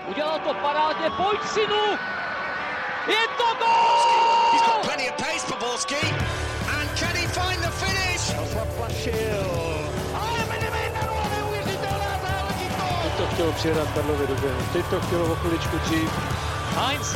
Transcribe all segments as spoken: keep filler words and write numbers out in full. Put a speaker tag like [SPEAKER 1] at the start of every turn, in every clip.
[SPEAKER 1] Udělal to parádně, pojď synu! Je to gól!
[SPEAKER 2] He's got plenty of pace for Borski. And can he find the finish?
[SPEAKER 1] Ale Mediménero, neuvěřitelná záležitost!
[SPEAKER 3] Teď to chtělo přihrát Karlovi do běhu, teď to chtělo o chviličku dřív.
[SPEAKER 1] Heinz!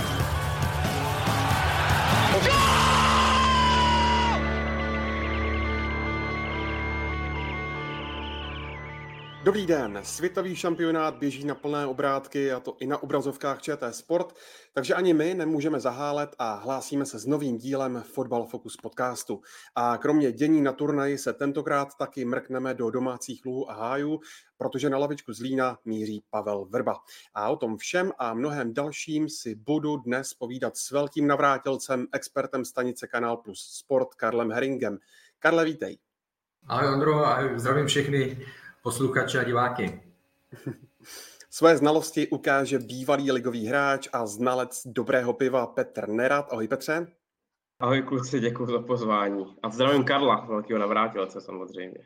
[SPEAKER 4] Dobrý den, světový šampionát běží na plné obrátky, a to i na obrazovkách ČT Sport, takže ani my nemůžeme zahálet a hlásíme se s novým dílem Fotbal Focus podcastu. A kromě dění na turnaji se tentokrát taky mrkneme do domácích luhů a hájů, protože na lavičku Zlína míří Pavel Vrba. A o tom všem a mnohem dalším si budu dnes povídat s velkým navrátilcem, expertem stanice Kanál Plus Sport Karlem Herringem. Karle, vítej.
[SPEAKER 5] Ahoj Ondro, ahoj, zdravím všechny posluchače a diváky.
[SPEAKER 4] Své znalosti ukáže bývalý ligový hráč a znalec dobrého piva Petr Nerad. Ahoj Petře.
[SPEAKER 6] Ahoj kluci, děkuji za pozvání. A zdravím Karla, velkého navrátilce samozřejmě.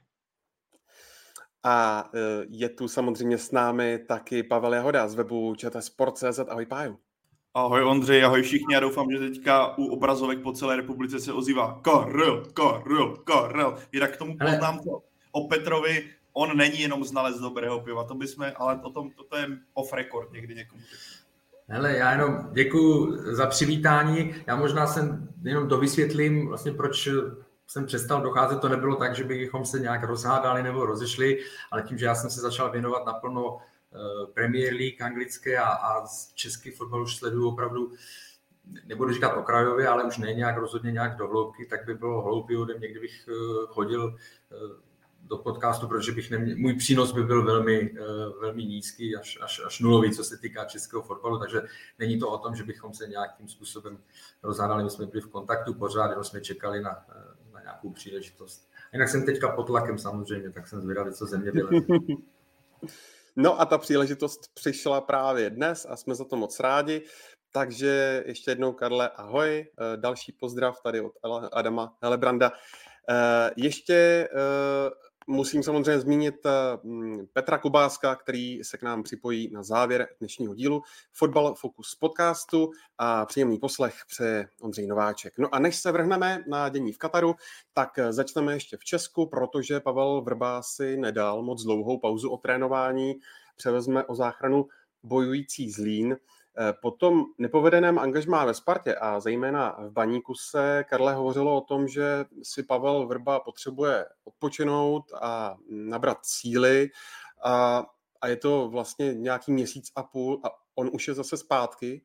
[SPEAKER 4] A je tu samozřejmě s námi taky Pavel Jahoda z webu ČT Sport tečka cé zet. Ahoj Páju.
[SPEAKER 7] Ahoj Ondřej, ahoj všichni. Já doufám, že teďka u obrazovek po celé republice se ozývá Karel, Karel, Karel. Jinak k tomu poznám to o Petrovi. On není jenom znalec dobrého piva, to bychom, ale o tom, toto je off record někdy někomu.
[SPEAKER 5] Hele, já jenom děkuju za přivítání. Já možná jsem jenom dovysvětlím, vlastně proč jsem přestal docházet. To nebylo tak, že bychom se nějak rozhádali nebo rozešli, ale tím, že já jsem se začal věnovat naplno Premier League anglické a, a český fotbal už sleduju opravdu, nebudu říkat okrajově, ale už ne nějak rozhodně nějak do hloubky, tak by bylo hloupý ode mě, kdybych chodil do podcastu, protože bych neměl, můj přínos by byl velmi, velmi nízký, až, až, až nulový, co se týká českého fotbalu, takže není to o tom, že bychom se nějakým způsobem rozhádali, my jsme byli v kontaktu pořád, jenom jsme čekali na, na nějakou příležitost. Jinak jsem teďka pod tlakem samozřejmě, tak jsem zvědavý, co ze mě vyleze.
[SPEAKER 4] No a ta příležitost přišla právě dnes a jsme za to moc rádi. Takže ještě jednou, Karle, ahoj. Další pozdrav tady od Adama Helebranda. Ještě musím samozřejmě zmínit Petra Kubáska, který se k nám připojí na závěr dnešního dílu Fotbal Focus podcastu a příjemný poslech přeje Ondřej Nováček. No a než se vrhneme na dění v Kataru, tak začneme ještě v Česku, protože Pavel Vrba si nedal moc dlouhou pauzu od trénování, převezme o záchranu bojující Zlín. Po tom nepovedeném angažmá ve Spartě a zejména v Baníku se, Karle, hovořilo o tom, že si Pavel Vrba potřebuje odpočinout a nabrat síly a, a je to vlastně nějaký měsíc a půl a on už je zase zpátky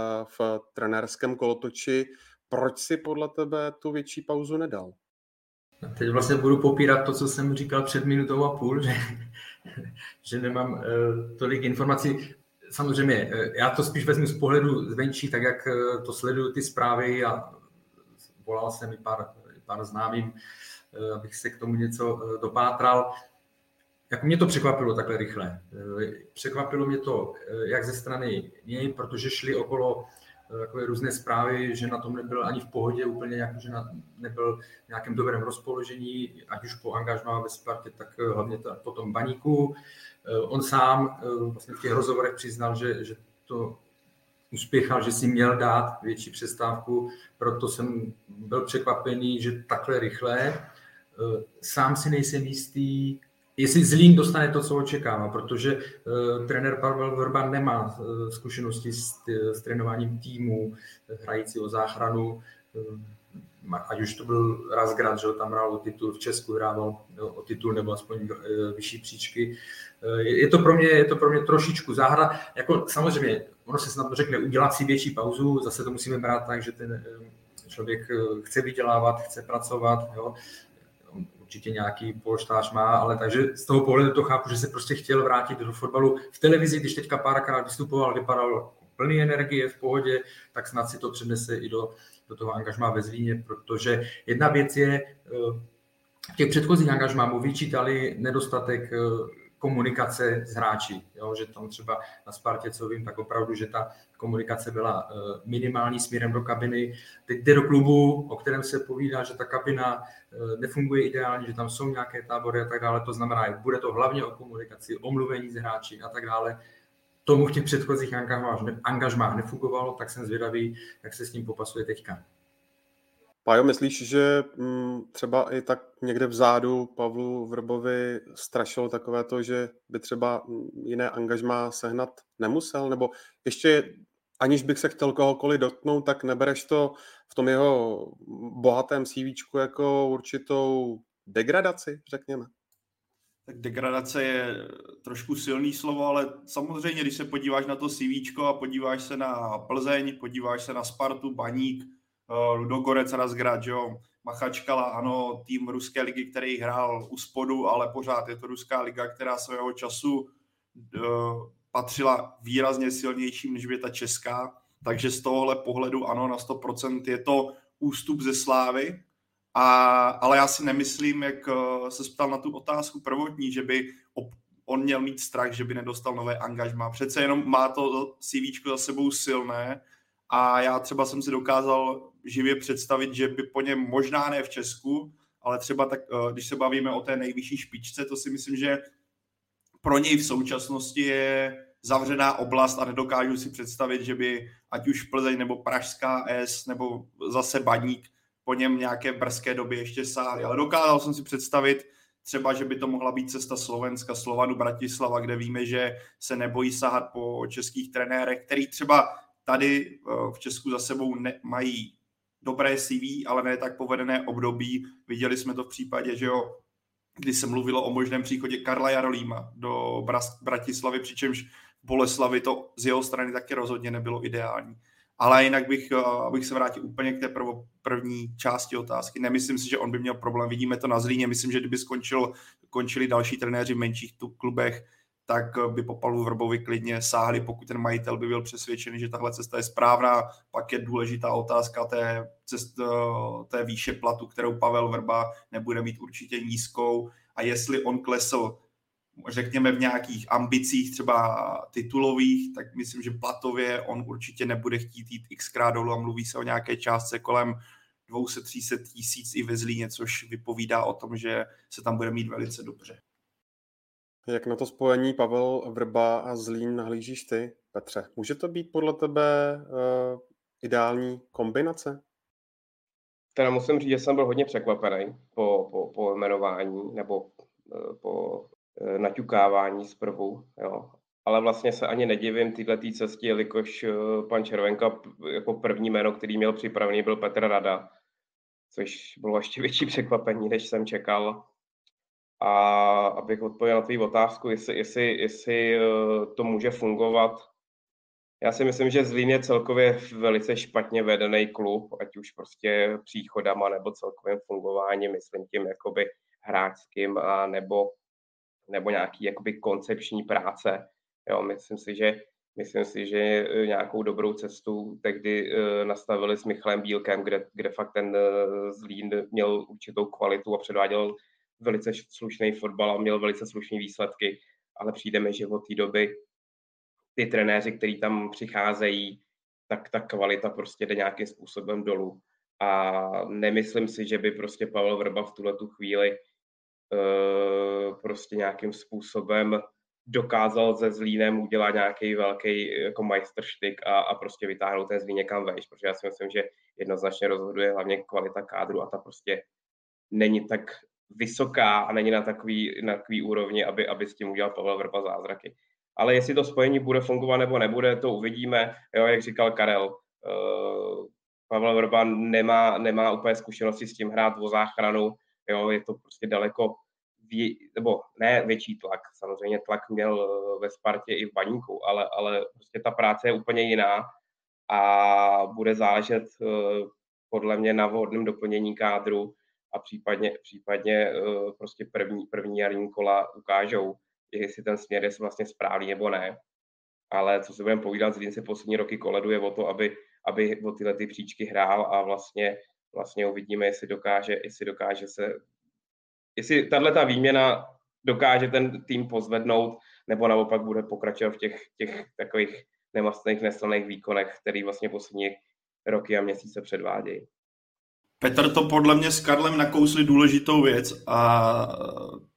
[SPEAKER 4] v trenérském kolotoči. Proč si podle tebe tu větší pauzu nedal?
[SPEAKER 5] Teď vlastně budu popírat to, co jsem říkal před minutou a půl, že, že nemám uh, tolik informací. Samozřejmě, já to spíš vezmu z pohledu zvenčí, tak jak to sleduju ty zprávy a volal jsem i pár, pár známým, abych se k tomu něco dopátral. Jak mě to překvapilo takhle rychle. Překvapilo mě to jak ze strany něj, protože šly okolo takové různé zprávy, že na tom nebyl ani v pohodě úplně, jak, že na, nebyl v nějakém dobrém rozpoložení, ať už po angažmá ve Spartě, tak hlavně to, po tom Baníku. On sám vlastně v těch rozhovorech přiznal, že, že to uspěchal, že si měl dát větší přestávku, proto jsem byl překvapený, že takhle rychle. Sám si nejsem jistý, jestli Zlín dostane to, co očekává, protože uh, trenér Pavel Vrba nemá uh, zkušenosti s, t- s trénováním týmu, hrající o záchranu, uh, ať už to byl Razgrad, že tam hrál o titul, v Česku hrával jo, o titul nebo aspoň uh, vyšší příčky. Uh, je, je, to pro mě, je to pro mě trošičku záhra. Jako, samozřejmě, ono se snad řekne udělat si větší pauzu, zase to musíme brát tak, že ten uh, člověk uh, chce vydělávat, chce pracovat, jo. Určitě nějaký polštář má, ale takže z toho pohledu to chápu, že se prostě chtěl vrátit do fotbalu. V televizi, když teďka párkrát vystupoval, vypadal plný energie, v pohodě, tak snad si to přenese i do, do toho angažmá ve Zlíně, protože jedna věc je, v těch předchozích angažmá mu vyčítali nedostatek komunikace s hráči, jo? Že tam třeba na Spartě, co vím, tak opravdu, že ta komunikace byla minimální směrem do kabiny. Teď jde do klubu, o kterém se povídá, že ta kabina nefunguje ideálně, že tam jsou nějaké tábory a tak dále, to znamená, bude to hlavně o komunikaci, o mluvení s hráči a tak dále. tomu v těch předchozích angažmách nefungovalo, tak jsem zvědavý, jak se s tím popasuje teďka.
[SPEAKER 4] Pájo, myslíš, že m, třeba i tak někde vzadu Pavlu Vrbovi strašilo takové to, že by třeba jiné angažmá sehnat nemusel? Nebo ještě, aniž bych se chtěl kohokoliv dotknout, tak nebereš to v tom jeho bohatém CVčku jako určitou degradaci, řekněme?
[SPEAKER 7] Tak degradace je trošku silný slovo, ale samozřejmě, když se podíváš na to CVčko a podíváš se na Plzeň, podíváš se na Spartu, Baník, Ludogorec, Razgrad, jo, Machačkala, ano, tým ruské ligy, který hrál u spodu, ale pořád je to ruská liga, která svého času uh, patřila výrazně silnějším, než je ta česká, takže z tohohle pohledu ano, na sto procent je to ústup ze slávy, a, ale já si nemyslím, jak uh, se ptal na tu otázku prvotní, že by op- on měl mít strach, že by nedostal nové angažmá. Přece jenom má to CVčko za sebou silné, a já třeba jsem si dokázal živě představit, že by po něm možná ne v Česku, ale třeba tak, když se bavíme o té nejvyšší špičce, to si myslím, že pro něj v současnosti je zavřená oblast a nedokážu si představit, že by ať už Plzeň nebo Pražská S nebo zase Baník po něm nějaké brzké době ještě sáhli. Ale dokázal jsem si představit třeba, že by to mohla být cesta Slovenska, Slovanu, Bratislava, kde víme, že se nebojí sahat po českých trenérech, který třeba tady v Česku za sebou ne, mají dobré C V, ale ne tak povedené období. Viděli jsme to v případě, že jo, kdy se mluvilo o možném příchodě Karla Jarolíma do Bratislavy, přičemž v Boleslavi to z jeho strany taky rozhodně nebylo ideální. Ale jinak bych, abych se vrátil úplně k té prvo, první části otázky. Nemyslím si, že on by měl problém. Vidíme to na Zlíně. Myslím, že kdyby skončil, končili další trenéři v menších klubech, tak by po Pavlu Vrbovi klidně sáhli, pokud ten majitel by byl přesvědčený, že tahle cesta je správná. Pak je důležitá otázka té, cest, té výše platu, kterou Pavel Vrba nebude mít určitě nízkou. A jestli on klesl, řekněme, v nějakých ambicích třeba titulových, tak myslím, že platově on určitě nebude chtít jít xkrát dolů a mluví se o nějaké částce kolem dvě stě až tři sta tisíc i ve Zlíně, což vypovídá o tom, že se tam bude mít velice dobře.
[SPEAKER 4] Jak na to spojení Pavel Vrba a Zlín nahlížíš ty, Petře? Může to být podle tebe uh, ideální kombinace?
[SPEAKER 6] Teda musím říct, že jsem byl hodně překvapený po, po, po jmenování nebo uh, po uh, naťukávání zprvu, jo. Ale vlastně se ani nedivím této cestě, jelikož uh, pan Červenka jako první jméno, který měl připravený, byl Petr Rada, což bylo ještě větší překvapení, než jsem čekal. A abych odpověděl na tvou otázku, jestli, jestli, jestli to může fungovat. Já si myslím, že Zlín je celkově velice špatně vedený klub, ať už prostě příchodama nebo celkovým fungováním, myslím tím jakoby hráčským a nebo, nebo nějaký jakoby koncepční práce. Jo, myslím si, že myslím si, že nějakou dobrou cestu tehdy nastavili s Michalem Bílkem, kde, kde fakt ten Zlín měl určitou kvalitu a předváděl velice slušný fotbal a měl velice slušné výsledky, ale přijde mi, že od té doby ty trenéři, kteří tam přicházejí, tak ta kvalita prostě jde nějakým způsobem dolů. A nemyslím si, že by prostě Pavel Vrba v tuhletu chvíli uh, prostě nějakým způsobem dokázal se Zlínem udělat nějaký velký jako majstrštyk a, a prostě vytáhnout ten Zlín někam vejš, protože já si myslím, že jednoznačně rozhoduje hlavně kvalita kádru a ta prostě není tak vysoká a není na takový, na takový úrovni, aby, aby s tím udělal Pavel Vrba zázraky. Ale jestli to spojení bude fungovat nebo nebude, to uvidíme. Jo, jak říkal Karel, uh, Pavel Vrba nemá, nemá úplně zkušenosti s tím hrát o záchranu. Jo, je to prostě daleko, vě, nebo ne větší tlak. Samozřejmě tlak měl ve Spartě i v Baníku, ale, ale prostě ta práce je úplně jiná a bude záležet uh, podle mě na vhodném doplnění kádru a případně, případně uh, prostě první, první jarní kola ukážou, jestli ten směr je vlastně správný nebo ne. Ale co se budeme povídat, Zlín se poslední roky koleduje o to, aby, aby o tyhle ty příčky hrál a vlastně, vlastně uvidíme, jestli dokáže, jestli dokáže se, jestli tato výměna dokáže ten tým pozvednout, nebo naopak bude pokračovat v těch, těch takových nemastných, nesilných výkonech, který vlastně poslední roky a měsíce předvádějí.
[SPEAKER 7] Petr to podle mě s Karlem nakousli důležitou věc a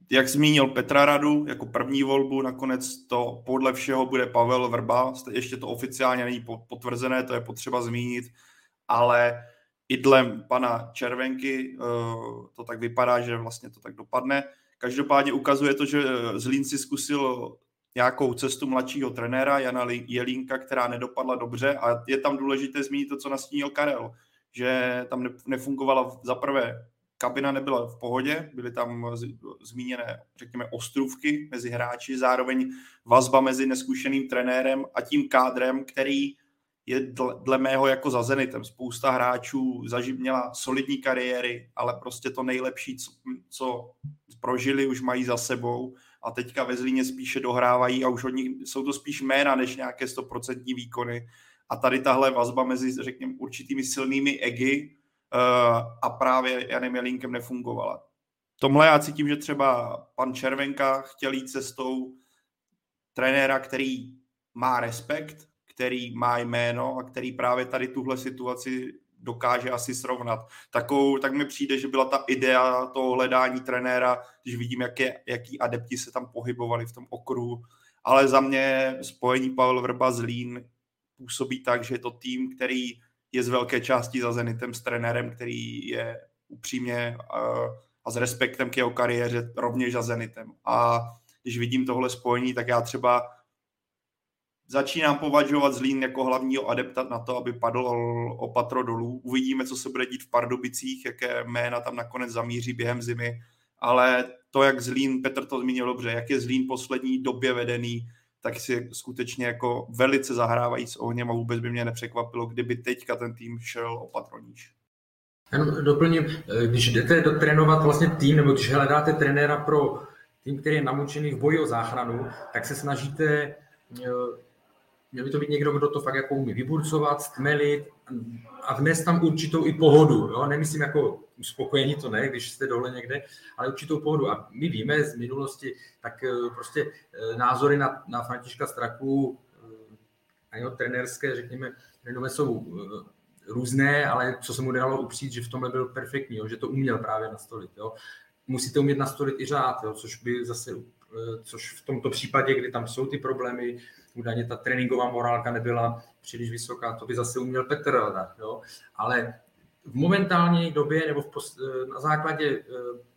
[SPEAKER 7] jak zmínil Petra Radu jako první volbu, nakonec to podle všeho bude Pavel Vrba, ještě to oficiálně není potvrzené, to je potřeba zmínit, ale i dle pana Červenky to tak vypadá, že vlastně to tak dopadne. Každopádně ukazuje to, že Zlín si zkusil nějakou cestu mladšího trenéra Jana Jelínka, která nedopadla dobře a je tam důležité zmínit to, co nastínil Karel, že tam nefungovala za prvé, kabina nebyla v pohodě, byly tam zmíněné, řekněme, ostrůvky mezi hráči, zároveň vazba mezi neskušeným trenérem a tím kádrem, který je dle, dle mého jako za Zenitem. Spousta hráčů zaži- měla solidní kariéry, ale prostě to nejlepší, co, co prožili, už mají za sebou a teďka ve Zlíně spíše dohrávají a už od nich jsou to spíš jména, než nějaké stoprocentní výkony. A tady tahle vazba mezi, řekněme, určitými silnými egy uh, a právě Janem Jelínkem nefungovala. Tomhle já cítím, že třeba pan Červenka chtěl jít cestou trenéra, který má respekt, který má jméno a který právě tady tuhle situaci dokáže asi srovnat. Takovou, tak mi přijde, že byla ta idea toho hledání trenéra, když vidím, jaké, jaký adepti se tam pohybovali v tom okruhu. Ale za mě spojení Pavel Vrba Zlín působí tak, že je to tým, který je z velké části za Zenitem, s trenérem, který je upřímně a s respektem k jeho kariéře rovněž za Zenitem. A když vidím tohle spojení, tak já třeba začínám považovat Zlín jako hlavního adepta na to, aby padl o patro dolů. Uvidíme, co se bude dít v Pardubicích, jaké jména tam nakonec zamíří během zimy, ale to, jak Zlín, Petr to zmínil dobře, jak je Zlín poslední době vedený, tak si skutečně jako velice zahrávají s ohněm a vůbec by mě nepřekvapilo, kdyby teďka ten tým šel o patro níž.
[SPEAKER 5] Jenom doplním, když jdete dotrénovat vlastně tým, nebo když hledáte trenéra pro tým, který je namučený v boji o záchranu, tak se snažíte, měl by to být někdo, kdo to fakt jako umí vyburcovat, stmelit a vnést tam určitou i pohodu. Jo? Nemyslím jako uspokojení, to ne, když jste dole někde, ale určitou pohodu. A my víme z minulosti, tak prostě názory na, na Františka Straku a jeho trenérské, řekněme, renové jsou různé, ale co se mu dalo upřít, že v tomhle byl perfektní, jo? Že to uměl právě nastolit. Jo? Musíte umět nastolit i řád, jo? Což by zase, což v tomto případě, kdy tam jsou ty problémy, údajně ta tréninková morálka nebyla příliš vysoká, to by zase uměl Petr, jo? Ale v momentální době nebo v post, na základě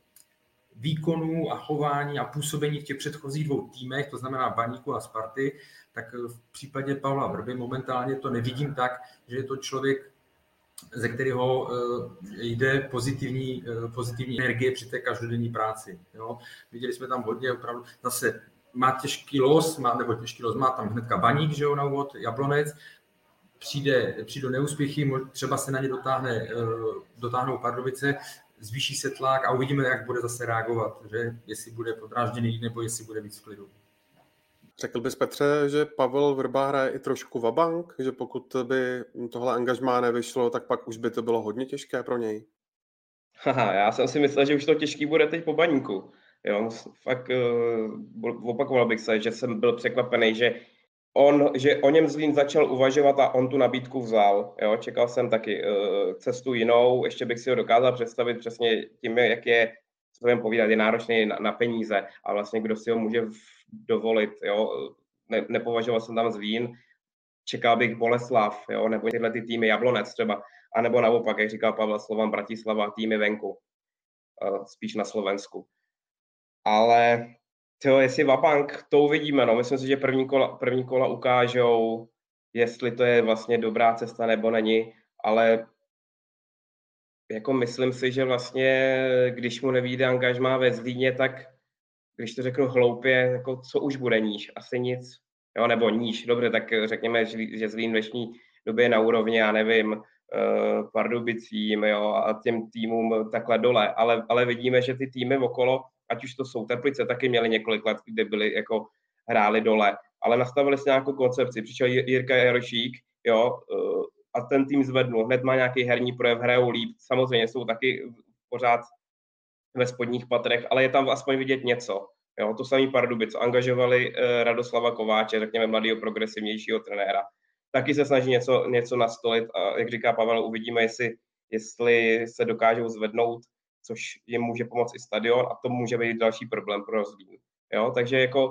[SPEAKER 5] výkonů a chování a působení v těch předchozích dvou týmech, to znamená Baníku a Sparty, tak v případě Pavla Vrby momentálně to nevidím tak, že je to člověk, ze kterého jde pozitivní, pozitivní energie při té každodenní práci. Jo? Viděli jsme tam hodně opravdu, zase má těžký los, má, nebo těžký los, má tam hnedka Baník, že jo, na úvod, Jablonec, přijde, přijde neúspěchy, třeba se na ně dotáhne, dotáhnou Pardubice, zvýší se tlak a uvidíme, jak bude zase reagovat, že jestli bude podrážděný nebo jestli bude víc v klidu.
[SPEAKER 4] Řekl bys, Petře, že Pavel Vrba hraje i trošku vabank, že pokud by tohle angažmá nevyšlo, tak pak už by to bylo hodně těžké pro něj?
[SPEAKER 6] Haha, já jsem si myslel, že už to těžký bude teď po Baníku. Jo, fakt uh, opakoval bych se, že jsem byl překvapený, že on, že o něm Zlín začal uvažovat a on tu nabídku vzal. Jo, čekal jsem taky uh, cestu jinou, ještě bych si ho dokázal představit přesně tím, jak je, co budeme povídat, je náročný na, na peníze a vlastně kdo si ho může dovolit. Jo. Ne, nepovažoval jsem tam Zlín, čekal bych Boleslav, jo, nebo tyhle ty týmy Jablonec třeba, anebo naopak, jak říkal Pavel Slovan, Bratislava, týmy venku, uh, spíš na Slovensku. Ale tyjo, jestli vabank, to uvidíme. No. Myslím si, že první kola, první kola ukážou, jestli to je vlastně dobrá cesta nebo není, ale jako myslím si, že vlastně, když mu nevyjde angažmá ve Zlíně, tak když to řeknu hloupě, jako co už bude níž? Asi nic. Jo, nebo níž, dobře, tak řekněme, že Zlín v dnešní době je na úrovni, já nevím, Pardubicím, jo, a těm týmům takhle dole, ale, ale vidíme, že ty týmy okolo, ať už to jsou Teplice, taky měli několik let, kde byli jako hráli dole, ale nastavili si nějakou koncepci, přišel Jirka Jarošík, jo, a ten tým zvednul, hned má nějaký herní projev, hrajou líp, samozřejmě jsou taky pořád ve spodních patrech, ale je tam aspoň vidět něco, jo, to samý Pardubice, angažovali Radoslava Kováče, řekněme mladého progresivnějšího trenéra, taky se snaží něco, něco nastolit a jak říká Pavel, uvidíme, jestli, jestli se dokážou zvednout což jim může pomoct i stadion a to může být další problém pro Zlín. Jo? Takže jako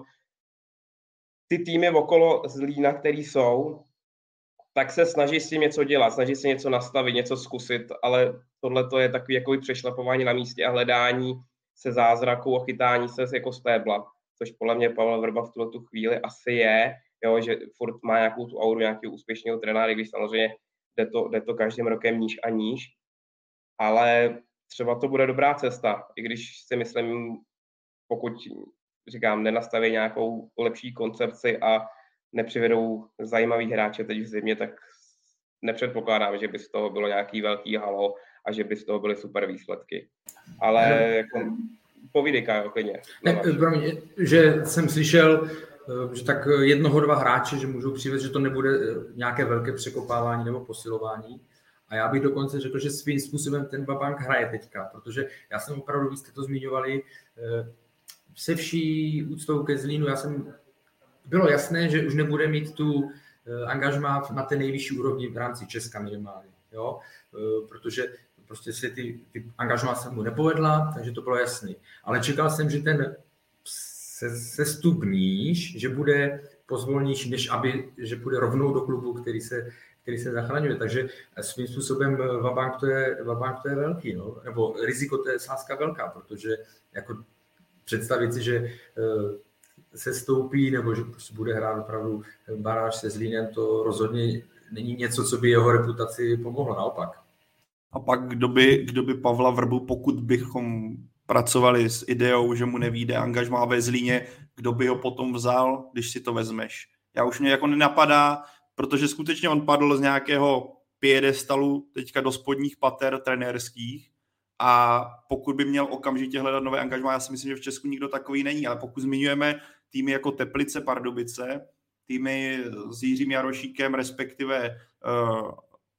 [SPEAKER 6] ty týmy okolo Zlína, který jsou, tak se snaží s tím něco dělat, snaží se něco nastavit, něco zkusit, ale tohle to je takový jako přešlapování na místě a hledání se zázraku a chytání se jako stébla, což podle mě Pavel Vrba v tuto chvíli asi je, jo, že furt má nějakou tu auru nějakého úspěšného trenéra, když samozřejmě jde to, jde to každým rokem níž a níž, ale třeba to bude dobrá cesta, i když si myslím, pokud, říkám, nenastaví nějakou lepší koncepci a nepřivedou zajímavý hráče teď v zimě, tak nepředpokládám, že by z toho bylo nějaký velký halo a že by z toho byly super výsledky. Ale jako, povídej, Kájo, klidně.
[SPEAKER 5] Promiň, že jsem slyšel, že tak jednoho, dva hráče, že můžou přivést, že to nebude nějaké velké překopávání nebo posilování. A já bych dokonce řekl, že svým způsobem ten Vabank hraje teďka, protože já jsem opravdu, vy jste to zmiňovali, se vší úctou ke Zlínu, já jsem, bylo jasné, že už nebude mít tu angažmá na té nejvyšší úrovni v rámci Česka minimálně, jo? Protože prostě se ty, ty angažmá se mu nepovedla, takže to bylo jasný. Ale čekal jsem, že ten se, sestup níž, že bude pozvolnější, než aby, že bude rovnou do klubu, který se, který se zachraňuje. Takže svým způsobem Vabank to je, Vabank to je velký, no? Nebo riziko to je sázka velká, protože jako představit si, že se stoupí, nebo že prostě bude hrát opravdu baráž se Zlínem, to rozhodně není něco, co by jeho reputaci pomohlo, naopak.
[SPEAKER 7] A pak kdo by, kdo by Pavla Vrbu, pokud bychom pracovali s ideou, že mu nevyjde angažmá ve Zlíně, kdo by ho potom vzal, když si to vezmeš? Já už mě jako nenapadá, protože skutečně on padl z nějakého piedestalu teďka do spodních pater trenérských a pokud by měl okamžitě hledat nové angažmá, já si myslím, že v Česku nikdo takový není, ale pokud zmiňujeme týmy jako Teplice, Pardubice, týmy s Jiřím Jarošíkem, respektive uh,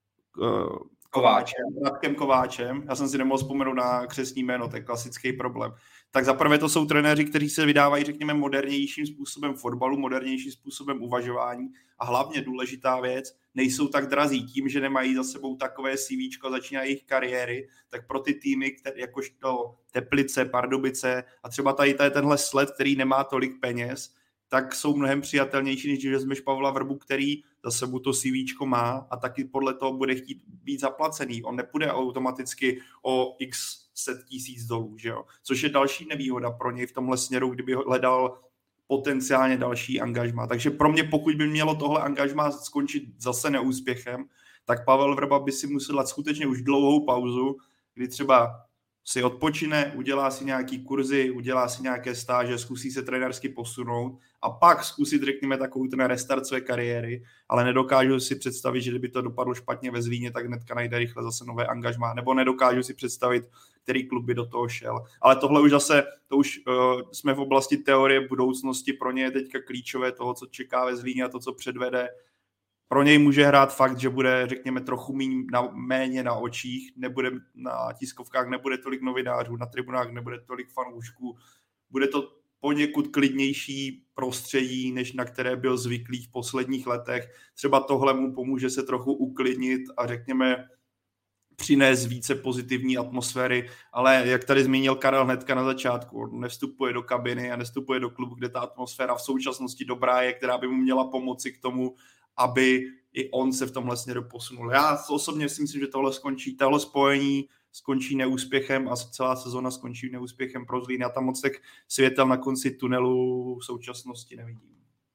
[SPEAKER 7] uh, Kováčem, Radkem Kováčem, já jsem si nemohl vzpomenout na křestní jméno, to je klasický problém. Tak zaprvé to jsou trenéři, kteří se vydávají, řekněme, modernějším způsobem fotbalu, modernějším způsobem uvažování a hlavně důležitá věc, nejsou tak drazí tím, že nemají za sebou takové CVčko, začínají jejich kariéry, tak pro ty týmy, které, jakožto Teplice, Pardubice a třeba tady, tady tenhle sled, který nemá tolik peněz, tak jsou mnohem přijatelnější, než když vezmeš Pavla Vrbu, který za sebou to CVčko má a taky podle toho bude chtít být zaplacený. On nepůjde automaticky o x set tisíc dolů, že jo? Což je další nevýhoda pro něj v tomhle směru, kdyby hledal potenciálně další angažmá. Takže pro mě, pokud by mělo tohle angažmá skončit zase neúspěchem, tak Pavel Vrba by si musel dát skutečně už dlouhou pauzu, kdy třeba si odpočine, udělá si nějaký kurzy, udělá si nějaké stáže, zkusí se trenérsky posunout a pak zkusit, řekněme, takovou ten restart své kariéry, ale nedokážu si představit, že kdyby to dopadlo špatně ve Zlíně, tak hnedka najde rychle zase nové angažmá, nebo nedokážu si představit, který klub by do toho šel. Ale tohle už zase, to už uh, jsme v oblasti teorie budoucnosti, pro ně je teďka klíčové toho, co čeká ve Zlíně a to, co předvede. Pro něj může hrát fakt, že bude, řekněme, trochu míň na, méně na očích, nebude na tiskovkách, nebude tolik novinářů, na tribunách nebude tolik fanoušků, bude to poněkud klidnější prostředí, než na které byl zvyklý v posledních letech. Třeba tohle mu pomůže se trochu uklidnit a řekněme přinést více pozitivní atmosféry, ale jak tady zmínil Karel hnedka na začátku, on nevstupuje do kabiny a nevstupuje do klubu, kde ta atmosféra v současnosti dobrá je, která by mu měla pomoci k tomu, aby i on se v tomhle směru posunul. Já osobně si myslím, že tohle skončí, tohle spojení skončí neúspěchem a celá sezona skončí neúspěchem pro Zlín. Já tam moc tak světel na konci tunelu v současnosti nevidím.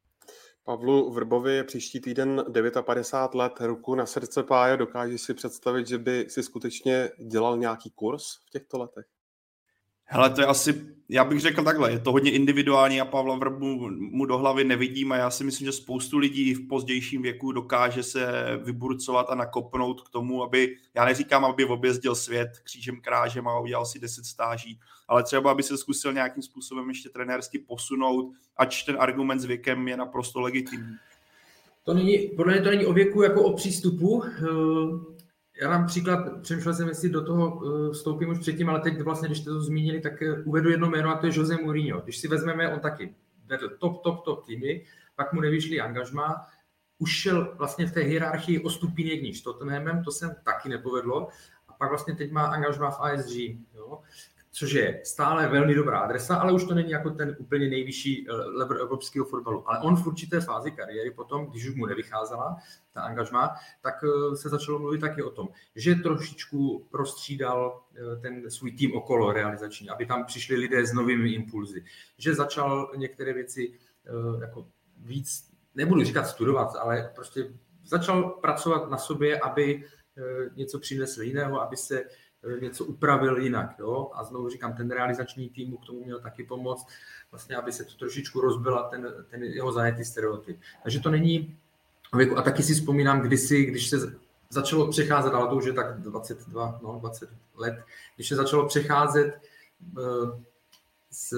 [SPEAKER 4] Pavlu Vrbovi je příští týden padesát devět let, ruku na srdce páje. Dokážeš si představit, že by si skutečně dělal nějaký kurz v těchto letech?
[SPEAKER 7] Hele, to je asi, já bych řekl takhle, je to hodně individuální a Pavla Vrbu mu do hlavy nevidím a já si myslím, že spoustu lidí v pozdějším věku dokáže se vyburcovat a nakopnout k tomu, aby, já neříkám, aby objezdil svět křížem krážem a udělal si deset stáží, ale třeba aby se zkusil nějakým způsobem ještě trenérsky posunout, ač ten argument s věkem je naprosto legitimní.
[SPEAKER 5] To není, podle mě to není o věku jako o přístupu. Já dám příklad, přemýšlel jsem, jestli do toho vstoupím už předtím, ale teď vlastně, když jste to zmínili, tak uvedu jedno jméno a to je Jose Mourinho. Když si vezmeme, on taky vedl top, top, top týmy, pak mu nevyšli angažmá, už šel vlastně v té hierarchii o stupínek níž s Tottenhamem, to se taky nepovedlo. A pak vlastně teď má angažmá v A S G, jo, což je stále velmi dobrá adresa, ale už to není jako ten úplně nejvyšší level evropského fotbalu. Ale on v určité fázi kariéry potom, když už mu nevycházela ta angažmá, tak se začalo mluvit taky o tom, že trošičku prostřídal ten svůj tým okolo realizační, aby tam přišli lidé s novými impulzy. Že začal některé věci jako víc, nebudu říkat studovat, ale prostě začal pracovat na sobě, aby něco přinesl jiného, aby se něco upravil jinak. Jo? A znovu říkám, ten realizační tým mu k tomu měl taky pomoct, vlastně, aby se to trošičku rozbila ten, ten jeho zajetý stereotyp. Takže to není věku. A taky si vzpomínám, kdysi, když se začalo přecházet, ale to už je tak dvacet dva, no, dvacet let, když se začalo přecházet uh, z,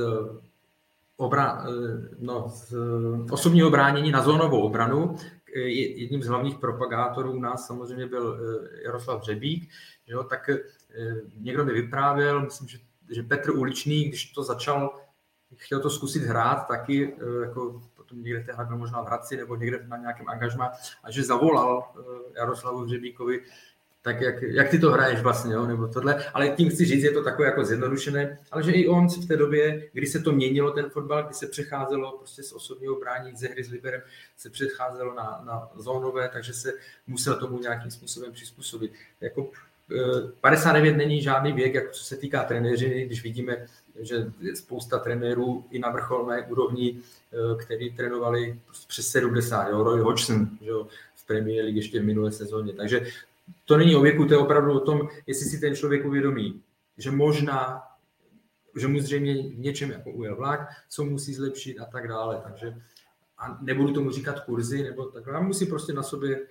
[SPEAKER 5] obra, uh, no, z osobního bránění na zónovou obranu. Jedním z hlavních propagátorů u nás samozřejmě byl Jaroslav Hřebík, jo, tak někdo mi vyprávěl, myslím, že, že Petr Uličný, když to začal, chtěl to zkusit hrát taky, jako potom někde tehdy byl možná v Hradci nebo někde na nějakém angažmá, a že zavolal Jaroslavu Hřebíkovi, tak jak, jak ty to hraješ vlastně, jo, nebo tohle, ale tím chci říct, je to takové jako zjednodušené, ale že i on v té době, kdy se to měnilo ten fotbal, kdy se přecházelo prostě z osobního brání, ze hry s liberem, se přecházelo na, na zónové, takže se musel tomu nějakým způsobem přizpůsobit. Jako padesát devět není žádný věk, jako co se týká trenéřiny, když vidíme, že je spousta trenérů i na vrcholné úrovni, který trénovali přes sedmdesát, jo, Roy Hodgson, jo, v Premier League ještě v minulé sezóně, takže to není o věku, to je opravdu o tom, jestli si ten člověk uvědomí, že možná, že mu zřejmě v něčem jako ujel vlak, co musí zlepšit a tak dále. Takže a nebudu tomu říkat kurzy, nebo takhle, musí prostě na sobě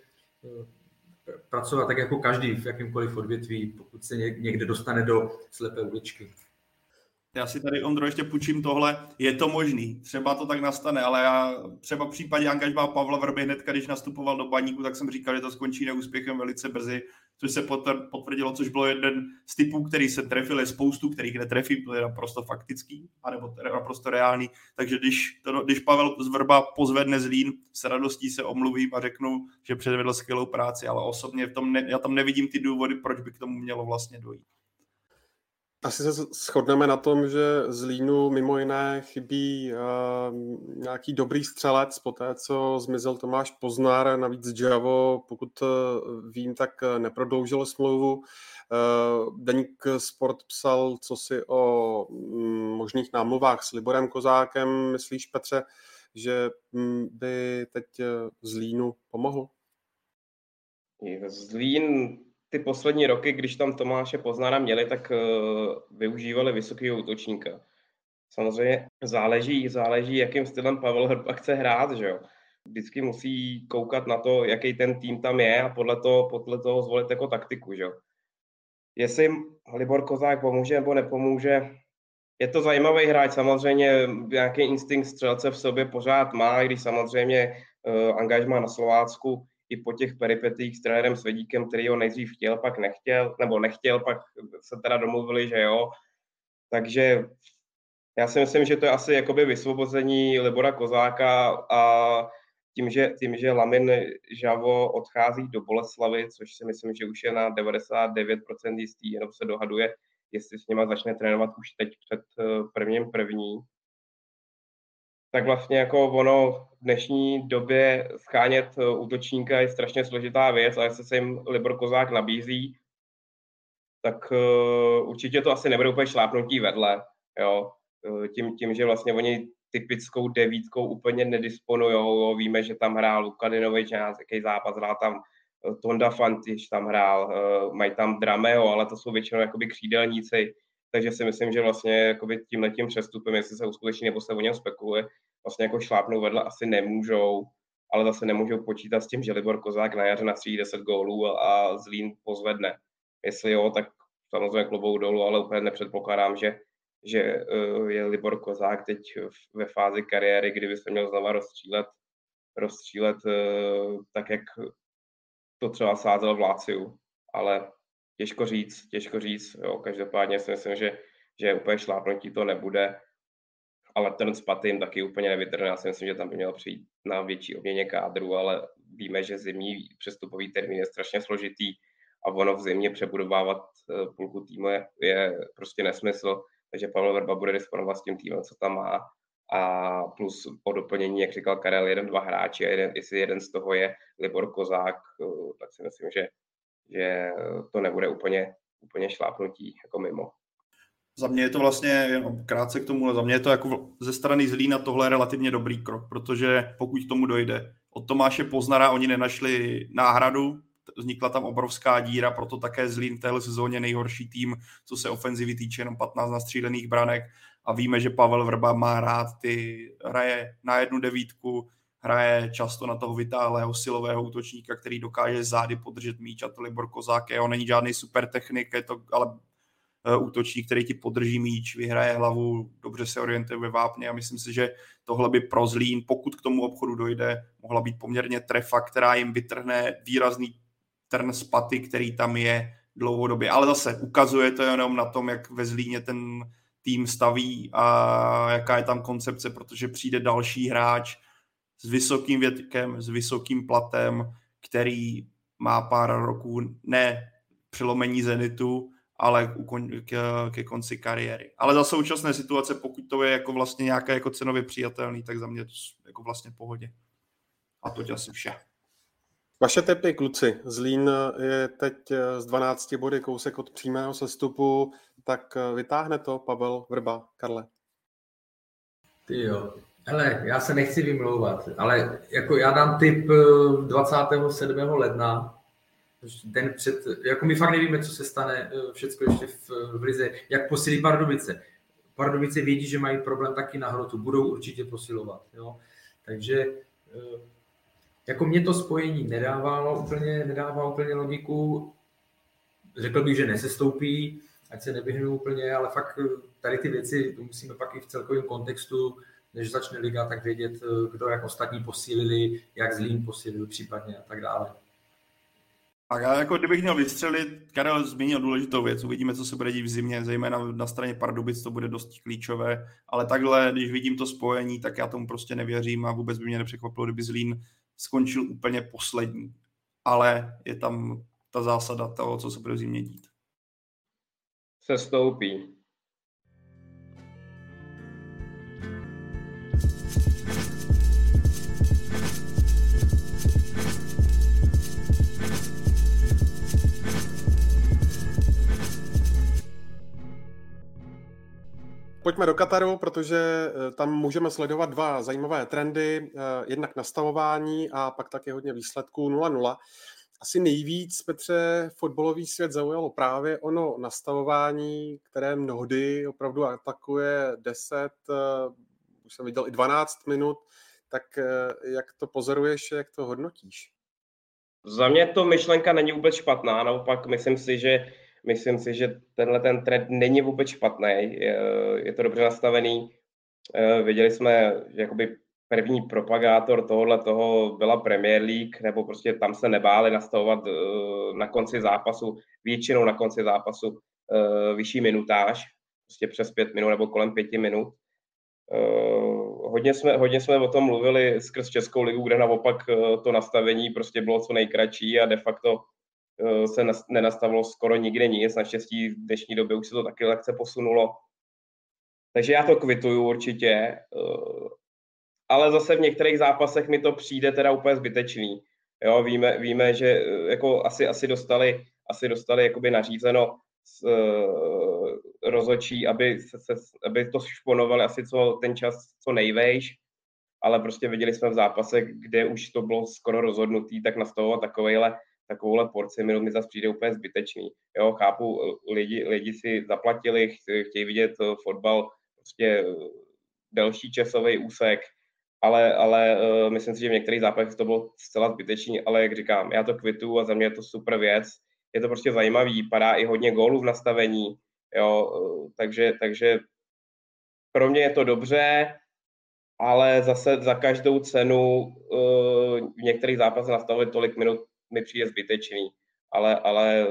[SPEAKER 5] pracovat tak jako každý v jakýmkoliv odvětví, pokud se někde dostane do slepé uličky.
[SPEAKER 7] Já si tady, Ondro, ještě půjčím tohle. Je to možný, třeba to tak nastane, ale já třeba v případě angažmá Pavla Vrby hnedka, když nastupoval do Baníku, tak jsem říkal, že to skončí neúspěchem velice brzy, což se potvrdilo, což bylo jeden z typů, který se trefil, je spoustu, kterých netrefí, byl naprosto faktický, anebo naprosto reálný. Takže když, to, když Pavel Vrba pozvedne Zlín, s radostí se omluvím a řeknu, že předvedl skvělou práci, ale osobně v tom ne, já tam nevidím ty důvody, proč by k tomu mělo vlastně dojít.
[SPEAKER 4] Asi se shodneme na tom, že Zlínu mimo jiné chybí uh, nějaký dobrý střelec, po té, co zmizel Tomáš Poznár, navíc Javo, pokud uh, vím, tak neprodloužil smlouvu. Uh, Deník Sport psal cosi o um, možných námluvách s Liborem Kozákem. Myslíš, Petře, že um, by teď Zlínu pomohl?
[SPEAKER 6] Zlín ty poslední roky, když tam Tomáše Poznára měli, tak uh, využívali vysokého útočníka. Samozřejmě záleží, záleží, jakým stylem Pavel Hrba chce hrát, že jo. Vždycky musí koukat na to, jaký ten tým tam je a podle toho, podle toho zvolit jako taktiku, že jo. Jestli Libor Kozák pomůže nebo nepomůže, je to zajímavý hráč, samozřejmě nějaký instinkt střelce v sobě pořád má, i když samozřejmě uh, angažmá na Slovácku i po těch peripetích s trenérem Svědíkem, který ho nejdřív chtěl, pak nechtěl, nebo nechtěl, pak se teda domluvili, že jo. Takže já si myslím, že to je asi jakoby vysvobození Libora Kozáka a tím, že, tím, že Lamin Žavo odchází do Boleslavy, což si myslím, že už je na devadesát devět procent jistý, jenom se dohaduje, jestli s nima začne trénovat už teď před prvním první. Tak vlastně jako ono v dnešní době schánět útočníka je strašně složitá věc a jestli se jim Libor Kozák nabízí, tak uh, určitě to asi nebude úplně šlápnutí vedle, jo. Tím, tím, že vlastně oni typickou devítkou úplně nedisponujou, víme, že tam hrál Luka Dinovič, nějaký zápas, hrál tam Tonda Fantiš, tam hrál, uh, mají tam Drameo, ale to jsou většinou jakoby křídelníci, takže si myslím, že vlastně jakoby tímhletím přestupem, jestli se uskuteční nebo se o něm spekuluje, vlastně jako šlápnou vedle asi nemůžou, ale zase nemůžou počítat s tím, že Libor Kozák na jaře nastřílí deset gólů a Zlín pozvedne. Jestli jo, tak samozřejmě klobouk dolů, ale úplně nepředpokládám, že, že je Libor Kozák teď ve fázi kariéry, kdyby se měl znova rozstřílet, rozstřílet tak, jak to třeba sázel v Láciu, ale těžko říct, těžko říct, jo, každopádně si myslím, že, že úplně šlápnutí to nebude, ale ten Spaty jim taky úplně nevytrhne, já si myslím, že tam by mělo přijít na větší obměně kádru, ale víme, že zimní přestupový termín je strašně složitý a ono v zimě přebudovávat půlku týmu je, je prostě nesmysl, takže Pavel Vrba bude disponovat s tím týmem, co tam má a plus o doplnění, jak říkal Karel, jeden, dva hráči a jeden, jestli jeden z toho je Libor Kozák, tak si myslím, že, že to nebude úplně, úplně šlápnutí jako mimo.
[SPEAKER 7] Za mě je to vlastně, jenom krátce k tomu, za mě je to jako ze strany Zlína tohle relativně dobrý krok, protože pokud k tomu dojde, od Tomáše Poznara oni nenašli náhradu, vznikla tam obrovská díra, proto také Zlín v téhle sezóně nejhorší tým, co se ofenzivy týče, jenom patnáct nastřílených branek a víme, že Pavel Vrba má rád ty, hraje na jednu devítku, hraje často na toho vytáhlého silového útočníka, který dokáže zády podržet míč a to Libor Kozák je, on není žádný super technik, je to ale útočník, který ti podrží míč, vyhraje hlavu, dobře se orientuje ve vápně a myslím si, že tohle by pro Zlín, pokud k tomu obchodu dojde, mohla být poměrně trefa, která jim vytrhne výrazný trn z paty, který tam je dlouhodobě. Ale zase ukazuje to jenom na tom, jak ve Zlíně ten tým staví a jaká je tam koncepce, protože přijde další hráč s vysokým věkem, s vysokým platem, který má pár roků ne přelomení Zenitu, ale ke, ke konci kariéry. Ale za současné situace, pokud to je jako vlastně nějaké jako cenově přijatelný, tak za mě to jako vlastně v pohodě. A to je asi vše.
[SPEAKER 4] Vaše tipy, kluci. Zlín je teď z dvanácti body kousek od přímého sestupu, tak vytáhne to Pavel Vrba, Karle?
[SPEAKER 5] Ty jo. Hele, já se nechci vymlouvat, ale jako já dám tip dvacátého sedmého ledna, den před, jako my fakt nevíme, co se stane všecko ještě v, v lize, jak posílí Pardubice. Pardubice vědí, že mají problém taky na hrotu, budou určitě posilovat, jo. Takže jako mě to spojení nedávalo úplně, nedává úplně logiku, řekl bych, že nesestoupí, ať se nevyhnu úplně, ale fakt tady ty věci musíme pak i v celkovém kontextu, než začne liga, tak vědět, kdo jak ostatní posílili, jak Zlín posílil případně a tak dále.
[SPEAKER 7] A já jako kdybych měl vystřelit, Karel zmínil důležitou věc, uvidíme, co se bude dít v zimě, zejména na straně Pardubic to bude dost klíčové, ale takhle, když vidím to spojení, tak já tomu prostě nevěřím a vůbec by mě nepřekvapilo, kdyby Zlín skončil úplně poslední. Ale je tam ta zásada toho, co se bude v zimě dít.
[SPEAKER 6] Se stoupí.
[SPEAKER 4] Pojďme do Kataru, protože tam můžeme sledovat dva zajímavé trendy, jednak nastavování a pak taky hodně výsledků nula nula. Asi nejvíc, Petře, fotbalový svět zaujalo právě ono nastavování, které mnohdy opravdu atakuje deset, už jsem viděl i dvanáct minut, tak jak to pozoruješ, jak to hodnotíš?
[SPEAKER 6] Za mě to myšlenka není vůbec špatná, naopak myslím si, že Myslím si, že tenhle ten trend není vůbec špatný, je, je to dobře nastavený. Viděli jsme, že jakoby první propagátor tohohle toho byla Premier League, nebo prostě tam se nebáli nastavovat na konci zápasu, většinou na konci zápasu vyšší minutáž, prostě přes pět minut nebo kolem pěti minut. Hodně jsme, hodně jsme o tom mluvili skrz Českou ligu, kde naopak to nastavení prostě bylo co nejkratší a de facto se nenastavilo skoro nikdy nic. Naštěstí v dnešní době už se to taky lehce posunulo. Takže já to kvituju určitě. Ale zase v některých zápasech mi to přijde teda úplně zbytečný. Jo, víme, víme, že jako asi, asi dostali, asi dostali jakoby nařízeno z, uh, rozhodčí, aby, se, se, aby to šponovali asi co, ten čas co nejvejš, ale prostě viděli jsme v zápasech, kde už to bylo skoro rozhodnutý, tak nastavovat takovejhle takovouhle porci minut mi zase přijde úplně zbytečný. Jo, chápu, lidi, lidi si zaplatili, chtějí vidět fotbal, prostě delší časový úsek, ale, ale uh, myslím si, že v některých zápasech to bylo zcela zbytečný, ale jak říkám, já to kvituju a za mě je to super věc. Je to prostě zajímavý, padá i hodně gólů v nastavení, jo, uh, takže, takže pro mě je to dobře, ale zase za každou cenu uh, v některých zápasech nastavit tolik minut mi přijde zbytečný, ale, ale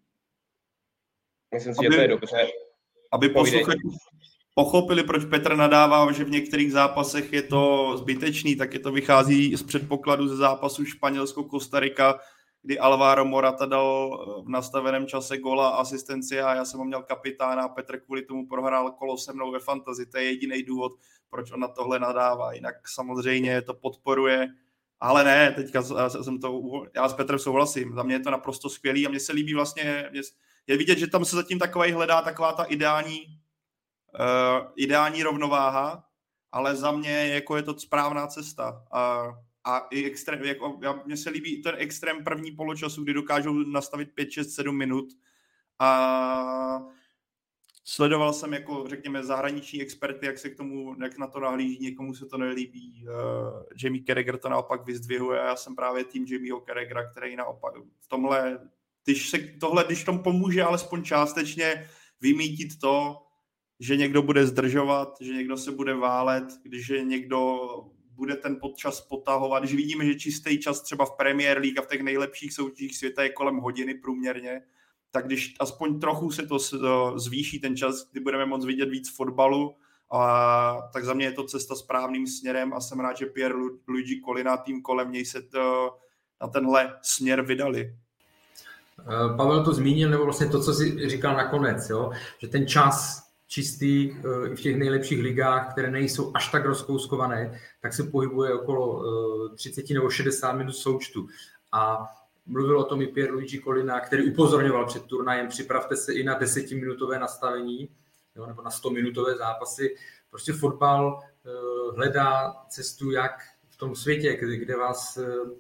[SPEAKER 6] myslím si, aby, že to je dobře.
[SPEAKER 7] Aby posluchači pochopili, proč Petr nadává, že v některých zápasech je to zbytečný, tak je to vychází z předpokladu ze zápasu Španělsko-Kostarika, kdy Alvaro Morata dal v nastaveném čase gola a asistenci a já jsem ho měl kapitána a Petr kvůli tomu prohrál kolo se mnou ve fantasy. To je jediný důvod, proč on na tohle nadává. Jinak samozřejmě to podporuje, ale ne, teďka jsem to, já s Petrem souhlasím, za mě je to naprosto skvělý a mně se líbí vlastně, mě, je vidět, že tam se zatím takovej hledá taková ta ideální, uh, ideální rovnováha, ale za mě jako je to správná cesta. A, a i extrém, jako, mně se líbí ten extrém první poločasu, kdy dokážou nastavit pět, šest, sedm minut. A sledoval jsem jako, řekněme, zahraniční experty, jak se k tomu, jak na to nahlíží, někomu se to nelíbí. Uh, Jamie Carragher to naopak vyzdvihuje a já jsem právě tým Jamieho Carraghera, který naopak v tomhle, když se tohle, když tomu pomůže alespoň částečně vymítit to, že někdo bude zdržovat, že někdo se bude válet, když někdo bude ten podčas potahovat. Když vidíme, že čistý čas třeba v Premier League a v těch nejlepších soutěžích světa je kolem hodiny průměrně, tak když aspoň trochu se to zvýší ten čas, kdy budeme moct vidět víc fotbalu, a tak za mě je to cesta správným směrem a jsem rád, že Pierre Luigi Collina a tým kolem něj se to, na tenhle směr vydali.
[SPEAKER 5] Pavel to zmínil, nebo vlastně to, co jsi říkal nakonec, jo? Že ten čas čistý i v těch nejlepších ligách, které nejsou až tak rozkouskované, tak se pohybuje okolo třicet nebo šedesát minut součtu. A mluvil o tom i Pierre Luigi Collina, který upozorňoval před turnajem, připravte se i na desetiminutové nastavení, jo, nebo na stominutové zápasy. Prostě fotbal hledá cestu, jak v tom světě, kde, kde vás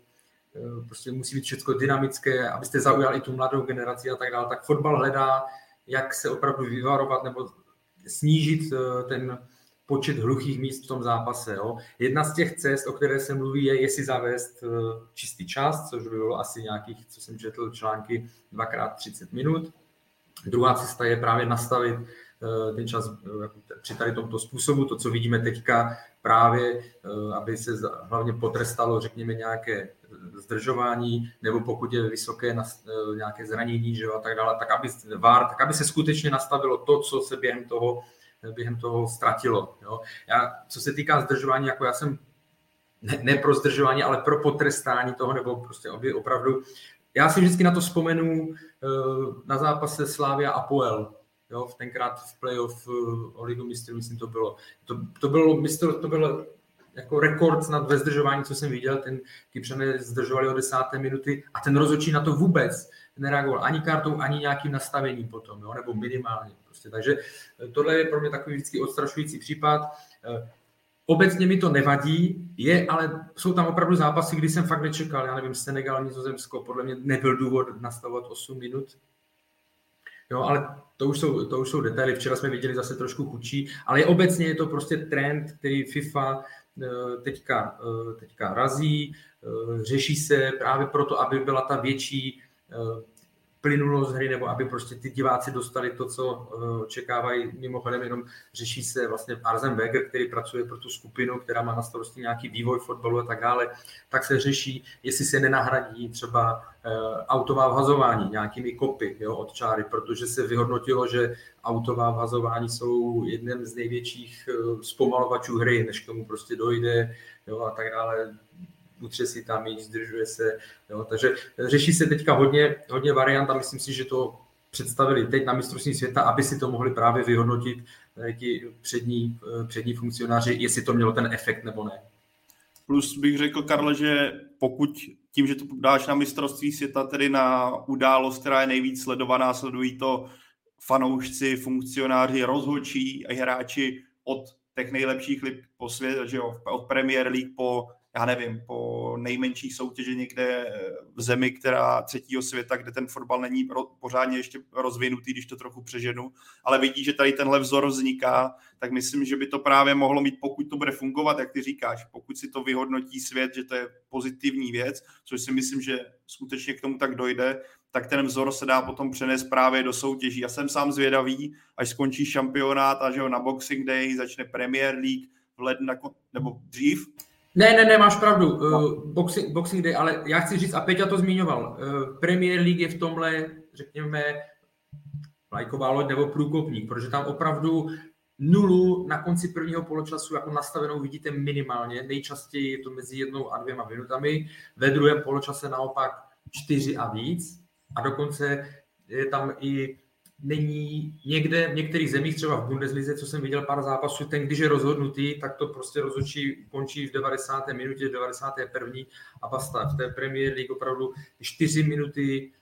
[SPEAKER 5] prostě musí být všechno dynamické, abyste zaujali i tu mladou generaci a tak dále, tak fotbal hledá, jak se opravdu vyvarovat nebo snížit ten počet hluchých míst v tom zápase. Jo. Jedna z těch cest, o které se mluví, je, jestli zavést čistý čas, což by bylo asi nějakých, co jsem četl, články dvakrát třicet minut. Druhá cesta je právě nastavit ten čas při tady tomto způsobu, to, co vidíme teďka, právě, aby se hlavně potrestalo, řekněme, nějaké zdržování, nebo pokud je vysoké nějaké zranění, že jo, a tak dále, tak aby, vár, tak aby se skutečně nastavilo to, co se během toho, během toho ztratilo. Jo. Já, co se týká zdržování, jako já jsem ne, ne pro zdržování, ale pro potrestání toho, nebo prostě aby opravdu, já si vždycky na to vzpomenu na zápase Slavia Apoel, jo, tenkrát v playoff o ligu mistrů, myslím, to bylo. To, to bylo mistr, to bylo jako rekord snad ve zdržování, co jsem viděl, ten Kypřané zdržovali o desáté minuty a ten rozhodčí na to vůbec nereagoval ani kartou, ani nějakým nastavením potom, jo, nebo minimálně. Prostě. Takže tohle je pro mě takový vždycky odstrašující případ. Obecně mi to nevadí, je, ale jsou tam opravdu zápasy, kdy jsem fakt nečekal, já nevím, Senegal, Nizozemsko, podle mě nebyl důvod nastavovat osm minut. Jo, ale to už, jsou, to už jsou detaily, včera jsme viděli zase trošku chudší, ale obecně je to prostě trend, který FIFA teďka, teďka razí, řeší se právě proto, aby byla ta větší plynulost hry, nebo aby prostě ty diváci dostali to, co očekávají. Mimochodem jenom řeší se vlastně Arsene Wenger, který pracuje pro tu skupinu, která má na starosti nějaký vývoj fotbalu a tak dále, tak se řeší, jestli se nenahradí třeba autová vhazování nějakými kopy, jo, od čáry, protože se vyhodnotilo, že autová vhazování jsou jedním z největších zpomalovačů hry, než k tomu prostě dojde, jo, a tak dále. Utře si tam míč, zdržuje se. Jo. Takže řeší se teďka hodně, hodně variant a myslím si, že to představili teď na mistrovství světa, aby si to mohli právě vyhodnotit ti přední, přední funkcionáři, jestli to mělo ten efekt nebo ne.
[SPEAKER 7] Plus bych řekl, Karle, že pokud tím, že to dáš na mistrovství světa, tedy na událost, která je nejvíc sledovaná, sledují to fanoušci, funkcionáři, rozhodčí a hráči od těch nejlepších lig po světě, že jo, od Premier League po já nevím, po nejmenší soutěži někde v zemi, která třetího světa, kde ten fotbal není pořádně ještě rozvinutý, když to trochu přeženu, ale vidí, že tady tenhle vzor vzniká, tak myslím, že by to právě mohlo mít, pokud to bude fungovat, jak ty říkáš, pokud si to vyhodnotí svět, že to je pozitivní věc, což si myslím, že skutečně k tomu tak dojde, tak ten vzor se dá potom přenést právě do soutěží. Já jsem sám zvědavý, až skončí šampionát a že ho na Boxing Day začne Premier League v lednu nebo dřív.
[SPEAKER 5] Ne, ne, ne, máš pravdu, uh, boxing, boxing Day, ale já chci říct, a Peťa to zmiňoval, uh, Premier League je v tomhle, řekněme, lajková loď nebo průkopník, protože tam opravdu nulu na konci prvního poločasu jako nastavenou vidíte minimálně, nejčastěji je to mezi jednou a dvěma minutami, ve druhém poločase naopak čtyři a víc a dokonce je tam i není někde v některých zemích, třeba v Bundeslize, co jsem viděl pár zápasů, ten, když je rozhodnutý, tak to prostě rozhodčí končí v devadesáté minutě, v devadesáté první a basta. V té Premier League opravdu čtyři minuty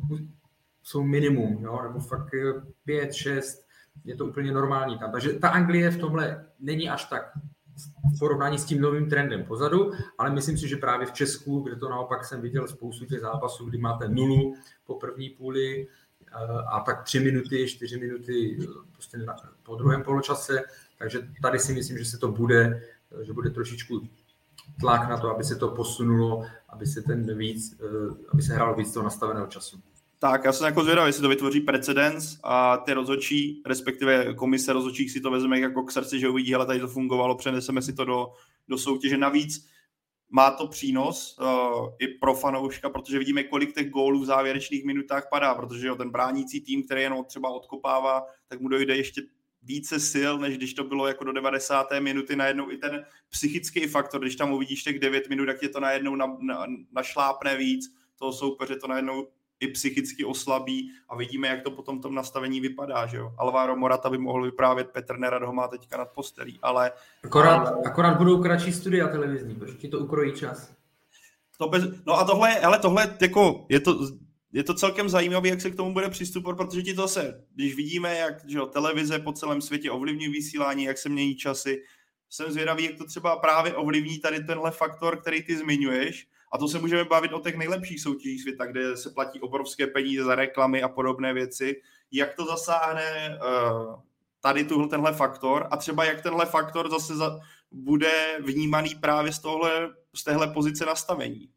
[SPEAKER 5] jsou minimum, jo? Nebo fakt pět, šest, je to úplně normální tam. Takže ta Anglie v tomhle není až tak v porovnání s tím novým trendem pozadu, ale myslím si, že právě v Česku, kde to naopak jsem viděl spoustu těch zápasů, kdy máte nulu po první půli, a tak tři minuty, čtyři minuty prostě po druhém poločase, takže tady si myslím, že se to bude, že bude trošičku tlak na to, aby se to posunulo, aby se ten víc, aby se hrál víc toho nastaveného času.
[SPEAKER 7] Tak, já jsem jako zvědavý, jestli to vytvoří precedens a ty rozhodčí, respektive komise rozhodčích si to vezme jako k srdci, že uvidí, hele, tady to fungovalo, přeneseme si to do, do soutěže. Navíc má to přínos uh, i pro fanouška, protože vidíme, kolik těch gólů v závěrečných minutách padá, protože jo, ten bránící tým, který jenom třeba odkopává, tak mu dojde ještě více sil, než když to bylo jako do devadesáté minuty, najednou i ten psychický faktor, když tam uvidíš těch devět minut, tak tě to najednou na, na, našlápne víc, toho soupeře to najednou i psychicky oslabí a vidíme, jak to potom v tom nastavení vypadá, že jo. Alvaro Morata by mohl vyprávět, Petr Nerad ho má teďka nad postelí, ale...
[SPEAKER 5] Akorát, ale... akorát budou kratší studia televizní, protože ti to ukrojí čas.
[SPEAKER 7] To bez... No a tohle, hele, tohle jako, je to, je to celkem zajímavé, jak se k tomu bude přistupovat, protože ti to se, když vidíme, jak že jo, televize po celém světě ovlivňují vysílání, jak se mění časy, jsem zvědavý, jak to třeba právě ovlivní tady tenhle faktor, který ty zmiňuješ. A to se můžeme bavit o těch nejlepších soutěžích světa, kde se platí obrovské peníze za reklamy a podobné věci. Jak to zasáhne uh, tady tuhle, tenhle faktor a třeba jak tenhle faktor zase za, bude vnímaný právě z, tohle, z téhle pozice nastavení.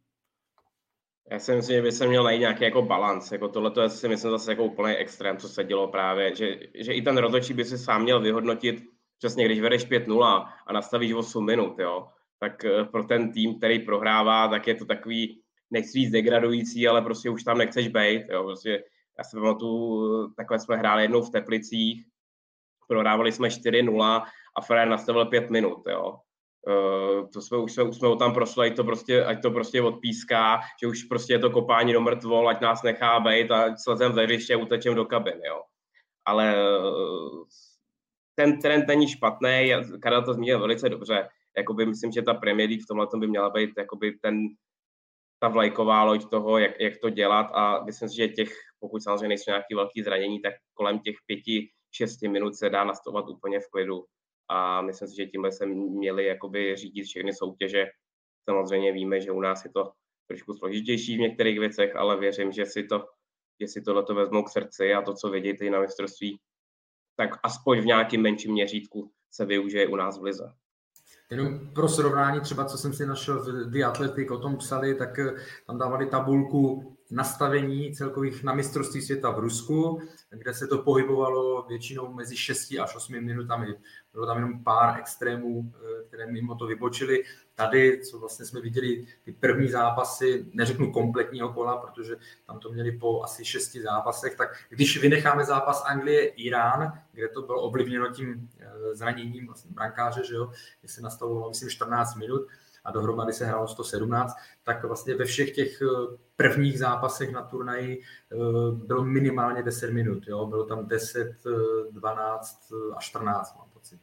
[SPEAKER 6] Já si myslím, že by se měl najít nějaký jako balans. Jako tohle je si myslím zase jako úplný extrém, co se dělo právě. Že, že i ten rozhodčí by si sám měl vyhodnotit, přesně když vedeš pět nula a nastavíš osm minut, jo. Tak pro ten tým, který prohrává, tak je to takový, nechci víc degradující, ale prostě už tam nechceš bejt, jo, prostě já si pamatuju, takhle jsme hráli jednou v Teplicích, prohrávali jsme čtyři nula a Ferrer nastavil pět minut, jo. Uh, to jsme, už jsme, už jsme ho tam prošli, ať to prostě, ať to prostě odpíská, že už prostě je to kopání do mrtvol, ať nás nechá bejt a slezem ve hřiště a utečem do kabiny, jo. Ale uh, ten trend není špatný, Karel to zmínil velice dobře. Jakoby myslím, že ta Premier League v tomhle by měla být jakoby ten, ta vlajková loď toho, jak, jak to dělat a myslím si, že těch, pokud samozřejmě nejsou nějaké velké zranění, tak kolem těch pěti, šesti minut se dá nastavovat úplně v klidu a myslím si, že tímhle se měli jakoby řídit všechny soutěže. Samozřejmě víme, že u nás je to trošku složitější v některých věcech, ale věřím, že si to, že si tohleto vezmou k srdci a to, co vidíte i na mistrovství, tak aspoň v nějakém menším měřítku se využije u nás v lize.
[SPEAKER 5] Jenom pro srovnání, třeba co jsem si našel v The Athletic, o tom psali, tak tam dávali tabulku nastavení celkových na mistrovství světa v Rusku, kde se to pohybovalo většinou mezi šesti až osmi minutami. Bylo tam jenom pár extrémů, které mimo to vybočily. Tady, co vlastně jsme viděli, ty první zápasy, neřeknu kompletního kola, protože tam to měli po asi šesti zápasech, tak když vynecháme zápas Anglie-Irán, kde to bylo ovlivněno tím zraněním vlastně brankáře, že jo, kde se nastavovalo, myslím, čtrnáct minut a dohromady se hrálo sto sedmnáct, tak vlastně ve všech těch prvních zápasech na turnaji bylo minimálně deset minut, jo, bylo tam deset, dvanáct a čtrnáct, mám pocit.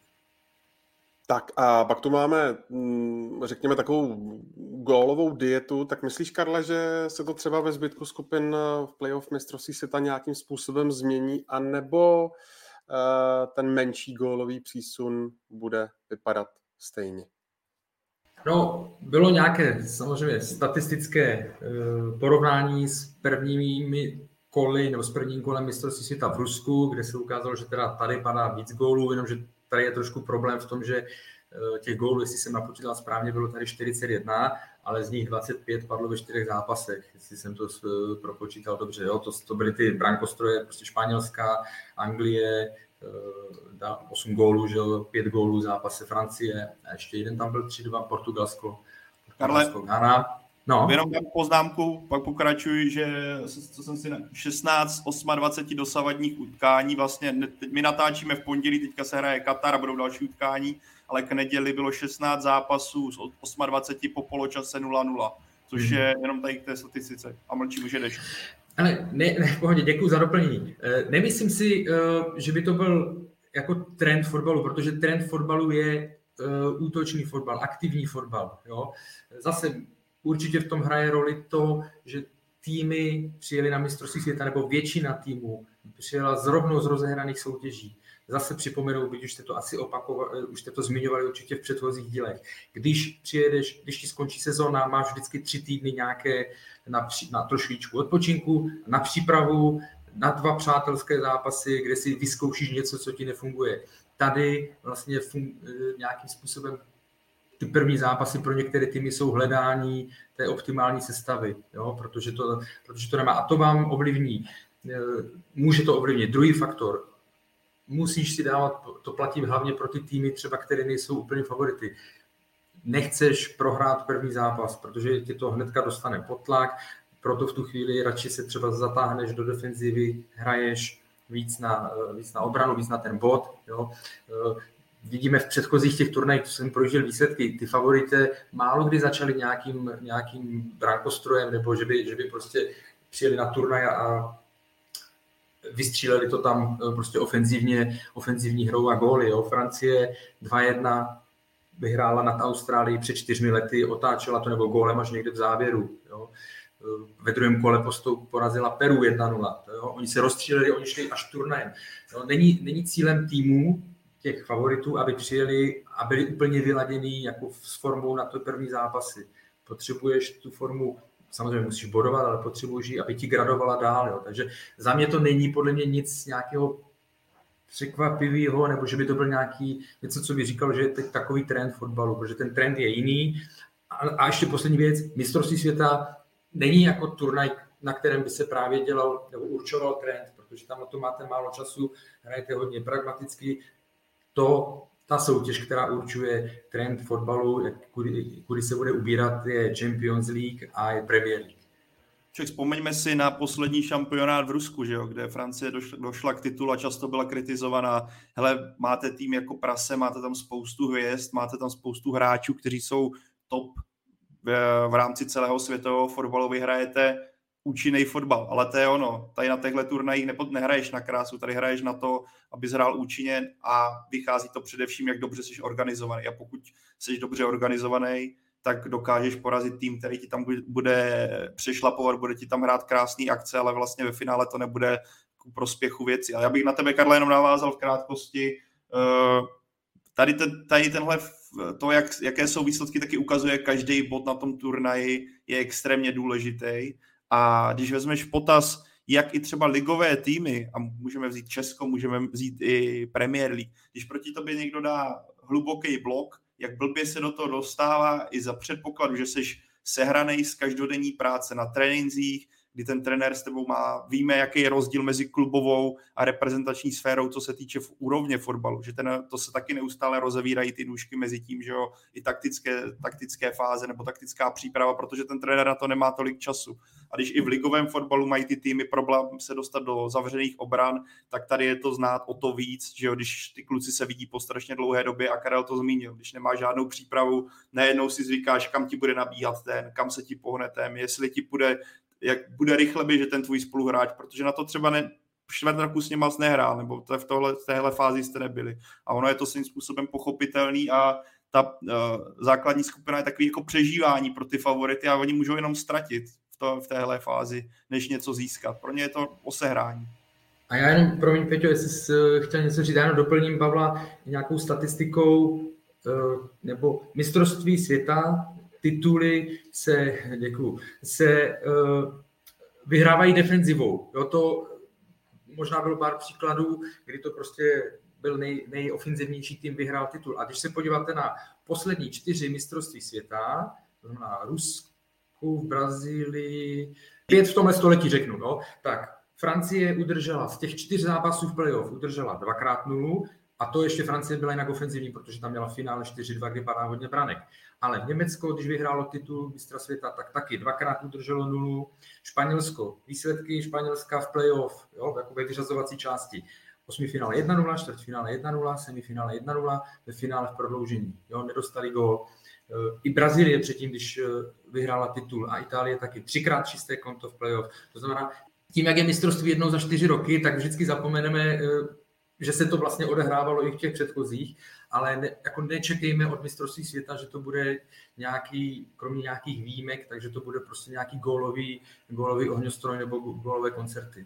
[SPEAKER 4] Tak a pak tu máme, řekněme, takovou gólovou dietu. Tak myslíš, Karle, že se to třeba ve zbytku skupin v playoff mistrovství světa nějakým způsobem změní, anebo uh, ten menší gólový přísun bude vypadat stejně?
[SPEAKER 5] No, bylo nějaké samozřejmě statistické uh, porovnání s prvními koly, nebo s prvním kolem mistrovství světa v Rusku, kde se ukázalo, že teda tady padá víc gólů, jenomže tady je trošku problém v tom, že těch gólů, jestli jsem napočítal správně, bylo tady čtyřicet jedna, ale z nich dvacet pět padlo ve čtyřech zápasech, jestli jsem to propočítal dobře. Jo? To, to byly ty brankostroje, prostě Španělská, Anglie, osm gólů, že jo? pět gólů v zápase Francie, a ještě jeden tam byl tři dva, Portugalsko, Portugalsko, Ghana. No.
[SPEAKER 7] Jenom dám poznámku, pak pokračuji, že co jsem si šestnáct dvacet osm dosavadních utkání, vlastně teď my natáčíme v pondělí, teďka se hraje Katar a budou další utkání, ale k neděli bylo šestnáct zápasů z dvacet osm po poločase nula nula. což je jenom tady k té statistice. A mlčí, už jedeš.
[SPEAKER 5] Ale ne, ne, v pohodě, děkuji za doplnění. Nemyslím si, že by to byl jako trend fotbalu, protože trend fotbalu je útočný fotbal, aktivní fotbal. Jo? Zase určitě v tom hraje roli to, že týmy přijeli na mistrovství světa, nebo většina týmů přijela z rovnou z rozehraných soutěží. Zase připomenu, byť už jste to asi opakovali, už jste to zmiňovali určitě v předchozích dílech. Když přijedeš, když ti skončí sezóna, máš vždycky tři týdny nějaké na, na trošičku odpočinku, na přípravu, na dva přátelské zápasy, kde si vyzkoušíš něco, co ti nefunguje. Tady vlastně fun, nějakým způsobem ty první zápasy pro některé týmy jsou hledání té optimální sestavy, jo? Protože, to, protože to nemá. A to vám ovlivní. Může to ovlivnit. Druhý faktor. Musíš si dávat, to platí hlavně pro ty týmy třeba, které nejsou úplně favority. Nechceš prohrát první zápas, protože ti to hnedka dostane pod tlak, proto v tu chvíli radši se třeba zatáhneš do defenzivy, hraješ víc na, víc na obranu, víc na ten bod. Jo. Vidíme v předchozích těch turnajích, to jsem prožil výsledky, ty favorité málo kdy začaly nějakým, nějakým brankostrojem, nebo že by, že by prostě přijeli na turnaj a vystříleli to tam prostě ofenzivně, ofenzivní hrou a góly. Jo. Francie dva jedna vyhrála nad Austrálií před čtyřmi lety, otáčela to nebo gólem až někde v závěru. Jo. Ve druhém kole postup porazila Peru jedna nula. Jo. Oni se rozstříleli, oni šli až turnajem. Jo. Není, není cílem týmů, těch favoritů, aby přijeli a byli úplně vyladění jako s formou na to první zápasy. Potřebuješ tu formu, samozřejmě musíš bodovat, ale potřebuješ ji, aby ti gradovala dál. Jo. Takže za mě to není podle mě nic nějakého překvapivého, nebo že by to byl nějaký něco, co by říkal, že je teď takový trend fotbalu, protože ten trend je jiný. A, a ještě poslední věc, mistrovství světa není jako turnaj, na kterém by se právě dělal nebo určoval trend, protože tam na to máte málo času, hrajete hodně pragmaticky. To, ta soutěž, která určuje trend fotbalu, kudy, kudy se bude ubírat, je Champions League a je Premier League.
[SPEAKER 7] Ček, vzpomeňme si na poslední šampionát v Rusku, že jo, kde Francie došla, došla k titulu a často byla kritizovaná. Hele, máte tým jako prase, máte tam spoustu hvězd, máte tam spoustu hráčů, kteří jsou top v, v rámci celého světového fotbalu, vyhrajete účinný fotbal, ale to je ono. Tady na těchto turnajích nehraješ na krásu, tady hraješ na to, abys hrál účinně a vychází to především, jak dobře jsi organizovaný. A pokud jsi dobře organizovaný, tak dokážeš porazit tým, který ti tam bude přešlapovat, bude ti tam hrát krásný akce, ale vlastně ve finále to nebude ku prospěchu věci. A já bych na tebe, Karle, jenom navázal v krátkosti. Tady, ten, tady tenhle, to, jak, jaké jsou výsledky, taky ukazuje, každý bod na tom turnaji je extrémně důležitý. A když vezmeš v potaz, jak i třeba ligové týmy, a můžeme vzít Česko, můžeme vzít i Premier League, když proti tobě někdo dá hluboký blok, jak blbě se do toho dostává i za předpokladu, že jsi sehranej z každodenní práce na trénincích, kdy ten trenér s tebou má, víme, jaký je rozdíl mezi klubovou a reprezentační sférou, co se týče v úrovně fotbalu, že ten, to se taky neustále rozevírají ty nůžky mezi tím, že jo, i taktické, taktické fáze nebo taktická příprava, protože ten trenér na to nemá tolik času. A když i v ligovém fotbalu mají ty týmy problém se dostat do zavřených obran, tak tady je to znát o to víc, že jo, když ty kluci se vidí po strašně dlouhé době, a Karel to zmínil, když nemáš žádnou přípravu, najednou si zvykáš, kam ti bude nabíhat ten, kam se ti pohne ten, jestli ti bude jak bude rychle běžet ten tvůj spoluhráč, protože na to třeba ne, čtvrt roku s něma nehrál, nebo v, tohle, v téhle fázi jste nebyli. A ono je to svým způsobem pochopitelný a ta uh, základní skupina je takový jako přežívání pro ty favority a oni můžou jenom ztratit v, to, v téhle fázi, než něco získat. Pro ně je to o sehrání.
[SPEAKER 5] A já jenom, promiň, Peťo, jestli jsi chtěl něco říct, já jenom doplním Pavla nějakou statistikou uh, nebo mistrovství světa, tituly se, děkuju, se uh, vyhrávají defenzivou. Jo, to možná bylo pár příkladů, kdy to prostě byl nej, nejofenzivnější tým, vyhrál titul. A když se podíváte na poslední čtyři mistrovství světa, to znamená Rusku, v Brazílii, pět v tomhle století řeknu, no, tak Francie udržela z těch čtyř zápasů v playoff, udržela dvakrát nulu, a to ještě Francie byla jinak ofenzivní, protože tam měla finále čtyři dva, kdy padá hodně branek. Ale Německo, když vyhrálo titul mistra světa, tak taky dvakrát udrželo nulu. Španělsko, výsledky Španělska v playoff, jo, jako ve vyřazovací části. Osmifinále jedna nula, čtvrtfinále jedna nula, semifinále jedna nula, ve finále v prodloužení. Jo, nedostali gól. I Brazílie předtím, když vyhrála titul, a Itálie taky třikrát čisté konto v playoff. To znamená, tím, jak je mistrovství jednou za čtyři roky, tak vždycky zapomeneme, že se to vlastně odehrávalo i v těch předchozích, ale ne, jako nečekejme od mistrovství světa, že to bude nějaký, kromě nějakých výjimek, takže to bude prostě nějaký gólový, gólový ohňostroj nebo gólové koncerty.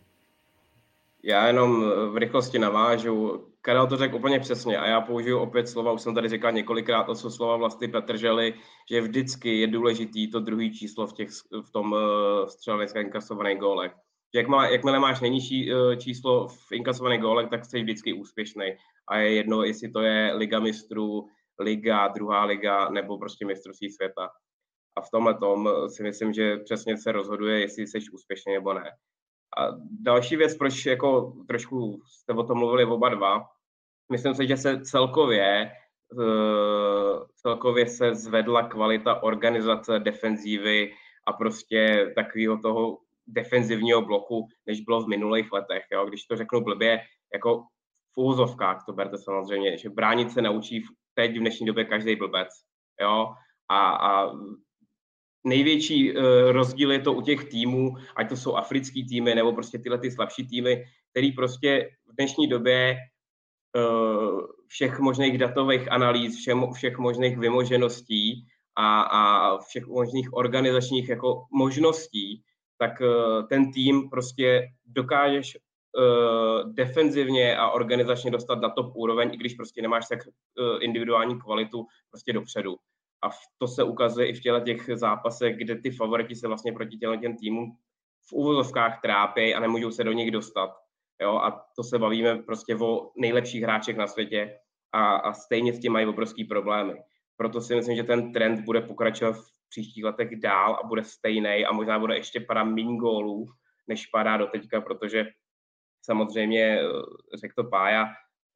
[SPEAKER 6] Já jenom v rychlosti navážu. Karel to řekl úplně přesně a já použiju opět slova, už jsem tady říkal několikrát, to jsou slova Vlasty Petržely, že vždycky je důležitý to druhé číslo v, těch, v tom střelených inkasovaných gólech. Jak má, jakmile máš nejnižší číslo v inkasovaných gólech, tak jsi vždycky úspěšný. A je jedno, jestli to je Liga mistrů, Liga, druhá liga nebo prostě mistrovství světa. A v tomhle tom si myslím, že přesně se rozhoduje, jestli jsi úspěšný nebo ne. A další věc, proč jako trošku jste o tom mluvili oba dva, myslím si, že se celkově, celkově se zvedla kvalita organizace, defenzívy a prostě takového toho defenzivního bloku, než bylo v minulých letech. Jo? Když to řeknu blbě, jako v úvozovkách, to berte samozřejmě, že bránit se naučí teď v dnešní době každý blbec. Jo? A, a největší uh, rozdíl je to u těch týmů, ať to jsou africký týmy nebo prostě tyhle ty slabší týmy, který prostě v dnešní době uh, všech možných datových analýz, všem, všech možných vymožeností a, a všech možných organizačních jako možností, tak uh, ten tým prostě dokážeš uh, defenzivně a organizačně dostat na top úroveň, i když prostě nemáš tak uh, individuální kvalitu prostě dopředu. A to se ukazuje i v těchto těch zápasech, kde ty favoriti se vlastně proti těm týmům v úvozovkách trápí a nemůžou se do nich dostat. Jo? A to se bavíme prostě o nejlepších hráčích na světě a, a stejně s tím mají obrovský problémy. Proto si myslím, že ten trend bude pokračovat v příštích letech dál a bude stejný a možná bude ještě padat méně gólů, než padá doteďka, protože samozřejmě, řekl to Pája,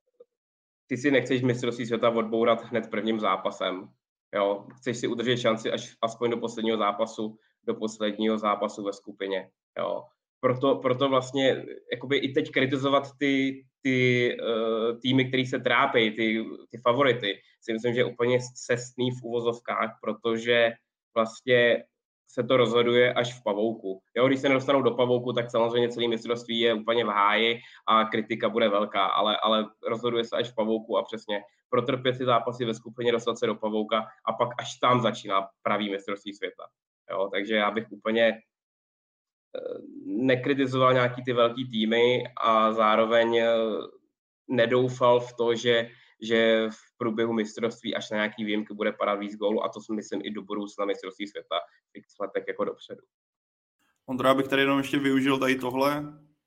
[SPEAKER 6] ty si nechceš mistrovství světa odbourat hned prvním zápasem. Jo, chceš si udržet šanci až aspoň do posledního zápasu, do posledního zápasu ve skupině. Jo. Proto, proto vlastně jakoby i teď kritizovat ty, ty uh, týmy, který se trápí, ty, ty favority, si myslím, že je úplně cestný v uvozovkách, protože vlastně se to rozhoduje až v pavouku. Jo, když se nedostanou do pavouku, tak samozřejmě celý mistrovství je úplně v háji a kritika bude velká, ale, ale rozhoduje se až v pavouku a přesně protrpět si zápasy ve skupině, dostat se do pavouka a pak až tam začíná pravý mistrovství světa. Jo, takže já bych úplně nekritizoval nějaký ty velký týmy a zároveň nedoufal v to, že, že v průběhu mistrovství až na nějaký výjimky bude padat víc gólů a to si myslím i do budoucna mistrovství světa v x letech jako dopředu.
[SPEAKER 7] Ondro, já bych tady jenom ještě využil tady tohle,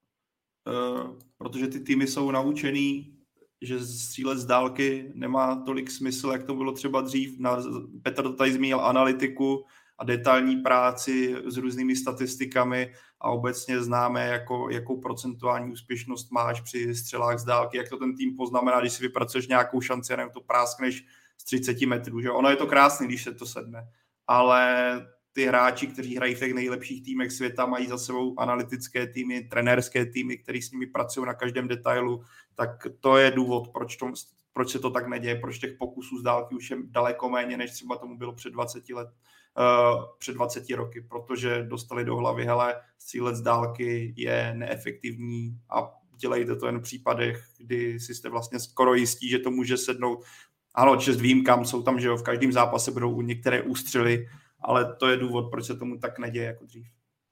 [SPEAKER 7] protože ty týmy jsou naučený, že střílet z dálky nemá tolik smysl, jak to bylo třeba dřív. Petr to tady zmínil analytiku a detailní práci s různými statistikami a obecně známe, jako, jakou procentuální úspěšnost máš při střelách z dálky, jak to ten tým poznamená, když si vypracuješ nějakou šanci a nevím, to práskneš z třicet metrů. Že? Ono je to krásný, když se to sedne, ale ty hráči, kteří hrají v těch nejlepších týmech světa, mají za sebou analytické týmy, trenérské týmy, který s nimi pracují na každém detailu, tak to je důvod, proč, to, proč se to tak neděje, proč těch pokusů z dálky už je daleko méně, než třeba tomu bylo před dvaceti let, uh, před dvaceti roky, protože dostali do hlavy, hele, střílet z dálky je neefektivní a dělejte to jen v případech, kdy si jste vlastně skoro jistí, že to může sednout. Ano, čest výjimkám, jsou tam, že jo, v každém zápase budou některé ústřely, ale to je důvod, proč se tomu tak neděje jako dřív.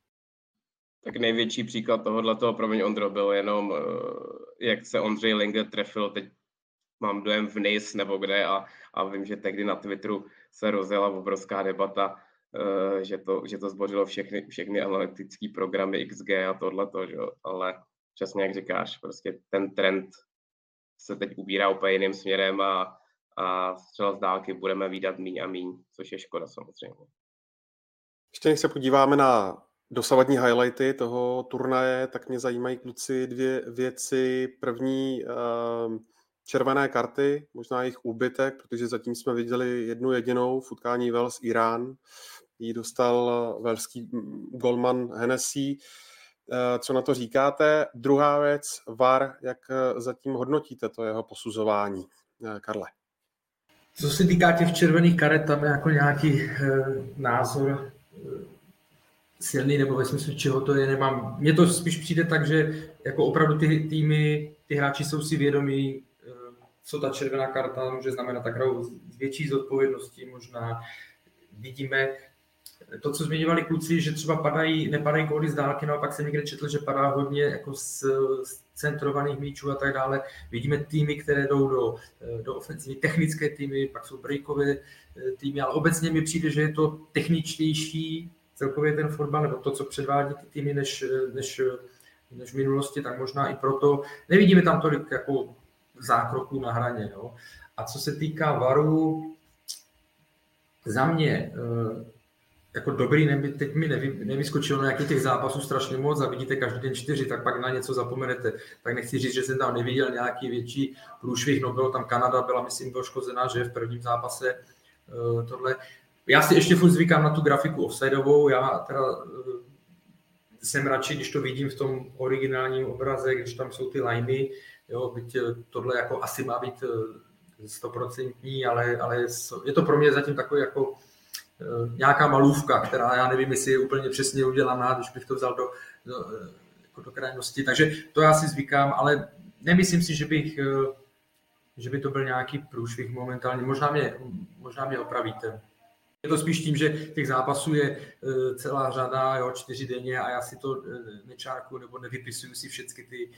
[SPEAKER 6] Tak největší příklad tohohletoho, promiň Ondro, byl jenom, jak se Ondřej Linger trefil, teď mám dojem v Nice nebo kde a, a vím, že tehdy na Twitteru se rozjela obrovská debata, že to, že to zbořilo všechny, všechny analytické programy X G a tohleto, že? Ale přesně jak říkáš, prostě ten trend se teď ubírá úplně jiným směrem a a střel z dálky budeme vídat míň a míň, což je škoda samozřejmě.
[SPEAKER 4] Ještě než se podíváme na dosavadní highlighty toho turnaje, tak mě zajímají kluci dvě věci. První červené karty, možná jejich úbytek, protože zatím jsme viděli jednu jedinou v utkání Wales-Irán. Ji dostal velský golman Hennessy. Co na to říkáte? Druhá věc, V A R, jak zatím hodnotíte to jeho posuzování, Karle?
[SPEAKER 5] Co se týká těch červených karet, tam je jako nějaký e, názor e, silný, nebo ve smyslu, čeho to je, nemám. Mně to spíš přijde tak, že jako opravdu ty týmy, ty hráči jsou si vědomí, e, co ta červená karta může znamenat, tak hrajou s větší zodpovědností možná. Vidíme to, co zmiňovali kluci, že třeba padají, nepadají góly z dálky, no a pak jsem někde četl, že padá hodně jako z, z centrovaných míčů a tak dále. Vidíme týmy, které jdou do, do ofenzivy, technické týmy, pak jsou breakové týmy, ale obecně mi přijde, že je to techničtější celkově ten fotbal, nebo to, co předvádí ty týmy, než, než, než v minulosti, tak možná i proto nevidíme tam tolik jako zákroků na hraně. Jo. A co se týká varu, za mě jako dobrý, neby, teď mi nevy, nevyskočilo na nějakých těch zápasů strašně moc a vidíte každý den čtyři, tak pak na něco zapomenete. Tak nechci říct, že jsem tam neviděl nějaký větší průšvih, no bylo tam Kanada, byla myslím poškozená, že v prvním zápase uh, tohle. Já si ještě furt zvykám na tu grafiku offsideovou, já teda uh, jsem radši, když to vidím v tom originálním obraze, když tam jsou ty liney, jo, byť tohle jako asi má být stoprocentní, ale, ale je to pro mě zatím takový jako nějaká malůvka, která já nevím, jestli je úplně přesně udělaná, když bych to vzal do, do, jako do krajnosti. Takže to já si zvykám, ale nemyslím si, že bych, že by to byl nějaký průšvih momentálně. Možná mě, možná mě opravíte. Je to spíš tím, že těch zápasů je celá řada, jo, čtyři denně a já si to nečárkuju nebo nevypisuju si všechny ty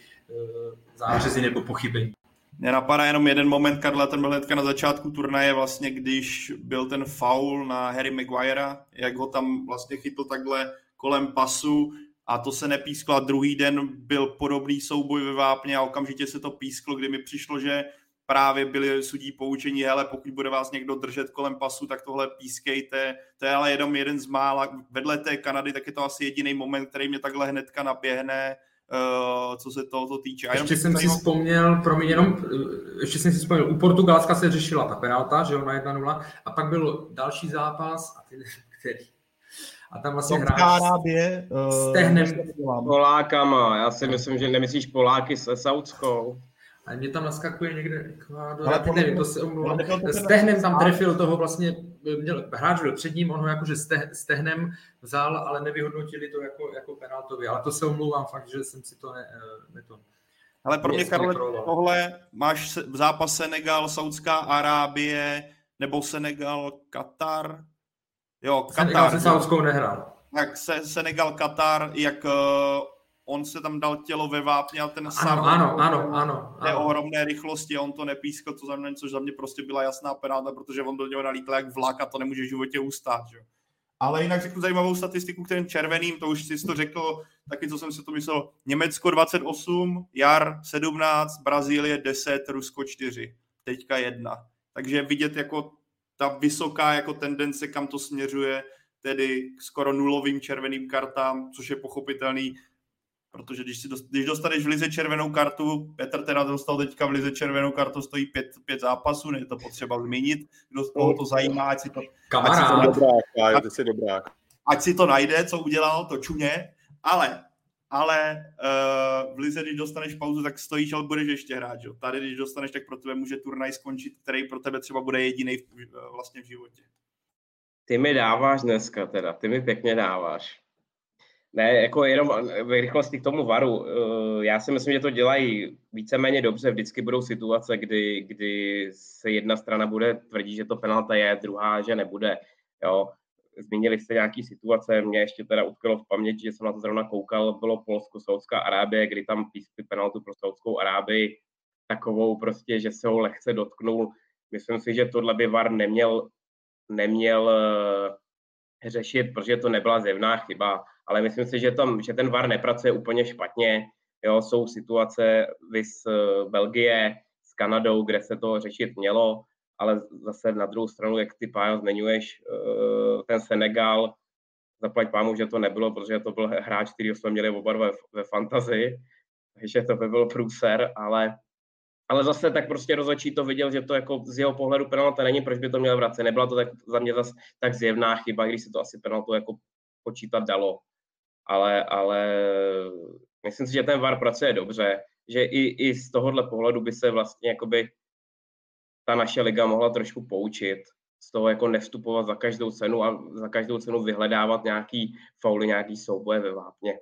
[SPEAKER 5] zářezy nebo pochybení.
[SPEAKER 7] Mně napadá jenom jeden moment, Karla, ten byl hnedka na začátku turnaje, vlastně, když byl ten foul na Harry Maguirea, jak ho tam vlastně chytl takhle kolem pasu a to se nepísklo a druhý den byl podobný souboj ve Vápně a okamžitě se to písklo, kdy mi přišlo, že právě byli sudí poučení, hele, pokud bude vás někdo držet kolem pasu, tak tohle pískejte. To je ale jenom jeden z mála. Vedle té Kanady, tak je to asi jediný moment, který mě takhle hnedka naběhne, Uh, co se tohoto týče. A
[SPEAKER 5] ještě jsem si jenom... vzpomněl, promiň, jenom, ještě jsem si vzpomněl, u Portugalska se řešila ta penalta, že jo, na jedna nula, a pak byl další zápas, a ty který? A tam vlastně hráč s tehnem.
[SPEAKER 6] Polákama, já si myslím, že nemyslíš Poláky se Saudskou.
[SPEAKER 5] A mě tam naskakuje někde Ekvádor, já teď nevím, to se omlouvám. S tehnem tam trefil toho vlastně, měl, hráč byl před ním, on ho jakože s tehnem vzal, ale nevyhodnotili to jako, jako penaltový. Ale to se omlouvám fakt, že jsem si to ne... ne to,
[SPEAKER 7] ale pro mě, Karle, tohle máš v zápas Senegal, Saudská Arábie, nebo Senegal, Katar. Jo, Katar.
[SPEAKER 5] Senegal se Saudskou nehrál.
[SPEAKER 7] Tak se, Senegal, Katar, jak... on se tam dal tělo ve Vápně a ten sám
[SPEAKER 5] ano, ano, ano,
[SPEAKER 7] té ohromné rychlosti a on to nepískl, to za mě, což za mě prostě byla jasná penalta, protože on do něho nalítl jak vlak a to nemůže v životě ustát. Že? Ale jinak řeknu zajímavou statistiku k těm červeným, to už jsi to řekl, taky co jsem si to myslel, Německo dvacet osm, Jar sedmnáct, Brazílie deset, Rusko čtyři, teďka jedna. Takže vidět jako ta vysoká jako tendence, kam to směřuje, tedy skoro nulovým červeným kartám, což je pochopitelný, protože když, si dost, když dostaneš v lize červenou kartu, Petr teda dostal teďka v lize červenou kartu, stojí pět, pět zápasů, není to potřeba zmínit, kdo z toho to zajímá, ať si to, ať si to,
[SPEAKER 4] dobrák, ať, si dobrák.
[SPEAKER 7] ať si to najde, co udělal, to čuně, ale, ale uh, v lize, když dostaneš pauzu, tak stojíš, ale budeš ještě hrát, jo? Tady, když dostaneš, tak pro tebe může turnaj skončit, který pro tebe třeba bude jediný v, vlastně v životě.
[SPEAKER 6] Ty mi dáváš dneska teda, ty mi pěkně dáváš. Ne, jako jenom v rychlosti k tomu varu. Já si myslím, že to dělají víceméně dobře. Vždycky budou situace, kdy, kdy se jedna strana bude tvrdit, že to penalta je, druhá, že nebude. Jo. Zmínili jste nějaký situace, mě ještě teda utkalo v paměti, že jsem na to zrovna koukal, bylo Polsko, Saudská Arábie, kdy tam pískli penaltu pro Saudskou Arábii, takovou prostě, že se ho lehce dotknul. Myslím si, že tohle by VAR neměl, neměl řešit, protože to nebyla zjevná chyba. Ale myslím si, že, tam, že ten VAR nepracuje úplně špatně. Jo, jsou situace vys Belgie s Kanadou, kde se to řešit mělo, ale zase na druhou stranu, jak ty, Pájo, zmiňuješ, ten Senegal, zaplať pámu, že to nebylo, protože to byl hráč, který jsme měli oba ve, ve fantazii, takže to by byl průser, ale, ale zase tak prostě rozhodčí to viděl, že to jako z jeho pohledu penalta není, proč by to měl vracet. Nebyla to tak, za mě zase tak zjevná chyba, když se to asi penaltu jako počítat dalo. Ale, ale myslím si, že ten VAR pracuje dobře, že i, i z tohohle pohledu by se vlastně jakoby ta naše liga mohla trošku poučit, z toho jako nevstupovat za každou cenu a za každou cenu vyhledávat nějaký fauly, nějaký souboje ve vápně.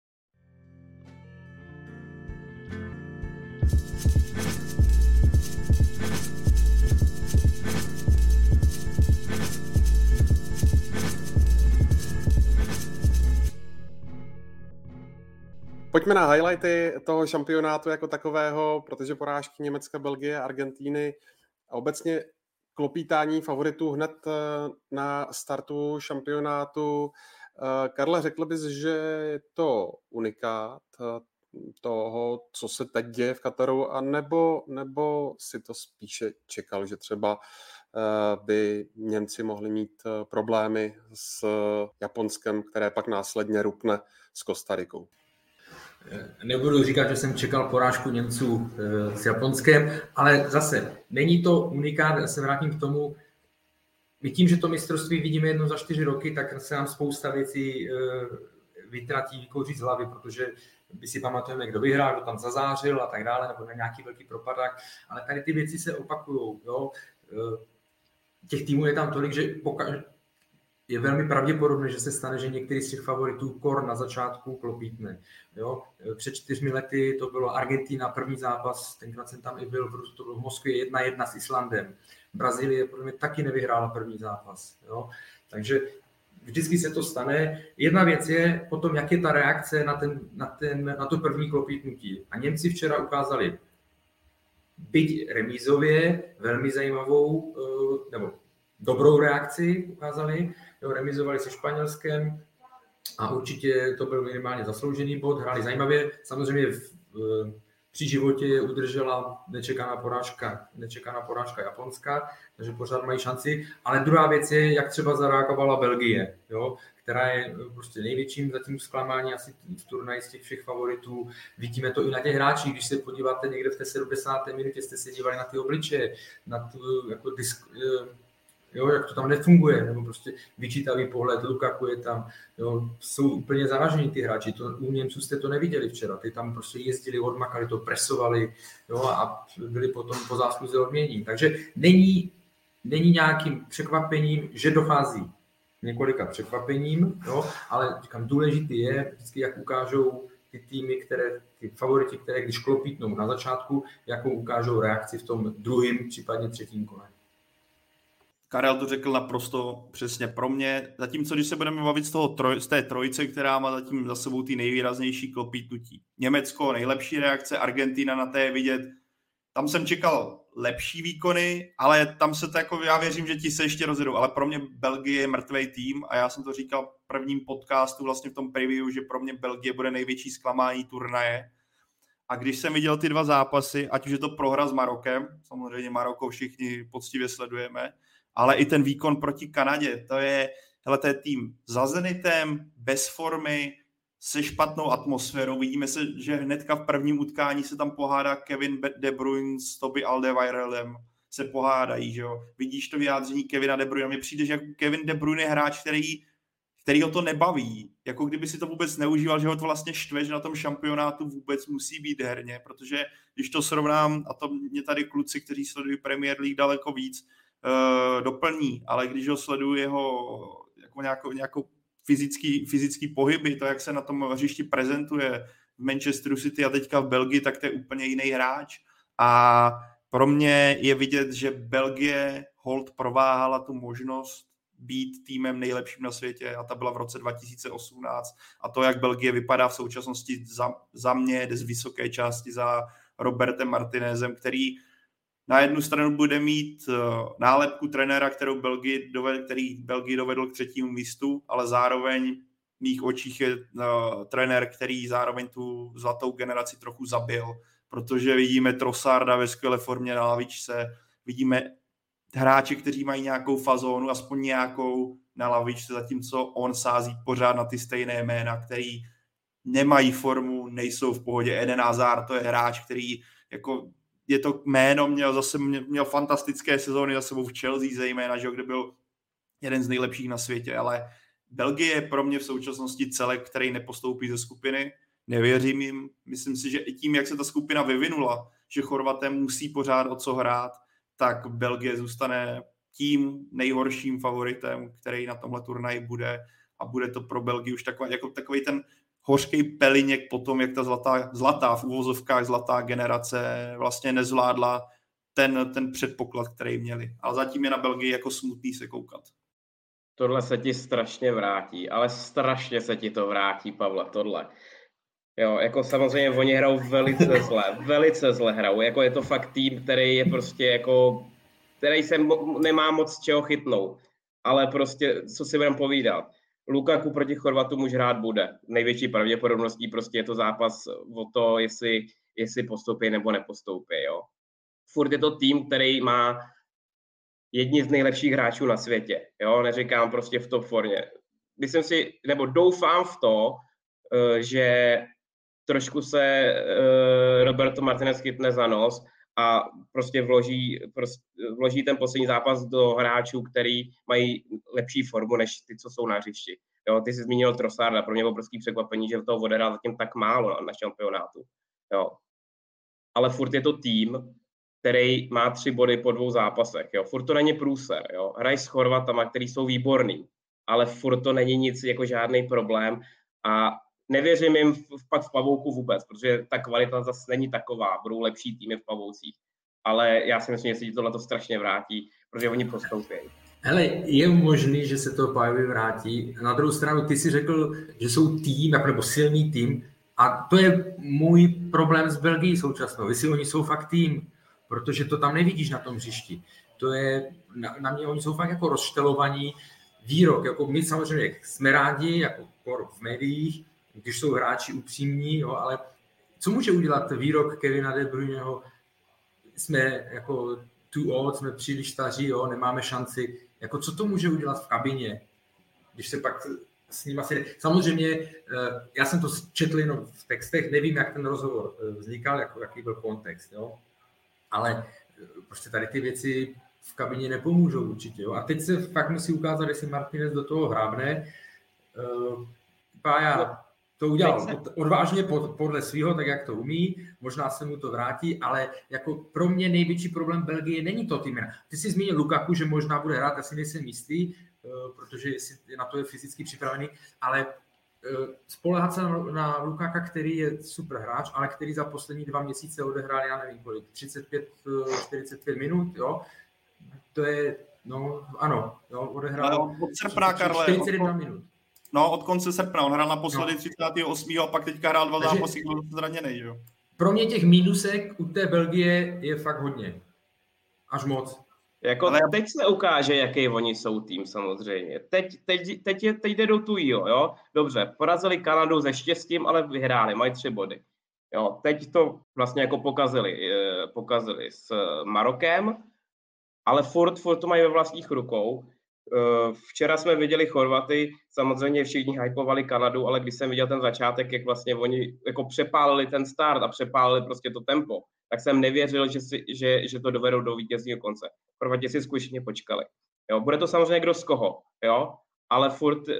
[SPEAKER 4] Pojďme na highlighty toho šampionátu jako takového, protože porážky Německa, Belgie, Argentíny a obecně klopítání favoritů hned na startu šampionátu. Karle, řekl bys, že je to unikát toho, co se teď děje v Kataru, a nebo, nebo si to spíše čekal, že třeba by Němci mohli mít problémy s Japonskem, které pak následně rupne s Kostarikou?
[SPEAKER 5] Nebudu říkat, že jsem čekal porážku Němců s Japonskem, ale zase není to unikát, já se vrátím k tomu, my tím, že to mistrovství vidíme jednou za čtyři roky, tak se nám spousta věcí vytratí, vykouří z hlavy, protože my si pamatujeme, kdo vyhrál, kdo tam zazářil a tak dále, nebo na nějaký velký propadák, ale tady ty věci se opakujou. Jo? Těch týmů je tam tolik, že poka- je velmi pravděpodobné, že se stane, že některý z těch favoritů kor na začátku klopítne. Jo? Před čtyřmi lety to bylo Argentina, první zápas, tenkrát jsem tam i byl, to bylo v Moskvě jedna jedna s Islandem. Brazílie podle mě taky nevyhrála první zápas. Jo? Takže vždycky se to stane. Jedna věc je potom, jak je ta reakce na, ten, na, ten, na to první klopítnutí. A Němci včera ukázali, byť remízově, velmi zajímavou, nebo dobrou reakci ukázali, jo, remizovali se Španělskem a určitě to byl minimálně zasloužený bod, hráli zajímavě, samozřejmě v, v, při životě udržela nečekaná porážka, nečekaná porážka Japonska, takže pořád mají šanci, ale druhá věc je, jak třeba zareagovala Belgie, jo, která je prostě největším zatím zklamání asi v turnaji z těch všech favoritů. Vidíme to i na těch hráčích, když se podíváte někde v té sedmdesáté minutě, jste se dívali na ty obličeje, na tu jako disk, jo, jak to tam nefunguje, nebo prostě vyčítavý pohled, Lukaku je tam, jo, jsou úplně zaražení ty hráči, to, u Němců jste to neviděli včera, ty tam prostě jezdili, odmakali to, presovali, jo, a byli potom po zásluze odměnění. Takže není, není nějakým překvapením, že dochází několika překvapením, jo, ale říkám, důležitý je vždycky, jak ukážou ty týmy, které, ty favoriti, které když klopítnou na začátku, jakou ukážou reakci v tom druhém, případně třetím kole.
[SPEAKER 7] Karel to řekl naprosto přesně pro mě. Zatímco, když se budeme bavit z, toho troj, z té trojice, která má zatím za sebou ty nejvýraznější klopítnutí. Německo, nejlepší reakce, Argentina, na té je vidět. Tam jsem čekal lepší výkony, ale tam se to jako, já věřím, že ti se ještě rozjedou, ale pro mě Belgie je mrtvej tým a já jsem to říkal v prvním podcastu, vlastně v tom preview, že pro mě Belgie bude největší zklamání turnaje. A když jsem viděl ty dva zápasy, ať už je to prohra s Marokem, samozřejmě Maroko všichni poctivě sledujeme, ale i ten výkon proti Kanadě, to je, hele, to je tým za Zenitem, bez formy, se špatnou atmosférou. Vidíme se, že hnedka v prvním utkání se tam pohádá Kevin De Bruyne s Toby Alderweirelem, se pohádají, že jo. Vidíš to vyjádření Kevina De Bruyne, mně přijde, že jako Kevin De Bruyne je hráč, který, který ho to nebaví, jako kdyby si to vůbec neužíval, že ho to vlastně štve, že na tom šampionátu vůbec musí být herně, protože když to srovnám, a to mě tady kluci, kteří sledují Premier League daleko víc, uh, doplní, ale když ho sleduju jeho jako nějakou, nějakou fyzický, fyzický pohyby, to, jak se na tom hřišti prezentuje v Manchesteru City a teďka v Belgii, tak to je úplně jiný hráč. A pro mě je vidět, že Belgie hold prováhala tu možnost být týmem nejlepším na světě a ta byla v roce dva tisíce osmnáct. A to, jak Belgie vypadá v současnosti, za, za mě jde z vysoké části za Robertem Martinezem, který na jednu stranu bude mít nálepku trenéra, kterou Belgii dovedl, který Belgii dovedl k třetímu místu, ale zároveň v mých očích je uh, trenér, který zároveň tu zlatou generaci trochu zabil, protože vidíme Trossarda ve skvělé formě na lavičce, vidíme hráče, kteří mají nějakou fazónu, aspoň nějakou na lavičce, zatímco on sází pořád na ty stejné jména, který nemají formu, nejsou v pohodě. Eden Hazard, to je hráč, který jako je to jméno, měl zase měl fantastické sezóny za sebou v Chelsea zejména, že, kde byl jeden z nejlepších na světě, ale Belgie je pro mě v současnosti celek, který nepostoupí ze skupiny, nevěřím jim, myslím si, že i tím, jak se ta skupina vyvinula, že Chorvaté musí pořád o co hrát, tak Belgie zůstane tím nejhorším favoritem, který na tomhle turnaji bude a bude to pro Belgii už takový, jako takový ten hořký peliněk po tom, jak ta zlatá, zlatá v uvozovkách zlatá generace vlastně nezvládla ten, ten předpoklad, který měli. Ale zatím je na Belgii jako smutný se koukat.
[SPEAKER 6] Tohle se ti strašně vrátí, ale strašně se ti to vrátí, Pavle, tohle. Jo, jako samozřejmě oni hrajou velice zle, velice zle hrajou, jako je to fakt tým, který je prostě jako, který se mo- nemá moc čeho chytnout, ale prostě, co si budeme povídat, Lukaku proti Chorvatu už hrát bude, největší pravděpodobností prostě je to zápas o to, jestli, jestli postoupí nebo nepostoupí, jo. Furt je to tým, který má jedni z nejlepších hráčů na světě, jo, neříkám prostě v top formě. Myslím si, nebo doufám v to, že trošku se Roberto Martinez chytne za nos a prostě vloží, prostě vloží ten poslední zápas do hráčů, který mají lepší formu než ty, co jsou na hřišti. Jo, ty jsi zmínil Trossarda, pro mě bylo obrovský překvapení, že toho odehrál zatím tak málo na, na šampionátu. Jo. Ale furt je to tým, který má tři body po dvou zápasech. Jo. Furt to není průser. Jo. Hraj s Chorvatama, který jsou výborný, ale furt to není nic jako žádný problém a nevěřím jim v, pak v pavouku vůbec, protože ta kvalita zase není taková, budou lepší týmy v pavoucích, ale já si myslím, že se ti tohle to strašně vrátí, protože oni postoupí.
[SPEAKER 5] Hele, je možný, že se to Pajovi vrátí. Na druhou stranu, ty si řekl, že jsou tým, nebo silný tým, a to je můj problém s Belgií současnou. Jestli oni jsou fakt tým, protože to tam nevidíš na tom hřišti. To je, na, na mě oni jsou fakt jako rozštelovaní výrok, jako my samozřejmě jsme rádi, jako v médiích, když jsou hráči upřímní, jo, ale co může udělat výrok Kevina De Bruyneho? Jsme jako too old, jsme příliš staří, jo, nemáme šanci. Jako co to může udělat v kabině, když se pak s ním asi... Samozřejmě, já jsem to četl jenom v textech, nevím, jak ten rozhovor vznikal, jako, jaký byl kontext, jo. Ale prostě tady ty věci v kabině nepomůžou určitě, jo. A teď se fakt musí ukázat, jestli Martinez do toho hrábne. Pája to udělal odvážně podle svého, tak jak to umí, možná se mu to vrátí, ale jako pro mě největší problém Belgie není to tým. Ty jsi zmínil Lukaku, že možná bude hrát, já si nejsem jistý, protože na to je fyzicky připravený, ale spoléhat se na, na Lukaka, který je super hráč, ale který za poslední dva měsíce odehrál, já nevím kolik, třicet pět čtyřicet pět minut, jo, to je, no ano, jo, odehrál čtyřicet jedna minut.
[SPEAKER 7] No, od konce srpna, on hrál naposledy no. třicátého osmého a pak teďka hrál dva zápasy, byl zraněnej, jo.
[SPEAKER 5] Pro mě těch minusek u té Belgie je fakt hodně. Až moc.
[SPEAKER 6] Jako ale... teď se ukáže, jaký oni jsou tým samozřejmě. Teď, teď, teď, je, teď jde do tujího, jo. Dobře, porazili Kanadu se štěstím, ale vyhráli, mají tři body. Jo, teď to vlastně jako pokazili, pokazili s Marokem, ale furt, furt to mají ve vlastních rukou. Včera jsme viděli Chorvaty, samozřejmě všichni hypovali Kanadu, ale když jsem viděl ten začátek, jak vlastně oni jako přepálili ten start a přepálili prostě to tempo, tak jsem nevěřil, že, si, že, že to dovedou do vítězního konce. Chorvati si zkušeně počkali. Jo, bude to samozřejmě kdo z koho, jo, ale furt uh,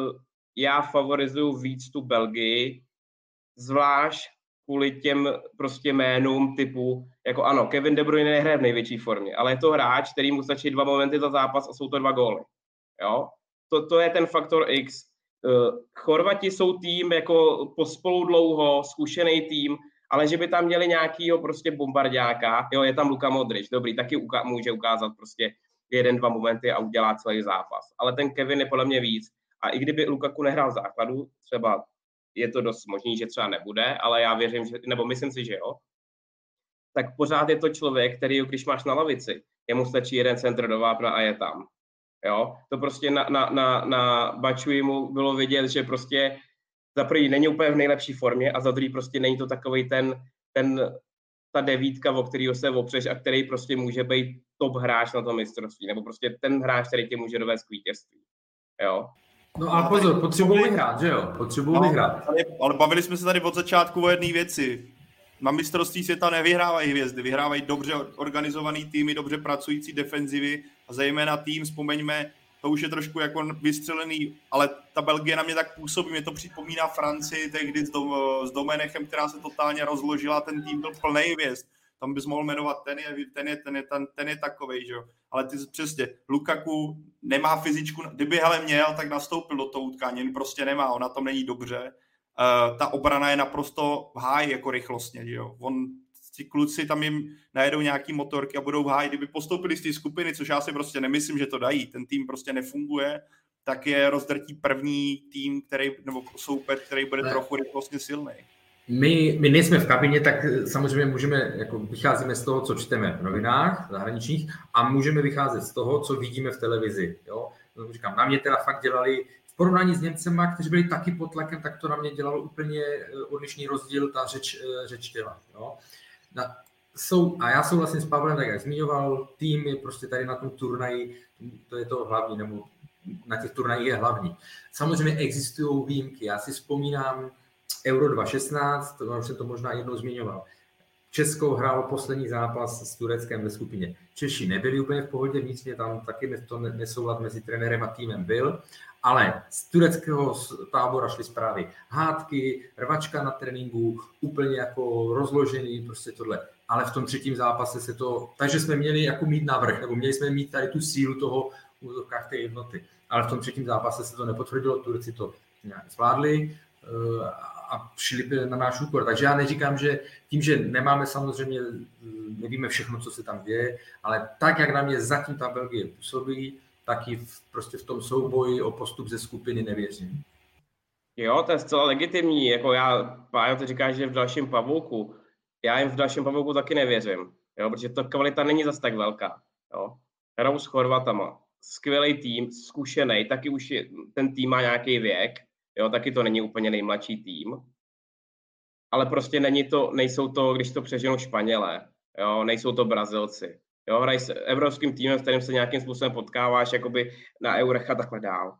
[SPEAKER 6] já favorizuju víc tu Belgii, zvlášť kvůli těm prostě jménům typu, jako ano, Kevin De Bruyne nehraje v největší formě, ale je to hráč, který mu stačí dva momenty za zápas a jsou to dva góly. Jo? To, to je ten faktor X. Uh, Chorvati jsou tým jako pospolu dlouho, zkušený tým, ale že by tam měli nějakýho prostě bombardáka, jo, je tam Luka Modrič, dobrý, taky uka- může ukázat prostě jeden, dva momenty a udělá celý zápas. Ale ten Kevin je podle mě víc. A i kdyby Lukaku nehrál v základu, třeba je to dost možný, že třeba nebude, ale já věřím, že, nebo myslím si, že jo, tak pořád je to člověk, který, když máš na lavici, jemu stačí jeden centr do vápna a je tam. Jo? To prostě na, na, na, na Bačuji mu bylo vidět, že prostě za první není úplně v nejlepší formě a za druhý prostě není to takovej ten, ten ta devítka, o kterýho se opřeš a který prostě může být top hráč na tom mistrovství, nebo prostě ten hráč, který tě může dovést k vítězství. Jo?
[SPEAKER 5] No a pozor, potřebuji vyhrát, že jo? Potřebuji vyhrát.
[SPEAKER 7] Ale, ale bavili jsme se tady od začátku o jedné věci. Na mistrovství světa nevyhrávají hvězdy, vyhrávají dobře organizovaný týmy, dobře pracující defenzivy a zejména tým, vzpomeňme, to už je trošku jako vystřelený, ale ta Belgie na mě tak působí, mě to připomíná Francii tehdy s, Dom, s Domenechem, která se totálně rozložila, ten tým byl plnej hvězd. tam bys mohl jmenovat, ten je, ten je, ten je, ten, ten je takovej, že jo. Ale ty přesně, Lukaku nemá fyzičku, kdyby hele měl, tak nastoupil do toho utkání, on prostě nemá, on na tom není dobře. Uh, ta obrana je naprosto v háji jako rychlostně, že jo. On, ti kluci tam jim najedou nějaký motorky a budou v háji, kdyby postoupili z té skupiny, což já si prostě nemyslím, že to dají, ten tým prostě nefunguje, tak je rozdrtí první tým, který, nebo soupeř, který bude ne. trochu rychlostně silný.
[SPEAKER 5] My, my nejsme v kabině, tak samozřejmě můžeme, jako vycházíme z toho, co čteme v novinách zahraničních a můžeme vycházet z toho, co vidíme v televizi. Jo? Říkám, na mě teda fakt dělali, v porovnání s Němcema, kteří byli taky pod tlakem, tak to na mě dělalo úplně odlišný rozdíl, ta řeč, řeč těla. Jo? Na, jsou, a já souhlasím s Pavlem, tak jak zmiňoval, tým je prostě tady na tom turnaji, to je to hlavní, nebo na těch turnajích je hlavní. Samozřejmě existují výjimky, já si vzpomínám Euro dva tisíce šestnáct, to už jsem to možná jednou zmiňoval. Česko hrálo poslední zápas s Tureckem ve skupině. Češi nebyli úplně v pohodě, vnitřně tam taky to nesoulad mezi trenérem a týmem byl, ale z tureckého tábora šly zprávy hádky, rvačka na tréninku, úplně jako rozložený, prostě tohle. Ale v tom třetím zápase se to, takže jsme měli jako mít navrch, nebo měli jsme mít tady tu sílu toho úzovkách té jednoty. Ale v tom třetím zápase se to nepotvrdilo, Turci to nějak zvládli a šli na náš úkor. Takže já neříkám, že tím, že nemáme samozřejmě, nevíme všechno, co se tam děje, ale tak, jak na mě zatím ta Belgie působí, tak i v, prostě v tom souboji o postup ze skupiny nevěřím.
[SPEAKER 6] Jo, to je zcela legitimní. Jako já, Pájo, ty říkáš, že v dalším pavouku. Já jim v dalším pavouku taky nevěřím, jo, protože ta kvalita není zas tak velká. Jo. Hrajou s Chorvatama. Skvělý tým, zkušený, taky už je, ten tým má nějaký věk, jo, taky to není úplně nejmladší tým, ale prostě není to, nejsou to, když to přeženou Španělé, jo, nejsou to Brazilci. Jo, hrají s evropským týmem, s kterým se nějakým způsobem potkáváš jakoby na Eurech a takhle dál.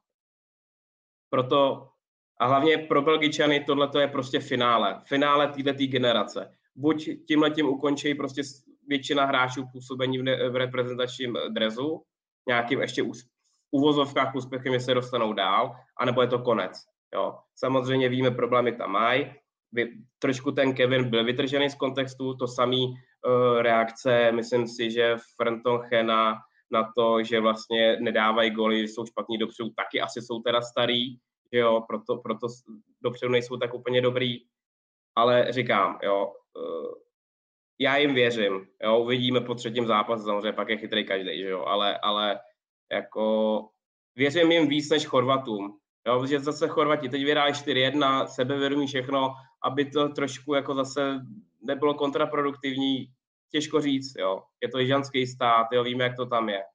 [SPEAKER 6] Proto, a hlavně pro Belgičany tohle je prostě finále. Finále této generace. Buď tímhletím ukončí prostě většina hráčů působení v reprezentačním dresu, nějakým ještě v uvozovkách úspěchem, že se dostanou dál, anebo je to konec. Jo. Samozřejmě víme, problémy tam mají. Trošku ten Kevin byl vytržený z kontextu, to samý uh, reakce, myslím si, že Frentonche na, na to, že vlastně nedávají góly, jsou špatní dopředu, taky asi jsou teda starý, že jo, proto, proto dopředu nejsou tak úplně dobrý, ale říkám, jo, uh, já jim věřím, jo, uvidíme po třetím zápase, samozřejmě pak je chytrý každý, že jo, ale, ale jako věřím jim víc než Chorvatům. Jo, protože zase Chorvati teď vyhráli čtyři jedna, sebevědomí všechno, aby to trošku jako zase nebylo kontraproduktivní, těžko říct, jo. Je to jižanský stát, jo, víme, jak to tam je.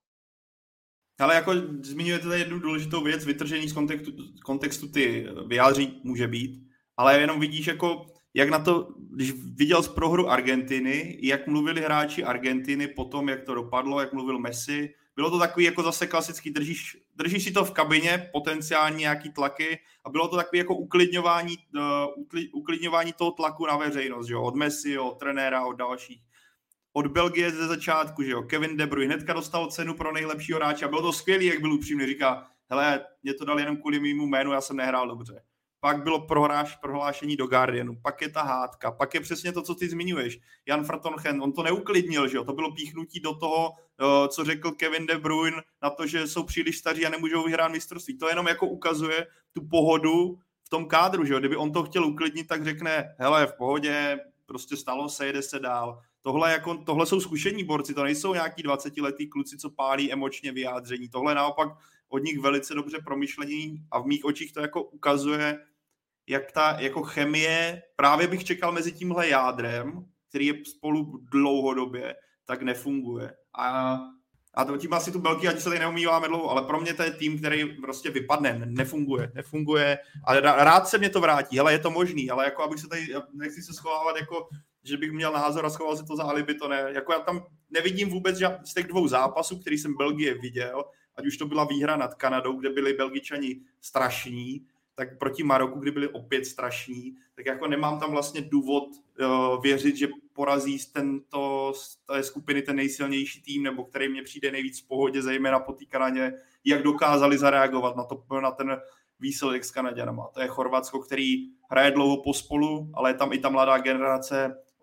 [SPEAKER 7] Ale jako zmiňujete tady jednu důležitou věc, vytržení z kontextu, kontextu ty vyjádří může být, ale jenom vidíš, jako, jak na to, když viděl z prohru Argentiny, jak mluvili hráči Argentiny potom, jak to dopadlo, jak mluvil Messi. Bylo to takový jako zase klasický, držíš, držíš si to v kabině, potenciálně nějaký tlaky a bylo to takový jako uklidňování, uh, uklidňování toho tlaku na veřejnost, že jo? Od Messi, od trenéra, od dalších. Od Belgie ze začátku, že jo? Kevin De Bruyne hnedka dostal cenu pro nejlepšího hráče a bylo to skvělý, jak byl upřímný, říká, hele, mě to dal jenom kvůli mému jménu, já jsem nehrál dobře. Pak bylo prohráš, prohlášení do Guardianu, pak je ta hádka, pak je přesně to, co ty zmiňuješ. Jan Vertonghen, on to neuklidnil, že jo? To bylo píchnutí do toho, co řekl Kevin De Bruyne na to, že jsou příliš staří a nemůžou vyhrát mistrovství. To jenom jako ukazuje tu pohodu v tom kádru, že jo? Kdyby on to chtěl uklidnit, tak řekne, hele, v pohodě, prostě stalo se, jede se dál. Tohle, jako, tohle jsou zkušení borci, to nejsou nějaký dvacetiletí kluci, co pálí emočně vyjádření. Tohle naopak od nich velice dobře promyšlení a v mých očích to jako ukazuje, jak ta jako chemie, právě bych čekal mezi tímhle jádrem, který je spolu dlouhodobě, tak nefunguje. A, a to tím asi tu Belgii, ať se tady neumýváme dlouho, ale pro mě to je tým, který prostě vypadne, nefunguje, nefunguje a rád se mě to vrátí, hele, je to možný, ale jako abych se tady, nechci se schovávat jako, že bych měl názor a schoval se to za alibi, to ne, jako já tam nevidím vůbec že z těch dvou zápasů, který jsem Belgie viděl, ať už to byla výhra nad Kanadou, kde byli Belgičani strašní, tak proti Maroku, kdy byli opět strašní, tak jako nemám tam vlastně důvod uh, věřit, že porazí z, tento, z té skupiny ten nejsilnější tým, nebo který mně přijde nejvíc v pohodě, zejména po té Kanadě, jak dokázali zareagovat na, to, na ten výsledek s Kanaďanama. To je Chorvatsko, který hraje dlouho pospolu, ale je tam i ta mladá generace.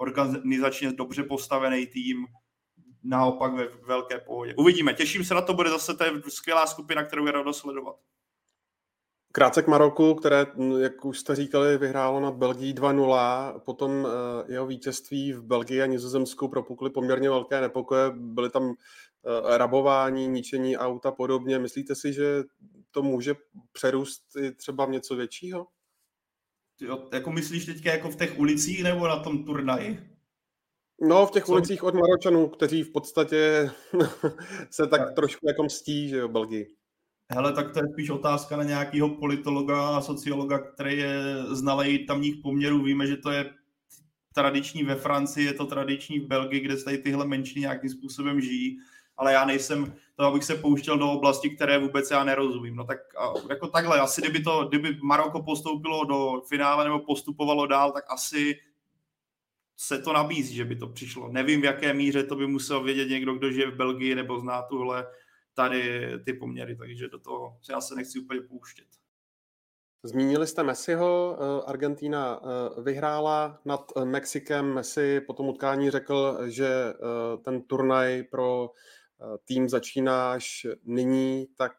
[SPEAKER 7] organizačně dobře postavený tým, naopak ve velké pohodě. Uvidíme, těším se na to, bude zase to je skvělá skupina, kterou je rád sledovat.
[SPEAKER 4] Krátce k Maroku, které, jak už jste říkali, vyhrálo nad Belgií dva nula. Potom jeho vítězství v Belgii a Nizozemsku propukly poměrně velké nepokoje. Byly tam rabování, ničení aut a podobně. Myslíte si, že to může přerůst i třeba v něco většího?
[SPEAKER 7] Jo, jako myslíš teďka jako v těch ulicích nebo na tom turnaji?
[SPEAKER 4] No, v těch Co? ulicích od Maročanů, kteří v podstatě se tak, tak trošku jako mstí, že jo, Belgii.
[SPEAKER 7] Hele, tak to je spíš otázka na nějakého politologa a sociologa, který je znalej tamních poměrů. Víme, že to je tradiční ve Francii, je to tradiční v Belgii, kde se tady tyhle menšiny nějakým způsobem žijí, ale já nejsem to, abych se pouštěl do oblasti, které vůbec já nerozumím. No tak jako takhle, asi kdyby, to, kdyby Maroko postoupilo do finále nebo postupovalo dál, tak asi se to nabízí, že by to přišlo. Nevím, v jaké míře to by musel vědět někdo, kdo žije v Belgii nebo zná tuhle tady ty poměry, takže do toho se já se nechci úplně pouštět.
[SPEAKER 4] Zmínili jste Messiho, Argentina vyhrála nad Mexikem, Messi po tom utkání řekl, že ten turnaj pro tým začíná až nyní, tak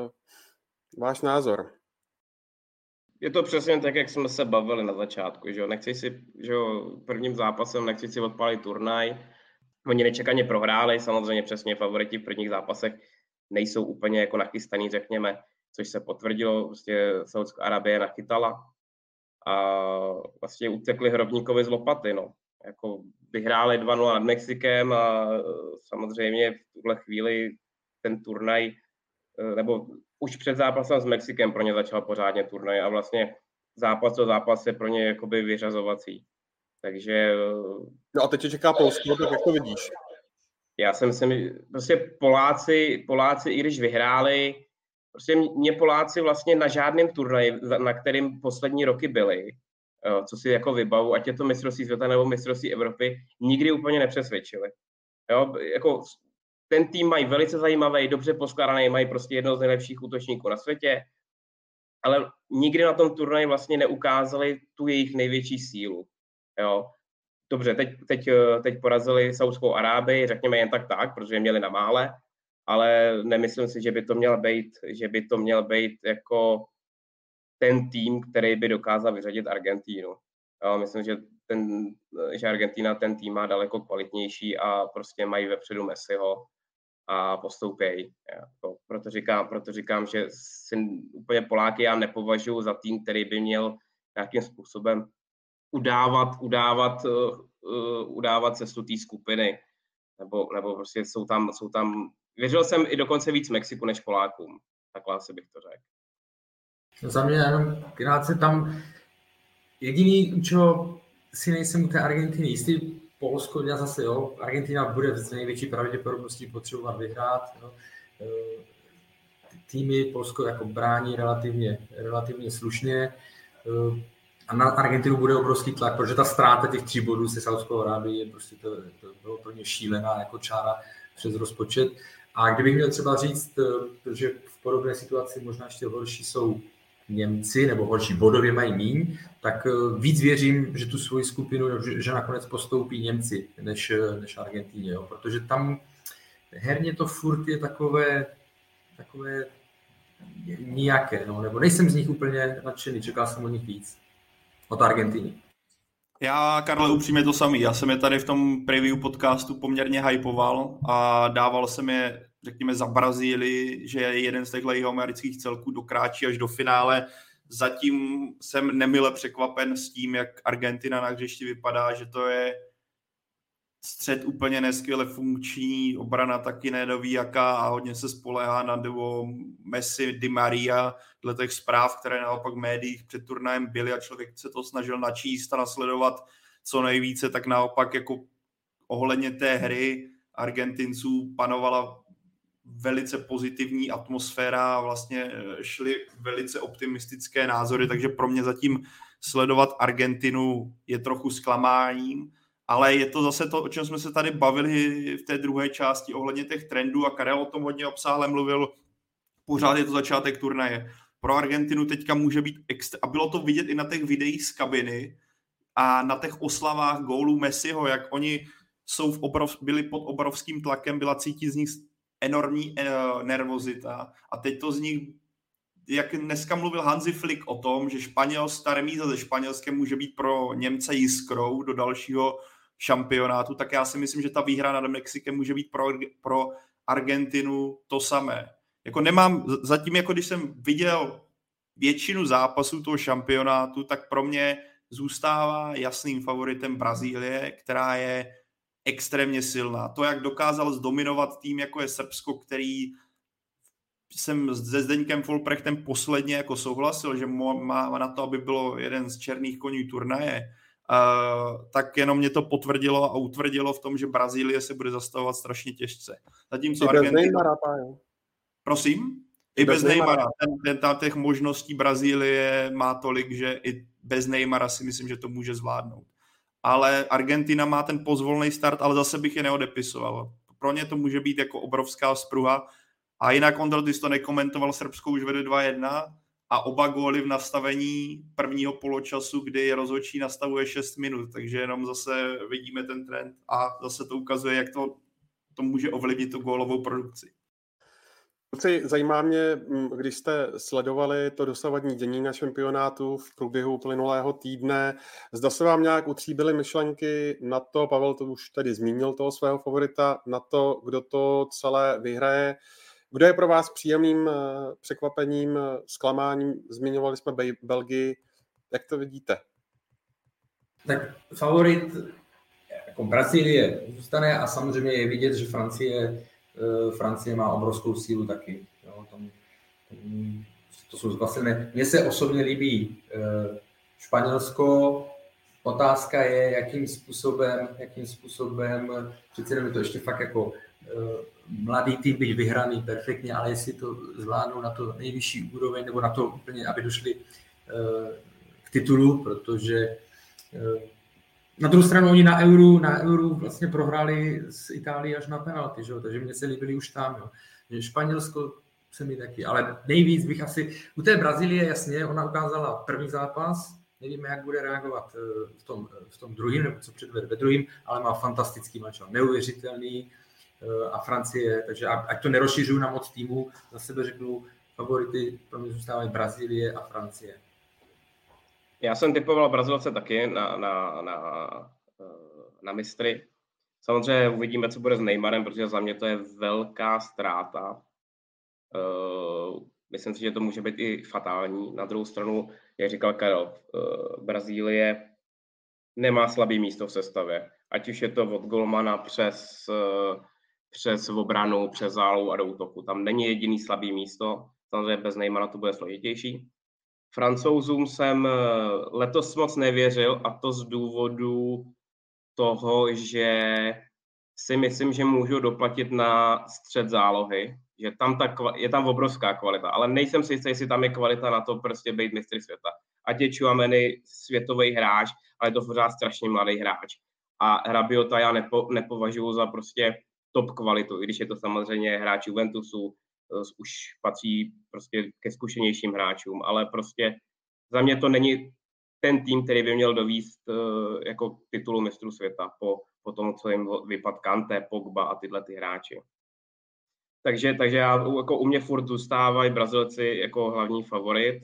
[SPEAKER 4] váš názor?
[SPEAKER 6] Je to přesně tak, jak jsme se bavili na začátku, že jo, nechci si, že jo, prvním zápasem nechci si odpálit turnaj, oni nečekaně prohráli, samozřejmě přesně favoriti v prvních zápasech nejsou úplně jako nachystaný, řekněme, což se potvrdilo, prostě Saudská Arábie nachytala a vlastně utekli hrobníkovi z lopaty, no. Jako vyhráli dva nula nad Mexikem a samozřejmě v tuhle chvíli ten turnaj, nebo už před zápasem s Mexikem pro ně začal pořádně turnaj a vlastně zápas to zápas je pro ně jakoby vyřazovací. Takže...
[SPEAKER 4] No a teď tě čeká Polsko, tak jak to vidíš?
[SPEAKER 6] Já jsem si, prostě Poláci, Poláci, i když vyhráli, prostě mě Poláci vlastně na žádném turnaji, na kterým poslední roky byli, co si jako vybavu, ať je to mistrovství světa nebo mistrovství Evropy, nikdy úplně nepřesvědčili. Jo, jako ten tým mají velice zajímavý, dobře poskládaný, mají prostě jednoho z nejlepších útočníků na světě, ale nikdy na tom turnaji vlastně neukázali tu jejich největší sílu. Jo. Dobře, teď, teď, teď porazili Saudskou Arábii, řekněme jen tak tak, protože měli na mále, ale nemyslím si, že by to měl být, že by to měl být jako ten tým, který by dokázal vyřadit Argentínu. Jo, myslím, že, ten, že Argentina ten tým má daleko kvalitnější a prostě mají vepředu Messiho a postoupějí. Proto říkám, proto říkám, že si úplně Poláky já nepovažuji za tým, který by měl nějakým způsobem udávat, udávat, uh, uh, udávat cestu té skupiny. Nebo, nebo prostě jsou tam, jsou tam... Věřil jsem i dokonce víc Mexiku než Polákům. Takhle asi bych to řekl.
[SPEAKER 5] Za mě jenom krátce tam jediný, u čeho si nejsem u té Argentiny jistý, Polsko, já zase, jo, Argentina bude z největší pravděpodobností potřebovat vyhrát, jo. Týmy Polsko jako brání relativně, relativně slušně a na Argentinu bude obrovský tlak, protože ta ztráta těch tří bodů se Saudskou Arábií je prostě to, to bylo pro ně šílená jako čára přes rozpočet. A kdybych měl třeba říct, že v podobné situaci možná ještě horší jsou Němci, nebo horší bodově mají míň, tak víc věřím, že tu svoji skupinu, že, že nakonec postoupí Němci než, než Argentíně, jo? Protože tam herně to furt je takové, takové nijaké, no? Nebo nejsem z nich úplně nadšený, čekal jsem o nich víc, od Argentiny.
[SPEAKER 7] Já, Karle, upřímně to samý. Já jsem je tady v tom preview podcastu poměrně hypoval a dával jsem je, řekněme, za Brazílii, že jeden z těchto jihoamerických celků dokráčí až do finále. Zatím jsem nemile překvapen s tím, jak Argentina na hřišti vypadá, že to je střed úplně neskvěle funkční, obrana taky nedoví jaká a hodně se spoléhá na duo Messi, Di Maria, dle těch zpráv, které naopak v médiích před turnajem byly a člověk se to snažil načíst a nasledovat co nejvíce, tak naopak jako ohledně té hry Argentinců panovala velice pozitivní atmosféra a vlastně šly velice optimistické názory, takže pro mě zatím sledovat Argentinu je trochu zklamáním, ale je to zase to, o čem jsme se tady bavili v té druhé části ohledně těch trendů a Karel o tom hodně obsáhle mluvil, pořád je to začátek turnaje. Pro Argentinu teďka může být extra, a bylo to vidět i na těch videích z kabiny, a na těch oslavách gólů Messiho, jak oni jsou v obrov, byli pod obrovským tlakem, byla cítit z nich enormní uh, nervozita a teď to z nich, jak dneska mluvil Hansi Flick o tom, že Španělsko, ta remíza ze Španělskem může být pro Němce jiskrou do dalšího šampionátu, tak já si myslím, že ta výhra nad Mexikem může být pro, pro Argentinu to samé. Jako nemám, zatím jako když jsem viděl většinu zápasů toho šampionátu, tak pro mě zůstává jasným favoritem Brazílie, která je extrémně silná. To, jak dokázal zdominovat tým, jako je Srbsko, který jsem se Zdeňkem Folprechtem posledně jako souhlasil, že má na to, aby bylo jeden z černých koní turnaje, uh, tak jenom mě to potvrdilo a utvrdilo v tom, že Brazílie se bude zastavovat strašně těžce. Zatímco Argentina... Prosím? I bez, bez Neymara. Ten, ten, ta, těch možností Brazílie má tolik, že i bez Neymara si myslím, že to může zvládnout. Ale Argentina má ten pozvolný start, ale zase bych je neodepisoval. Pro ně to může být jako obrovská spruha. A jinak Ondro, ty jsi to nekomentoval, Srbsko už vede dva jedna a oba góly v nastavení prvního poločasu, kdy rozhodčí nastavuje šest minut, takže jenom zase vidíme ten trend a zase to ukazuje, jak to, to může ovlivnit tu gólovou produkci.
[SPEAKER 4] Zajímá mě, když jste sledovali to dosavadní dění na šampionátu v průběhu uplynulého týdne, zda se vám nějak utříbily myšlenky na to, Pavel to už tady zmínil toho svého favorita, na to, kdo to celé vyhraje. Kdo je pro vás příjemným překvapením, zklamáním? Zmiňovali jsme Belgii. Jak to vidíte?
[SPEAKER 5] Tak favorit jako Brazílie zůstane a samozřejmě je vidět, že Francie Francie má obrovskou sílu taky. Jo, tam, to jsou vlastně, mně se osobně líbí Španělsko. Otázka je, jakým způsobem, jakým způsobem, přece je to ještě fakt jako mladý tým, byť vyhraný perfektně, ale jestli to zvládnou na to nejvyšší úroveň, nebo na to úplně, aby došli k titulu, protože na druhou stranu oni na Euru, na Euru vlastně prohráli s Itálií až na penalty, že? Takže mě se líbili už tam. Jo. Španělsko se mi taky, ale nejvíc bych asi... U té Brazílie, jasně, ona ukázala první zápas, nevíme, jak bude reagovat v tom, v tom druhým, nebo co předvede ve druhým, ale má fantastický match, neuvěřitelný a Francie, takže ať to nerozšiřuju na moc týmu, za sebe řeknu, favority pro mě zůstávají Brazílie a Francie.
[SPEAKER 6] Já jsem typoval Brazilce taky na, na, na, na mistry. Samozřejmě uvidíme, co bude s Neymarem, protože za mě to je velká ztráta. Myslím si, že to může být i fatální. Na druhou stranu, jak říkal Karel, Brazílie nemá slabý místo v sestavě. Ať už je to od golmana přes, přes obranu, přes zálohu a do útoku. Tam není jediný slabý místo. Samozřejmě bez Neymara to bude složitější. Francouzům jsem letos moc nevěřil, a to z důvodu toho, že si myslím, že můžu doplatit na střed zálohy, že tam ta, je tam obrovská kvalita, ale nejsem si jistý, jestli tam je kvalita na to prostě být mistry světa. Ať je Tchouaméni světový hráč, ale je to pořád strašně mladý hráč. A Rabiota já nepo, nepovažuji za prostě top kvalitu, i když je to samozřejmě hráč Juventusu, už patří prostě ke zkušenějším hráčům, ale prostě za mě to není ten tým, který by měl dovíst jako titulu mistrů světa po, po tom, co jim vypadl Kanté, Pogba a tyhle ty hráči. Takže, takže já, jako u mě furt zůstávají Brazilci jako hlavní favorit,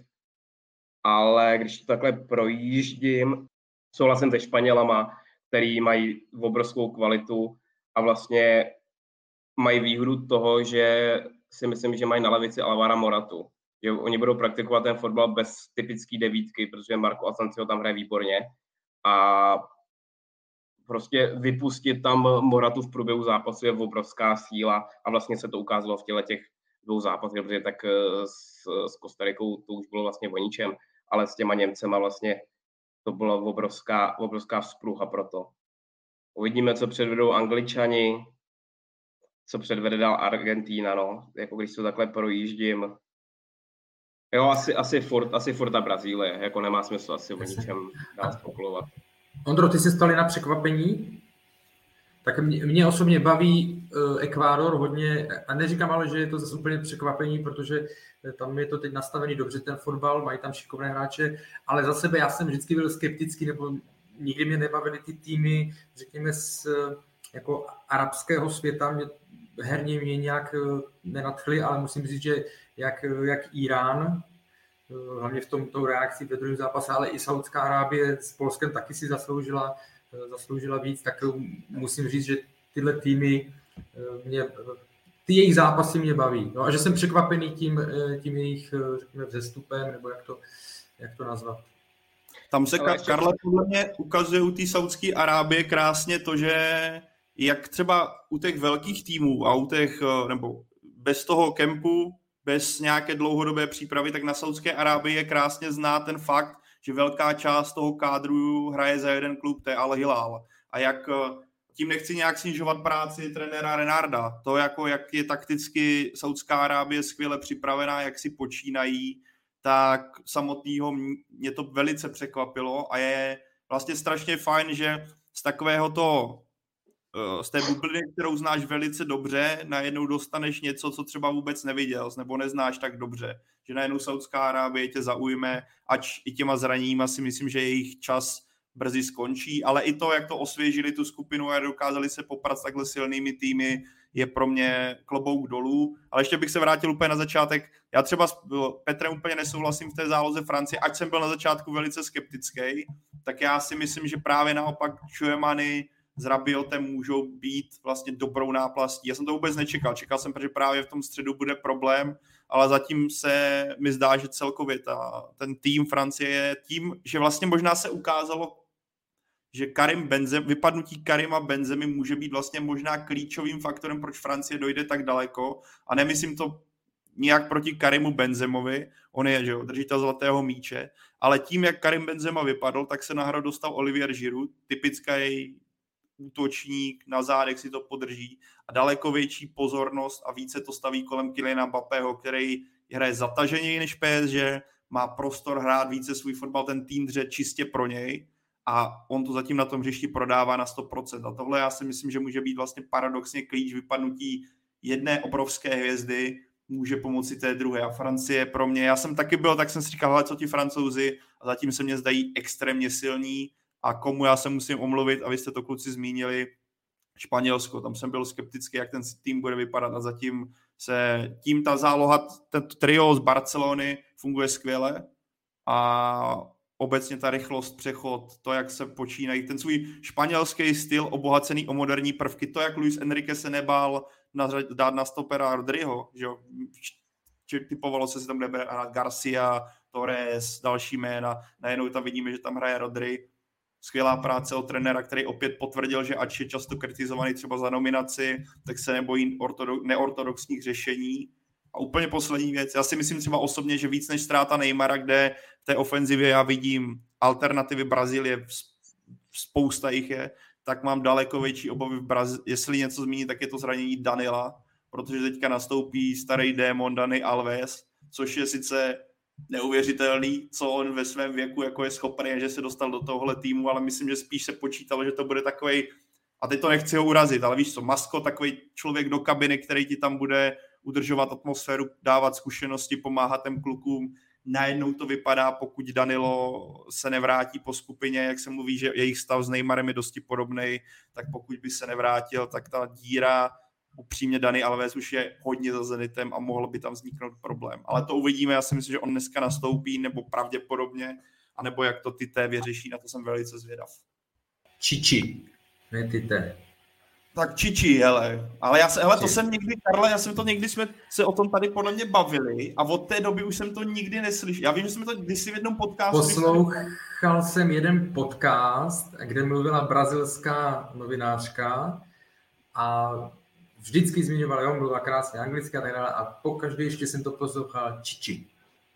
[SPEAKER 6] ale když to takhle projíždím, souhlasím se Španělama, který mají obrovskou kvalitu a vlastně mají výhodu toho, že si myslím, že mají na levici Alvara Moratu. Že oni budou praktikovat ten fotbal bez typické devítky, protože Marco Asensio tam hraje výborně. A prostě vypustit tam Moratu v průběhu zápasu je obrovská síla a vlastně se to ukázalo v těle těch dvou zápasech, protože tak s, s Kostarikou to už bylo vlastně o ničem, ale s těma Němcema vlastně to byla obrovská, obrovská vzpruha pro to. Uvidíme, co předvedou Angličani, co předvede dál Argentína, no, jako když to takhle projíždím. Jo, asi, asi, furt, asi furt ta Brazílie, jako nemá smysl asi o ničem dál spekulovat.
[SPEAKER 5] Ondro, ty jsi stali na překvapení, tak mě, mě osobně baví uh, Ekvádor hodně, a neříkám ale, že je to zase úplně překvapení, protože tam je to teď nastavený dobře ten fotbal, mají tam šikovné hráče, ale za sebe já jsem vždycky byl skeptický, nebo nikdy mě nebavily ty týmy, řekněme, z jako arabského světa, mě, herně mě nějak nenadchly, ale musím říct, že jak, jak Irán, hlavně v tomto reakci ve druhém zápase, ale i Saudská Arábie s Polskem taky si zasloužila, zasloužila víc, tak musím říct, že tyhle týmy mě, ty jejich zápasy mě baví. No a že jsem překvapený tím, tím jejich, řekněme, vzestupem, nebo jak to, jak to nazvat.
[SPEAKER 7] Tam se, Ka- Karle, podle mě ukazuje u té Saudské Arábie krásně to, že jak třeba u těch velkých týmů a u těch, nebo bez toho kempu, bez nějaké dlouhodobé přípravy, tak na Saudské Arábii je krásně znát ten fakt, že velká část toho kádru hraje za jeden klub, to je Al Hilal. A jak tím nechci nějak snižovat práci trenéra Renarda, to jako jak je takticky Saudská Arábie skvěle připravená, jak si počínají, tak samotného mě to velice překvapilo a je vlastně strašně fajn, že z takového to z té bubliny, kterou znáš velice dobře, najednou dostaneš něco, co třeba vůbec neviděl, nebo neznáš tak dobře. Že najednou Saudská Arábie tě zaujme, ač i těma zraněníma si myslím, že jejich čas brzy skončí, ale i to, jak to osvěžili tu skupinu a dokázali se poprat s takhle silnými týmy, je pro mě klobouk dolů. Ale ještě bych se vrátil úplně na začátek. Já třeba s Petrem úplně nesouhlasím v té záloze Francie, ať jsem byl na začátku velice skeptický, tak já si myslím, že právě naopak Chouamani s Rabiotem můžou být vlastně dobrou náplastí. Já jsem to vůbec nečekal. Čekal jsem, že právě v tom středu bude problém, ale zatím se mi zdá, že celkově ta, ten tým Francie je tím, že vlastně možná se ukázalo, že Karim Benzema, vypadnutí Karima Benzemy může být vlastně možná klíčovým faktorem, proč Francie dojde tak daleko. A nemyslím to nijak proti Karimu Benzemovi, on je, že jo, držitel zlatého míče, ale tím, jak Karim Benzema vypadl, tak se na hru dostal Olivier Giroud, typický útočník, na zádech si to podrží a daleko větší pozornost a více to staví kolem Kyliana Mbappého, který hraje zataženěji než P S G, má prostor hrát více svůj fotbal, ten tým dře čistě pro něj a on to zatím na tom hřišti prodává na sto procent. A tohle já si myslím, že může být vlastně paradoxně klíč vypadnutí jedné obrovské hvězdy, může pomoci té druhé. A Francie pro mě, já jsem taky byl, tak jsem si říkal, hele, co ti Francouzi, a zatím se mě zdají extrémně silní. A komu já se musím omluvit, a vy jste to kluci zmínili, Španělsko. Tam jsem byl skeptický, jak ten tým bude vypadat a zatím se tím ta záloha, ten trio z Barcelony funguje skvěle a obecně ta rychlost, přechod, to, jak se počínají, ten svůj španělský styl obohacený o moderní prvky, to, jak Luis Enrique se nebál dát na stopera Rodriho, že jo, typovalo se, že tam bude hrát Garcia, Torres, další jména, najednou tam vidíme, že tam hraje Rodri. Skvělá práce od trenéra, který opět potvrdil, že ač je často kritizovaný třeba za nominaci, tak se nebojí ortodox, neortodoxních řešení. A úplně poslední věc, já si myslím třeba osobně, že víc než ztráta Neymara, kde v té ofenzivě já vidím alternativy Brazílie, spousta jich je, tak mám daleko větší obavy v Brazílii. Jestli něco zmíní, tak je to zranění Danila, protože teďka nastoupí starý démon Dani Alves, což je sice neuvěřitelný, co on ve svém věku jako je schopný, že se dostal do tohohle týmu, ale myslím, že spíš se počítalo, že to bude takovej, a teď to nechci ho urazit, ale víš co, masko, takový člověk do kabiny, který ti tam bude udržovat atmosféru, dávat zkušenosti, pomáhat těm klukům. Najednou to vypadá, pokud Danilo se nevrátí po skupině, jak se mluví, že jejich stav s Neymarem je dosti podobnej, tak pokud by se nevrátil, tak ta díra, upřímně Dani Alves už je hodně za Zenitem a mohl by tam vzniknout problém. Ale to uvidíme, já si myslím, že on dneska nastoupí, nebo pravděpodobně, anebo jak to Tite vyřeší, na to jsem velice zvědav.
[SPEAKER 5] Čiči, ne Tite.
[SPEAKER 7] Tak Čiči, hele. Ale já se, hele, to jsem někdy, Karle, já jsem to někdy, jsme se o tom tady podle mě bavili a od té doby už jsem to nikdy neslyšel. Já vím, že jsme to kdysi v jednom podcastu...
[SPEAKER 5] Poslouchal jsem jeden podcast, kde mluvila brazilská novinářka a vždycky zmiňovala, jo, mluvila krásně anglicky a tak dále a pokaždé ještě jsem to poslouchal Čiči.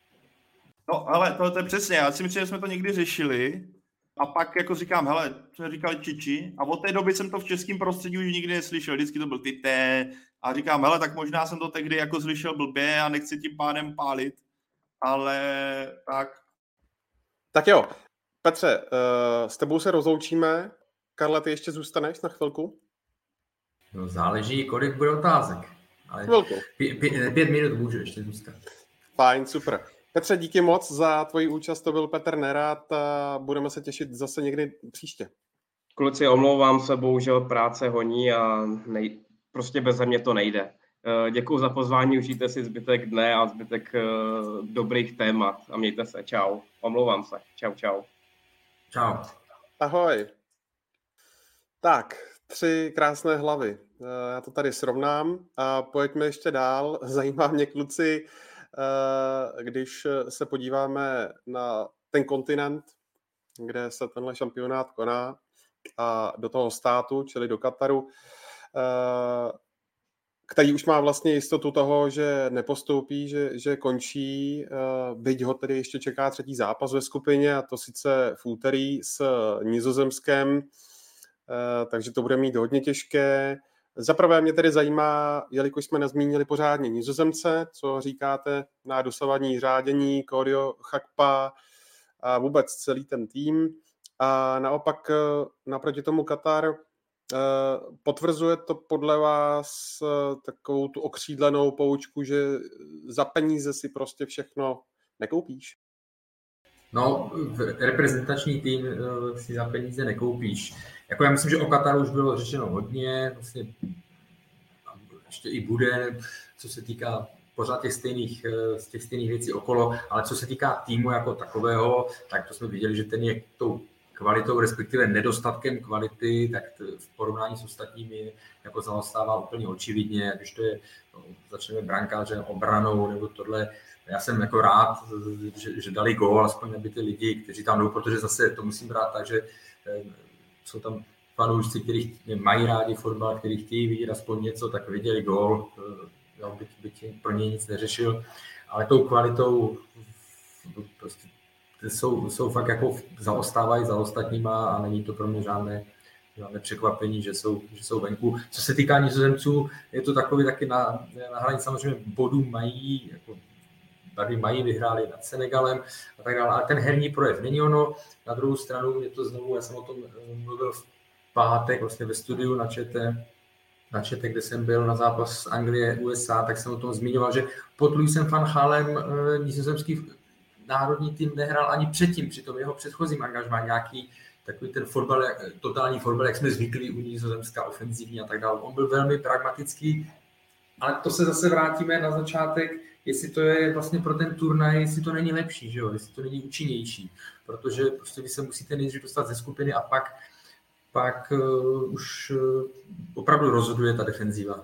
[SPEAKER 7] No, ale to, to je přesně, já si myslím, že jsme to někdy řešili a pak jako říkám, hele, jsme říkali Čiči a od té doby jsem to v českém prostředí už nikdy neslyšel, vždycky to byl Tite a říkám, hele, tak možná jsem to tehdy jako slyšel blbě a nechci tím pádem pálit, ale tak.
[SPEAKER 4] Tak jo, Petře, uh, s tebou se rozloučíme, Karla, ty ještě zůstaneš na chvilku?
[SPEAKER 5] No, záleží, kolik bude otázek. Ale
[SPEAKER 4] Chvilku.
[SPEAKER 5] Pě, pě, pět minut můžu ještě zůstat.
[SPEAKER 4] Fajn, super. Petře, díky moc za tvoji účast, to byl Petr Nerad a budeme se těšit zase někdy příště.
[SPEAKER 6] Kluci, omlouvám se, bohužel práce honí a nej... prostě beze mě to nejde. Děkuji za pozvání, užijte si zbytek dne a zbytek dobrých témat a mějte se, čau. Omlouvám se, čau, čau.
[SPEAKER 5] Čau.
[SPEAKER 4] Ahoj. Tak, tři krásné hlavy. Já to tady srovnám a pojďme ještě dál. Zajímá mě, kluci, když se podíváme na ten kontinent, kde se tenhle šampionát koná a do toho státu, čili do Kataru, který už má vlastně jistotu toho, že nepostoupí, že, že končí, byť ho tedy ještě čeká třetí zápas ve skupině, a to sice v úterý s Nizozemskem, takže to bude mít hodně těžké. Zaprvé mě tedy zajímá, jelikož jsme nezmínili pořádně Nizozemce, co říkáte na dosavadní řádění, Claudio Chakpa a vůbec celý ten tým. A naopak naproti tomu Katar, potvrzuje to podle vás takovou tu okřídlenou poučku, že za peníze si prostě všechno nekoupíš?
[SPEAKER 5] No, reprezentační tým si za peníze nekoupíš. Jako já myslím, že o Kataru už bylo řečeno hodně, vlastně ještě i bude, co se týká pořád těch stejných, z těch stejných věcí okolo, ale co se týká týmu jako takového, tak to jsme viděli, že ten je tou kvalitou, respektive nedostatkem kvality, tak v porovnání s ostatními jako zaostává úplně očividně, když to je, no, začneme brankářem, obranou nebo tohle. Já jsem jako rád, že, že dali gól, aspoň aby ty lidi, kteří tam jdou, protože zase to musím brát tak, že eh, jsou tam fanoušci, kteří mají rádi fotbal, kteří chtějí vidět aspoň něco, tak viděli gól, eh, byť, byť pro něj nic neřešil, ale tou kvalitou prostě Jsou, jsou fakt jako zaostávají za ostatníma a není to pro mě žádné, žádné překvapení, že jsou, že jsou venku. Co se týká Nizozemců, je to takový taky na, na hraní, samozřejmě bodů mají, jako tady mají, vyhráli nad Senegalem a tak dále, ale ten herní projev není ono. Na druhou stranu je to znovu, já jsem o tom mluvil v pátek vlastně ve studiu na ČT, na ČT, kde jsem byl na zápas Anglie U S A, tak jsem o tom zmiňoval, že pod Louisem van Gaalem nizozemský národní tým nehrál ani předtím, při tom jeho předchozím angažmá nějaký takový ten fotbal, totální fotbal, jak jsme zvyklí u Nizozemska, ofenzivní a tak dále. On byl velmi pragmatický, ale to se zase vrátíme na začátek, jestli to je vlastně pro ten turnaj, jestli to není lepší, že jo? Jestli to není účinnější, protože prostě vy se musíte nejdřív dostat ze skupiny a pak, pak uh, už uh, opravdu rozhoduje ta defenziva.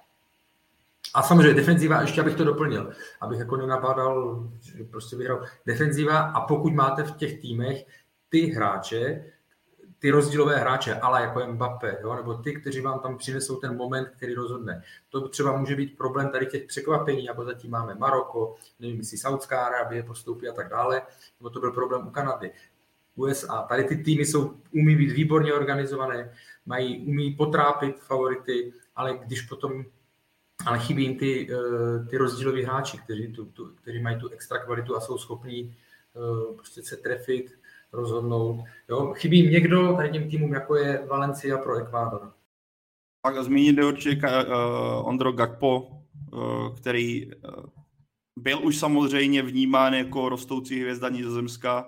[SPEAKER 5] A samozřejmě defenziva, ještě abych to doplnil, abych jako nenabádal, že prostě vyhrál defenziva a pokud máte v těch týmech ty hráče, ty rozdílové hráče, ale jako je Mbappé, jo, nebo ty, kteří vám tam přinesou ten moment, který rozhodne. To třeba může být problém tady těch překvapení, jako zatím máme Maroko, nevím, jestli Saudská Arábie postoupí a tak dále, nebo to byl problém u Kanady. U S A, tady ty týmy jsou, umí být výborně organizované, mají, umí potrápit favority, ale když potom ale chybí jim ty, ty rozdíloví hráči, kteří, tu, tu, kteří mají tu extra kvalitu a jsou schopní uh, prostě se trefit, rozhodnout. Jo? Chybí jim někdo tady těm týmům, jako je Valencia pro Ekvádor.
[SPEAKER 7] Tak zmínit určitě uh, Ondro Gakpo, uh, který uh, byl už samozřejmě vnímán jako rostoucí hvězda Nizozemska,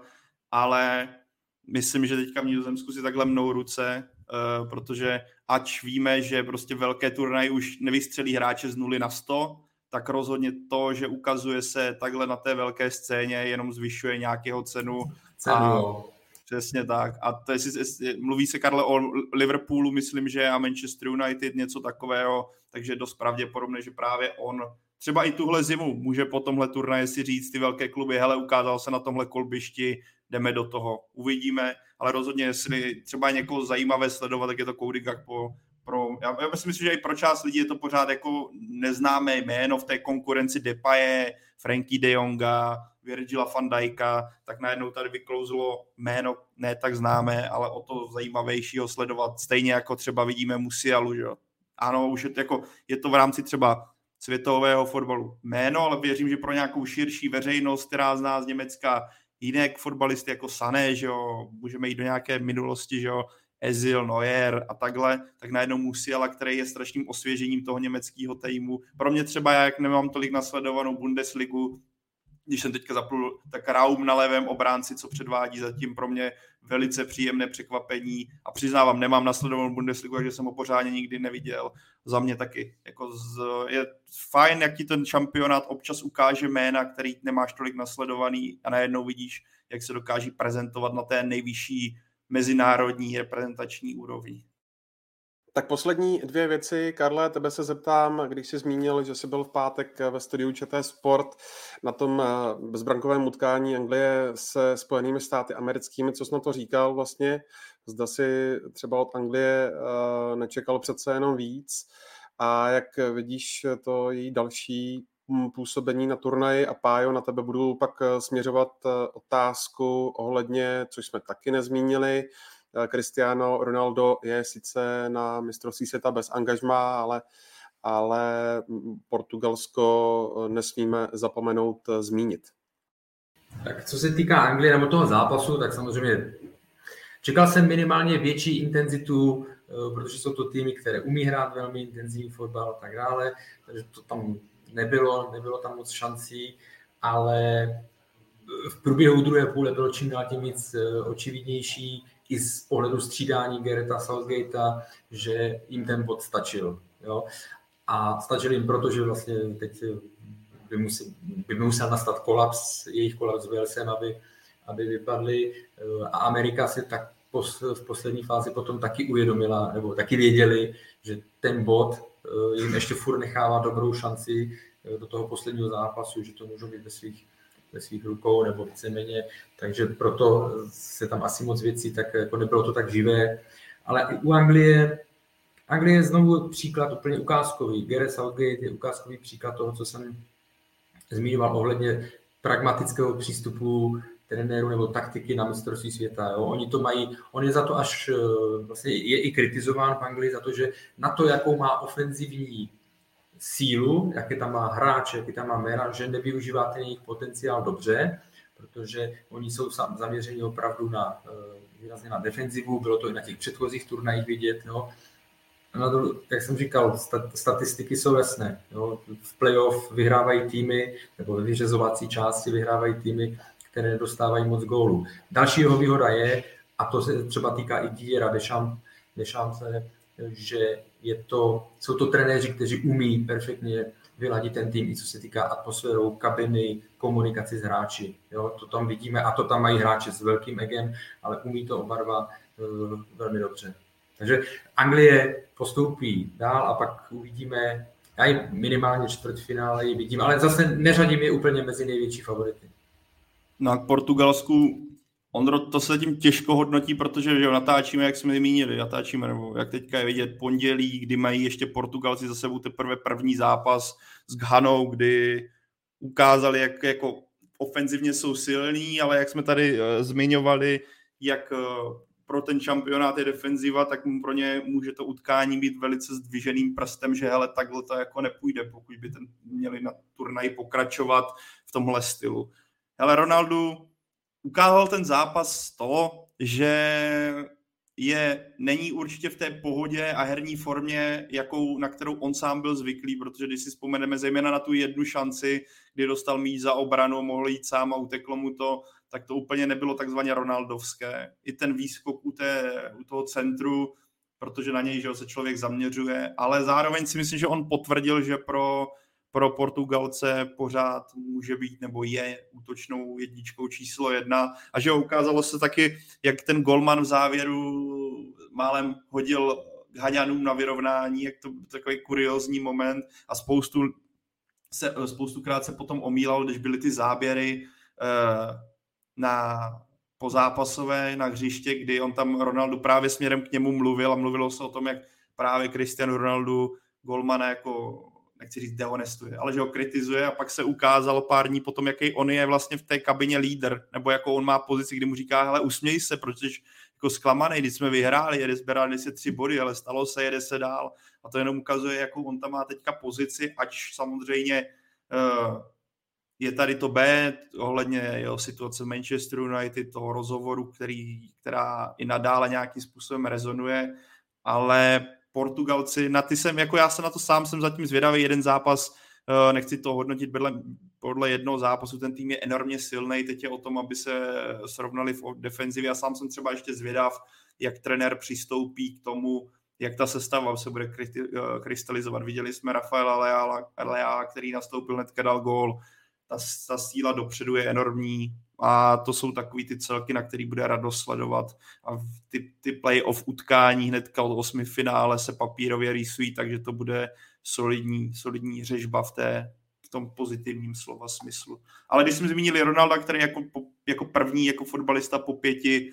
[SPEAKER 7] ale myslím, že teďka v Nizozemsku si takhle mnou ruce, Uh, protože ač víme, že prostě velké turnaje už nevystřelí hráče z nuly na sto, tak rozhodně to, že ukazuje se takhle na té velké scéně, jenom zvyšuje nějakého cenu.
[SPEAKER 5] Cenu.
[SPEAKER 7] A, přesně tak. A to je, mluví se, Karle, o Liverpoolu, myslím, že a Manchester United, něco takového, takže dost pravděpodobné, že právě on třeba i tuhle zimu může po tomhle turnaji si říct ty velké kluby, hele, ukázal se na tomhle kolbišti, jdeme do toho, uvidíme, ale rozhodně, jestli třeba někoho zajímavé sledovat, tak je to Cody Gakpo. Pro, já, já si myslím, že i pro část lidí je to pořád jako neznámé jméno v té konkurenci Depaye, Frankie de Jonga, Virgila van Dijka, tak najednou tady vyklouzlo jméno ne tak známé, ale o to zajímavějšího sledovat, stejně jako třeba vidíme Musialu, že jo. Ano, už je to, jako, je to v rámci třeba světového fotbalu jméno, ale věřím, že pro nějakou širší veřejnost, která zná z Německa jiné fotbalisty jako Sané, že jo, můžeme jít do nějaké minulosti, že jo, Özil, Neuer a takhle, tak najednou Musiala, který je strašným osvěžením toho německého týmu. Pro mě třeba, já jak nemám tolik nasledovanou Bundesligu, když jsem teďka zapnul, tak Raum na levém obránci, co předvádí, zatím pro mě velice příjemné překvapení a přiznávám, nemám nasledovanou Bundesligu, takže jsem ho pořádně nikdy neviděl. Za mě taky. Jako z, je fajn, jak ti ten šampionát občas ukáže jména, který nemáš tolik nasledovaný a najednou vidíš, jak se dokáží prezentovat na té nejvyšší mezinárodní reprezentační úrovni.
[SPEAKER 4] Tak poslední dvě věci. Karle, tebe se zeptám, když jsi zmínil, že jsi byl v pátek ve studiu ČT Sport na tom bezbrankovém utkání Anglie se Spojenými státy americkými. Co jsi na to říkal vlastně? Zda si třeba od Anglie nečekal přece jenom víc. A jak vidíš to její další působení na turnaji? A Pájo, na tebe budu pak směřovat otázku ohledně, což jsme taky nezmínili, Cristiano Ronaldo je sice na mistrovství světa bez angažmá, ale, ale Portugalsko nesmíme zapomenout zmínit.
[SPEAKER 5] Tak co se týká Anglie nebo toho zápasu, tak samozřejmě čekal jsem minimálně větší intenzitu, protože jsou to týmy, které umí hrát velmi intenzivní fotbal a tak dále, takže to tam nebylo, nebylo tam moc šancí, ale v průběhu druhé půle bylo čím dál tím víc očividnější i z pohledu střídání Gareta Southgatea, že jim ten bod stačil. Jo? A stačil jim proto, že vlastně teď by musel, by musel nastat kolaps, jejich kolaps s Walesem, aby, aby vypadli. A Amerika si tak v poslední fázi potom taky uvědomila, nebo taky věděli, že ten bod jim ještě furt nechává dobrou šanci do toho posledního zápasu, že to můžou být ve svých ve svých rukou nebo víceméně, takže proto se tam asi moc věcí, tak jako nebylo to tak živé. Ale i u Anglie, Anglie je znovu příklad úplně ukázkový. Gareth Southgate je ukázkový příklad toho, co jsem zmiňoval ohledně pragmatického přístupu trenéru nebo taktiky na mistrovství světa. Jo. Oni to mají, on je za to až, vlastně je i kritizován v Anglii za to, že na to, jakou má ofenzivní sílu, jaký tam má hráč, jaký tam má jména, že nevyužívá ten jejich potenciál dobře, protože oni jsou zaměřeni opravdu na, výrazně na defenzivu, bylo to i na těch předchozích turnajích vidět. Jo. Jak jsem říkal, statistiky jsou jasné. Jo. V playoff vyhrávají týmy, nebo ve vyřazovací části vyhrávají týmy, které nedostávají moc gólů. Další jeho výhoda je, a to se třeba týká i Didiera Deschamps, že je to, jsou to trenéři, kteří umí perfektně vyladit ten tým, i co se týká atmosférou, kabiny, komunikaci s hráči. Jo, to tam vidíme a to tam mají hráči s velkým egem, ale umí to oba dva uh, velmi dobře. Takže Anglie postoupí dál a pak uvidíme, já ji minimálně čtvrtfinále vidím, ale zase neřadím je úplně mezi největší favority.
[SPEAKER 7] No a k Portugalsku, Ondro, to se tím těžko hodnotí, protože že natáčíme, jak jsme zmínili, natáčíme, nebo jak teďka je vidět pondělí, kdy mají ještě Portugalci za sebou teprve první zápas s Ghanou, kdy ukázali, jak jako ofenzivně jsou silní, ale jak jsme tady uh, zmiňovali, jak uh, pro ten šampionát je defenziva, tak pro ně může to utkání být velice zdviženým prstem, že hele, takhle to jako nepůjde, pokud by ten měli na turnaji pokračovat v tomhle stylu. Hele, Ronaldo ukázal ten zápas to, že je, není určitě v té pohodě a herní formě, jakou, na kterou on sám byl zvyklý, protože když si vzpomeneme zejména na tu jednu šanci, kdy dostal míč za obranu, mohl jít sám a uteklo mu to, tak to úplně nebylo takzvaně ronaldovské. I ten výskok u, té, u toho centru, protože na něj že se člověk zaměřuje, ale zároveň si myslím, že on potvrdil, že pro pro Portugalce pořád může být nebo je útočnou jedničkou číslo jedna a že ukázalo se taky, jak ten golman v závěru málem hodil Ghaňanům na vyrovnání, jak to takový kuriózní moment a spoustu se, spoustukrát se potom omílal, když byly ty záběry eh, na pozápasové na hřiště, kdy on tam Ronaldo právě směrem k němu mluvil a mluvilo se o tom, jak právě Cristiano Ronaldo golmana jako nechci říct dehonestuje, ale že ho kritizuje a pak se ukázalo pár dní potom, jaký on je vlastně v té kabině lídr, nebo jako on má pozici, kdy mu říká, hele, usměj se, protože jako zklamanej, když jsme vyhráli, jede sběrali se tři body, ale stalo se, jede se dál a to jenom ukazuje, jakou on tam má teďka pozici, ač samozřejmě uh, je tady to B ohledně jeho situace v Manchester United, toho rozhovoru, který, která i nadále nějakým způsobem rezonuje, ale Portugalci, na ty jsem, jako já se na to sám jsem zatím zvědavý, jeden zápas, nechci to hodnotit podle, podle jednoho zápasu ten tým je enormně silný, teď je o tom, aby se srovnali v defenzivě. Já sám jsem třeba ještě zvědav, jak trenér přistoupí k tomu, jak ta sestava se bude krystalizovat. Viděli jsme Rafaela Leala, Lea, který nastoupil, hnedka dal gól. Ta, ta síla dopředu je enormní a to jsou takový ty celky, na který bude radost sledovat. A ty, ty play-off utkání hnedka od osmi finále se papírově rýsují, takže to bude solidní, solidní řežba v, té, v tom pozitivním slova smyslu. Ale když jsme zmínili Ronalda, který jako, jako první jako fotbalista po pěti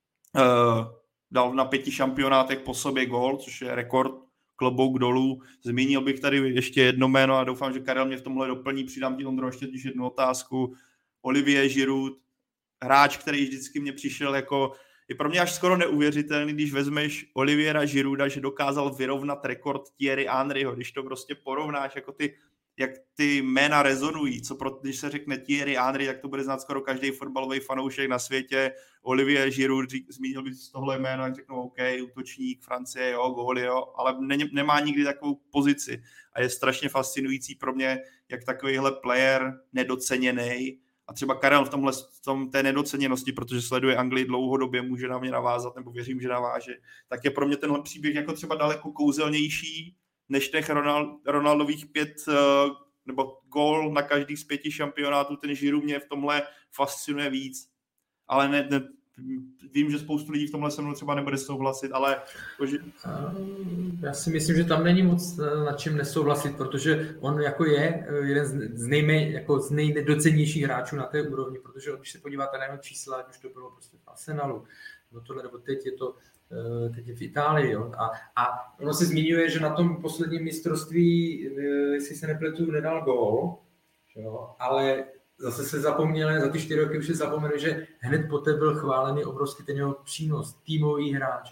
[SPEAKER 7] uh, dal na pěti šampionátech po sobě gól, což je rekord, klobouk dolů. Zmínil bych tady ještě jedno jméno a doufám, že Karel mě v tomhle doplní. Přidám ti, Ondro, ještě jednu otázku. Olivier Giroud, hráč, který vždycky mě přišel jako, je pro mě až skoro neuvěřitelný, když vezmeš Oliviera Girouda, že dokázal vyrovnat rekord Thierry Henryho, když to prostě porovnáš, jako ty, jak ty jména rezonují, co pro, když se řekne Thierry Henry, tak to bude znát skoro každý fotbalový fanoušek na světě. Olivier Giroud, zmínil bych z tohle jméno, jak řeknou, OK, útočník, Francie, jo, góly, jo, ale ne, nemá nikdy takovou pozici a je strašně fascinující pro mě, jak takovýhle player nedoceněný. A třeba Karel v tomhle v tom, té nedoceněnosti, protože sleduje Anglii dlouhodobě, může na mě navázat, nebo věřím, že naváže, tak je pro mě tenhle příběh jako třeba daleko kouzelnější, než těch Ronald, Ronaldových pět uh, nebo gól na každý z pěti šampionátů. Ten Giroud mě v tomhle fascinuje víc. Ale ne, ne, vím, že spoustu lidí v tomhle se mnou třeba nebude souhlasit, ale... Že...
[SPEAKER 5] Já si myslím, že tam není moc na čem nesouhlasit, protože on jako je jeden z, nejmej, jako z nejnedocennějších hráčů na té úrovni, protože když se podíváte na jeho čísla, ať už to bylo prostě v Arsenalu, nebo tohle, nebo teď je to teď je v Itálii. Jo? A, a ono se zmiňuje, že na tom posledním mistrovství, jestli se nepletu, nedal gól, jo? Ale zase se zapomněli, za ty čtyři roky už se zapomněli, že hned poté byl chválený obrovský ten jeho přínos, týmový hráč,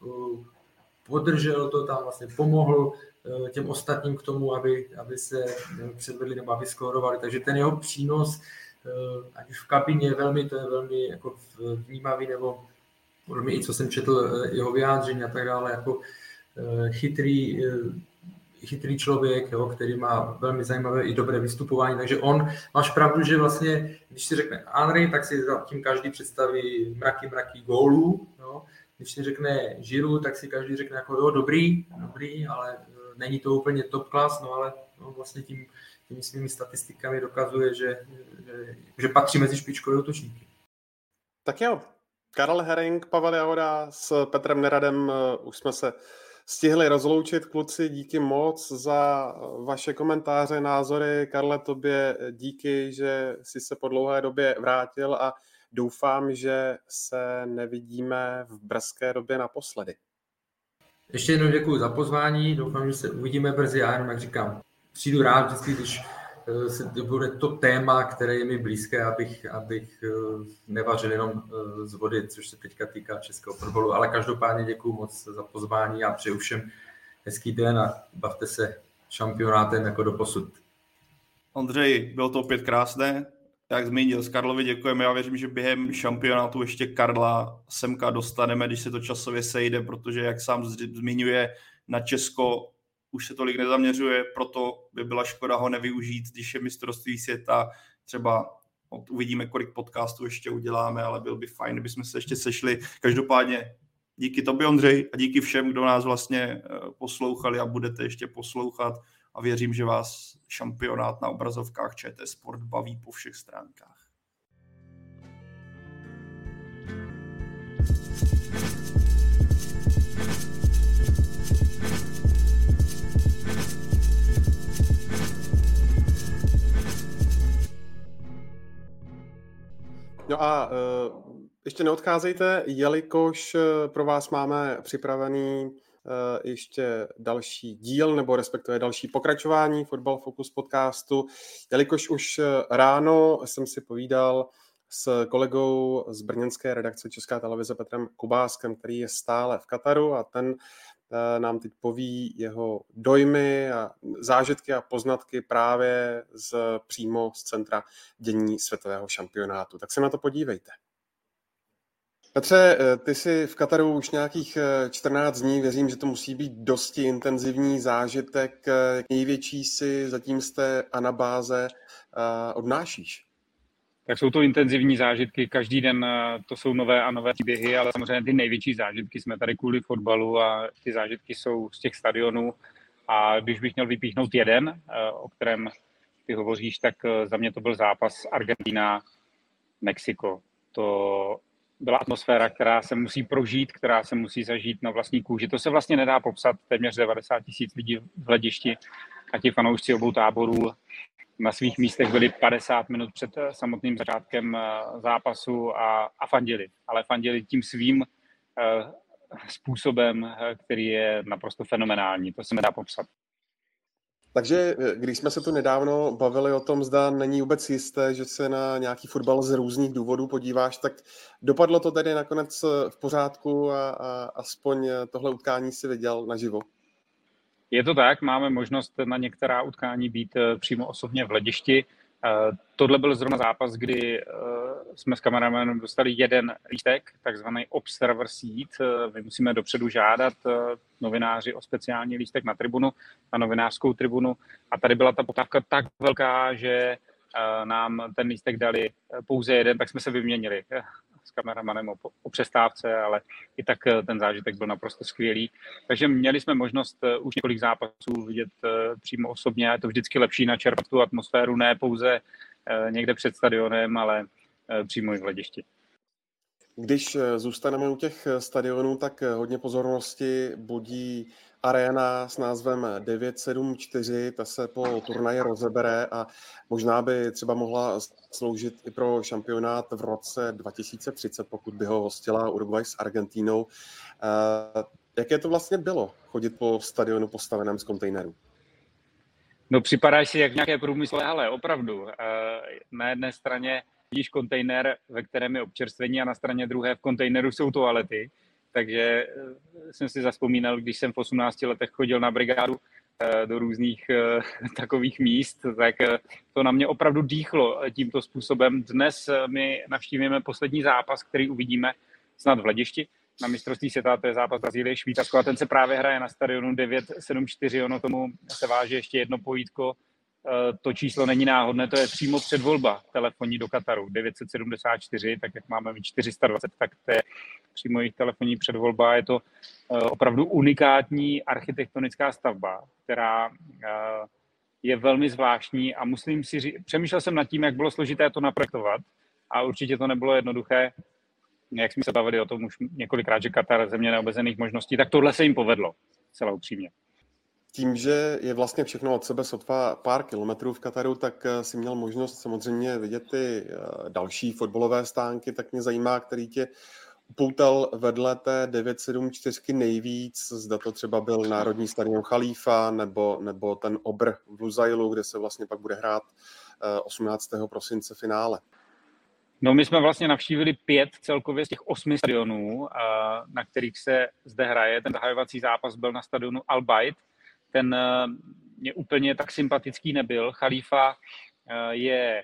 [SPEAKER 5] podržel to tam, vlastně pomohl těm ostatním k tomu, aby, aby se předvedli nebo aby skórovali, takže ten jeho přínos, ať už v kabině, velmi, to je velmi jako vnímavý, nebo velmi i co jsem četl, jeho vyjádření a tak dále, jako chytrý, chytrý člověk, jo, který má velmi zajímavé i dobré vystupování, takže on, máš pravdu, že vlastně, když si řekne Henry, tak si tím každý představí mraky, mraky gólů, jo. Když si řekne Giroud, tak si každý řekne jako jo, dobrý, dobrý, ale není to úplně top class, no ale no, vlastně tím, tím svými statistikami dokazuje, že, že, že patří mezi špičkové útočníky.
[SPEAKER 4] Tak jo, Karel Herring, Pavel Jahoda s Petrem Neradem už jsme se stihli rozloučit. Kluci, díky moc za vaše komentáře, názory. Karle, tobě díky, že jsi se po dlouhé době vrátil a doufám, že se nevidíme v brzké době naposledy.
[SPEAKER 5] Ještě jednou děkuji za pozvání, doufám, že se uvidíme brzy. Já jenom, jak říkám, přijdu rád vždycky, když se bude to téma, které je mi blízké, abych, abych nevařil jenom z vody, což se teďka týká českého fotbalu, ale každopádně děkuji moc za pozvání a přeju všem hezký den a bavte se šampionátem jako doposud.
[SPEAKER 7] Ondřej, bylo to opět krásné. Jak zmínil, s Karlovi děkujeme. Já věřím, že během šampionátu ještě Karla semka dostaneme, když se to časově sejde, protože, jak sám zmiňuje, na Česko už se tolik nezaměřuje, proto by byla škoda ho nevyužít, když je mistrovství světa. Třeba uvidíme, kolik podcastů ještě uděláme, ale byl by fajn, kdybychom se ještě sešli. Každopádně díky tobě, Ondřej, a díky všem, kdo nás vlastně poslouchali a budete ještě poslouchat. A věřím, že vás šampionát na obrazovkách ČT Sport baví po všech stránkách.
[SPEAKER 4] No a uh, ještě neodcházejte, jelikož pro vás máme připravený ještě další díl, nebo respektive další pokračování Fotbal Focus podcastu, jelikož už ráno jsem si povídal s kolegou z brněnské redakce Česká televize Petrem Kubáskem, který je stále v Kataru a ten nám teď poví jeho dojmy a zážitky a poznatky právě z, přímo z centra dění světového šampionátu. Tak se na to podívejte. Petře, ty jsi v Kataru už nějakých čtrnáct dní, věřím, že to musí být dosti intenzivní zážitek. Největší si zatím z té anabáze odnášíš?
[SPEAKER 8] Tak jsou to intenzivní zážitky, každý den to jsou nové a nové příběhy, ale samozřejmě ty největší zážitky jsme tady kvůli fotbalu a ty zážitky jsou z těch stadionů. A když bych měl vypíchnout jeden, o kterém ty hovoříš, tak za mě to byl zápas Argentina-Mexiko. To byla atmosféra, která se musí prožít, která se musí zažít na vlastní kůži. To se vlastně nedá popsat, téměř devadesát tisíc lidí v hledišti a ti fanoušci obou táborů na svých místech byli padesát minut před samotným začátkem zápasu a, a fandili. Ale fandili tím svým uh, způsobem, který je naprosto fenomenální. To se nedá popsat.
[SPEAKER 4] Takže když jsme se tu nedávno bavili o tom, zda není vůbec jisté, že se na nějaký fotbal z různých důvodů podíváš, tak dopadlo to tedy nakonec v pořádku a, a aspoň tohle utkání si viděl naživo?
[SPEAKER 8] Je to tak, máme možnost na některá utkání být přímo osobně v hledišti. Tohle byl zrovna zápas, kdy jsme s kameramanem dostali jeden lístek, takzvaný observer seat. My musíme dopředu žádat novináři o speciální lístek na tribunu, na novinářskou tribunu. A tady byla ta poptávka tak velká, že nám ten lístek dali pouze jeden, tak jsme se vyměnili s kameramanem o, o přestávce, ale i tak ten zážitek byl naprosto skvělý. Takže měli jsme možnost už několik zápasů vidět přímo osobně. Je to vždycky lepší načerpat tu atmosféru, ne pouze někde před stadionem, ale přímo i v hledišti.
[SPEAKER 4] Když zůstaneme u těch stadionů, tak hodně pozornosti budí aréna s názvem devět sedm čtyři, ta se po turnaji rozebere a možná by třeba mohla sloužit i pro šampionát v roce dva tisíce třicet, pokud by ho hostila Uruguay s Argentínou. Jaké to vlastně bylo chodit po stadionu postaveném z kontejnerů?
[SPEAKER 8] No připadáš si jak v nějaké průmyslové hale, opravdu. Na jedné straně vidíš kontejner, ve kterém je občerstvení a na straně druhé v kontejneru jsou toalety. Takže jsem si zavzpomínal, když jsem v osmnácti letech chodil na brigádu do různých takových míst, tak to na mě opravdu dýchlo tímto způsobem. Dnes my navštívíme poslední zápas, který uvidíme snad v hledišti. Na mistrovství světa, to je zápas Brazílie, Švýcarsko a ten se právě hraje na stadionu devět sedm čtyři, ono tomu se váže ještě jedno pojítko. To číslo není náhodné, to je přímo předvolba telefonní do Kataru, devět set sedmdesát čtyři, tak jak máme mít čtyři sta dvacet, tak to je přímo jejich telefonní předvolba. Je to opravdu unikátní architektonická stavba, která je velmi zvláštní a musím si říct, přemýšlel jsem nad tím, jak bylo složité to naprojektovat a určitě to nebylo jednoduché. Jak jsme se bavili o tom už několikrát, že Katar země neobezených možností, tak tohle se jim povedlo, celá upřímně.
[SPEAKER 4] Tím, že je vlastně všechno od sebe sotva pár kilometrů v Kataru, tak si měl možnost samozřejmě vidět ty další fotbalové stánky, tak mě zajímá, který tě upoutal vedle té devět sedm čtyři nejvíc, zda to třeba byl Národní stadion Chalífa nebo, nebo ten Obr v Luzailu, kde se vlastně pak bude hrát osmnáctého prosince finále.
[SPEAKER 8] No my jsme vlastně navštívili pět celkově z těch osmi stadionů, na kterých se zde hraje. Ten zahajovací zápas byl na stadionu Al Bayt. Ten mě úplně tak sympatický nebyl. Chalífa je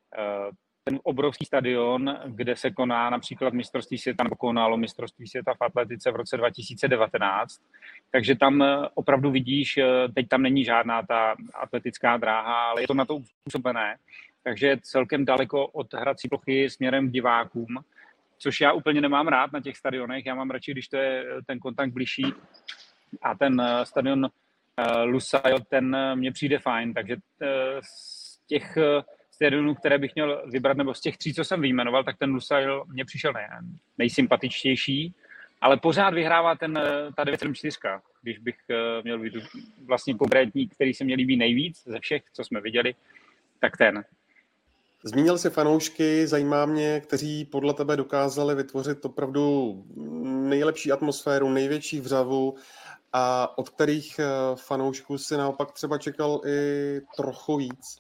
[SPEAKER 8] ten obrovský stadion, kde se koná například mistrovství světa nebo konalo mistrovství světa v atletice v roce dva tisíce devatenáct. Takže tam opravdu vidíš, teď tam není žádná ta atletická dráha, ale je to na to uspůsobené. Takže je celkem daleko od hrací plochy směrem k divákům, což já úplně nemám rád na těch stadionech. Já mám radši, když to je ten kontakt bližší a ten stadion Lusail, ten mně přijde fajn. Takže z těch stadionů, které bych měl vybrat, nebo z těch tří, co jsem vyjmenoval, tak ten Lusail mně přišel nej, nejsympatičtější, ale pořád vyhrává ten, ta devět sedm čtyři, když bych měl být vlastně konkrétní, který se mě líbí nejvíc ze všech, co jsme viděli, tak ten.
[SPEAKER 4] Zmínil jsi fanoušky, zajímá mě, kteří podle tebe dokázali vytvořit opravdu nejlepší atmosféru, největší vřavu a od kterých fanoušků si naopak třeba čekal i trochu víc?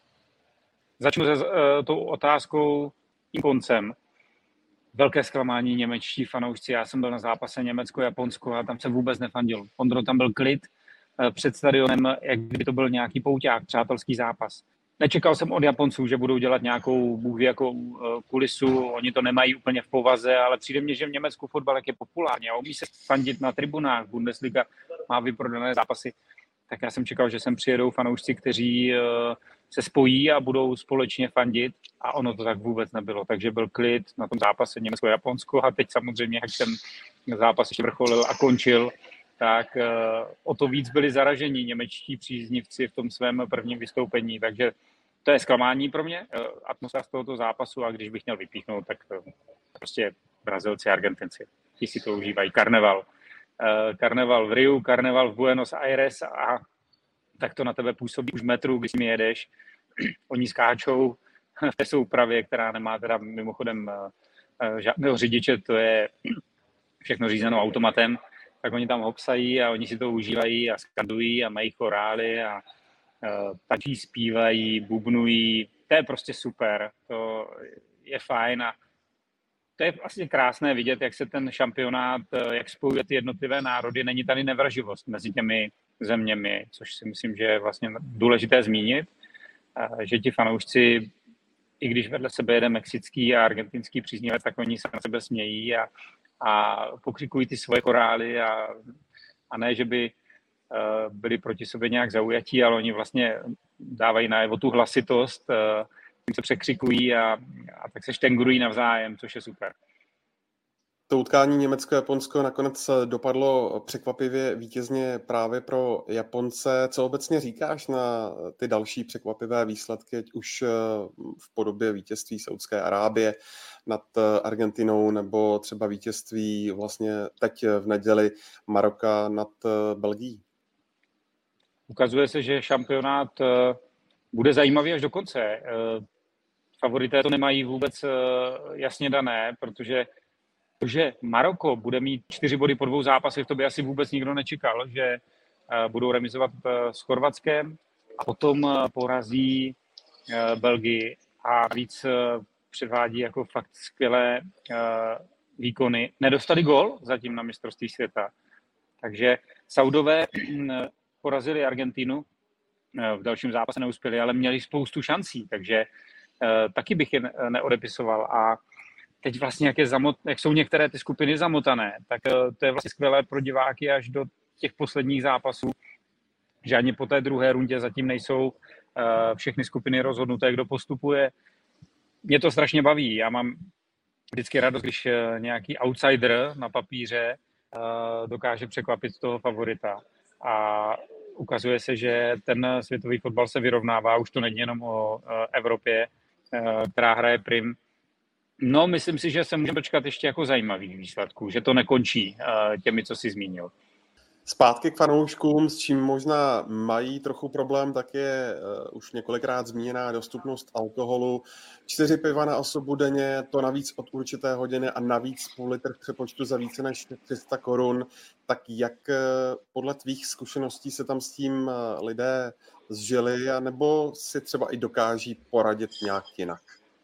[SPEAKER 8] Začnu se uh, tou otázkou tím koncem. Velké zklamání němečtí fanoušci. Já jsem byl na zápase Německo-Japonsko a tam se vůbec nefandil. Ondro, tam byl klid uh, před stadionem, jak kdyby to byl nějaký pouťák, přátelský zápas. nečekal jsem od Japonců, že budou dělat nějakou bůh jakou kulisu, oni to nemají úplně v povaze, ale přijde mně, že v Německu fotbal jak je populární a umí se fandit na tribunách, Bundesliga má vyprodané zápasy, tak já jsem čekal, že sem přijedou fanoušci, kteří se spojí a budou společně fandit a ono to tak vůbec nebylo, takže byl klid na tom zápase Německo-Japonsko a teď samozřejmě, jak ten zápas ještě vrcholil a končil, tak o to víc byli zaraženi němečtí příznivci v tom svém prvním vystoupení, takže to je zklamání pro mě, atmosféra z tohoto zápasu a když bych měl vypíchnout, tak prostě Brazilci a Argentinci, ti si to užívají, karneval. Karneval v Riu, karneval v Buenos Aires a tak to na tebe působí už metru, když mi jedeš. Oni skáčou v té soupravě, která nemá teda mimochodem žádného řidiče, to je všechno řízeno automatem, tak oni tam hopsají a oni si to užívají a skandují a mají chorály a tačí, zpívají, bubnují. To je prostě super, to je fajn a to je vlastně krásné vidět, jak se ten šampionát, jak spojuje ty jednotlivé národy. Není tady nevraživost mezi těmi zeměmi, což si myslím, že je vlastně důležité zmínit, že ti fanoušci, i když vedle sebe jede mexický a argentinský příznivec, tak oni se na sebe smějí a, a pokřikují ty svoje chorály a, a ne, že by byli proti sobě nějak zaujatí, ale oni vlastně dávají najevo tu hlasitost, se překřikují a, a tak se štengurují navzájem, což je super.
[SPEAKER 4] To utkání Německo-Japonsko nakonec dopadlo překvapivě vítězně právě pro Japonce. Co obecně říkáš na ty další překvapivé výsledky, ať už v podobě vítězství Saúdské Arábie nad Argentinou nebo třeba vítězství vlastně teď v neděli Maroka nad Belgií?
[SPEAKER 8] Ukazuje se, že šampionát bude zajímavý až do konce. Favorité to nemají vůbec jasně dané, protože že Maroko bude mít čtyři body po dvou zápasech, to by asi vůbec nikdo nečekal, že budou remizovat s Chorvatskem a potom porazí Belgii a víc předvádí jako fakt skvělé výkony. Nedostali gól zatím na mistrovství světa, takže Saudové porazili Argentinu, v dalším zápase neuspěli, ale měli spoustu šancí, takže taky bych je neodepisoval a teď vlastně, jak, je zamot, jak jsou některé ty skupiny zamotané, tak to je vlastně skvělé pro diváky až do těch posledních zápasů, že ani po té druhé rundě zatím nejsou všechny skupiny rozhodnuté, kdo postupuje. Mě to strašně baví. Já mám vždycky radost, když nějaký outsider na papíře dokáže překvapit toho favorita. A ukazuje se, že ten světový fotbal se vyrovnává. Už to není jenom o Evropě, která hraje prim. No, myslím si, že se můžeme počkat ještě jako zajímavých výsledků, že to nekončí těmi, co jsi zmínil.
[SPEAKER 4] Zpátky k fanouškům, s čím možná mají trochu problém, tak je uh, už několikrát zmíněná dostupnost alkoholu. Čtyři piva na osobu denně, to navíc od určité hodiny a navíc půl litr v přepočtu za více než tři sta korun. Tak jak uh, podle tvých zkušeností se tam s tím uh, lidé zžili, anebo si třeba i dokáží poradit nějak jinak?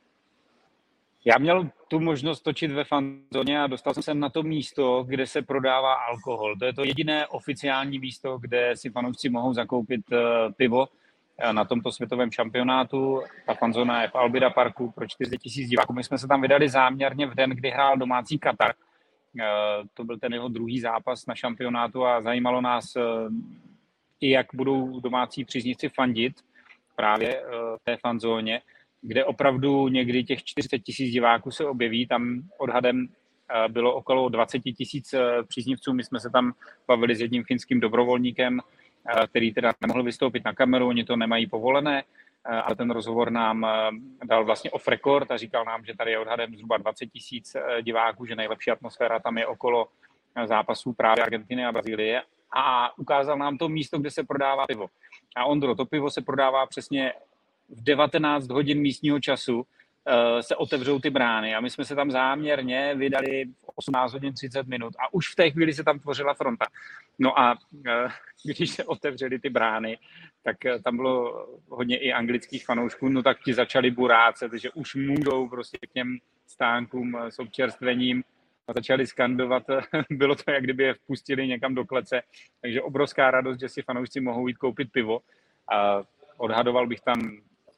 [SPEAKER 8] Já měl tu možnost točit ve fanzóně a dostal jsem se na to místo, kde se prodává alkohol. To je to jediné oficiální místo, kde si fanoušci mohou zakoupit pivo na tomto světovém šampionátu. Ta fanzóna je v Albida Parku pro čtyřicet tisíc diváků. My jsme se tam vydali záměrně v den, kdy hrál domácí Katar. To byl ten jeho druhý zápas na šampionátu a zajímalo nás i, jak budou domácí příznivci fandit právě v té fanzóně, kde opravdu někdy těch čtyřicet tisíc diváků se objeví. Tam odhadem bylo okolo dvacet tisíc příznivců. My jsme se tam bavili s jedním finským dobrovolníkem, který teda nemohl vystoupit na kameru, oni to nemají povolené, ale ten rozhovor nám dal vlastně off record a říkal nám, že tady je odhadem zhruba dvacet tisíc diváků, že nejlepší atmosféra tam je okolo zápasů právě Argentiny a Brazílie a ukázal nám to místo, kde se prodává pivo. A Ondro, to pivo se prodává přesně v devatenáct hodin místního času uh, se otevřou ty brány a my jsme se tam záměrně vydali v osmnáct hodin třicet minut a už v té chvíli se tam tvořila fronta. No a uh, když se otevřely ty brány, tak uh, tam bylo hodně i anglických fanoušků, no tak ti začali burácet, že už můžou prostě k těm stánkům s občerstvením a začali skandovat. Bylo to, jak kdyby je vpustili někam do klece, takže obrovská radost, že si fanoušci mohou jít koupit pivo. A odhadoval bych tam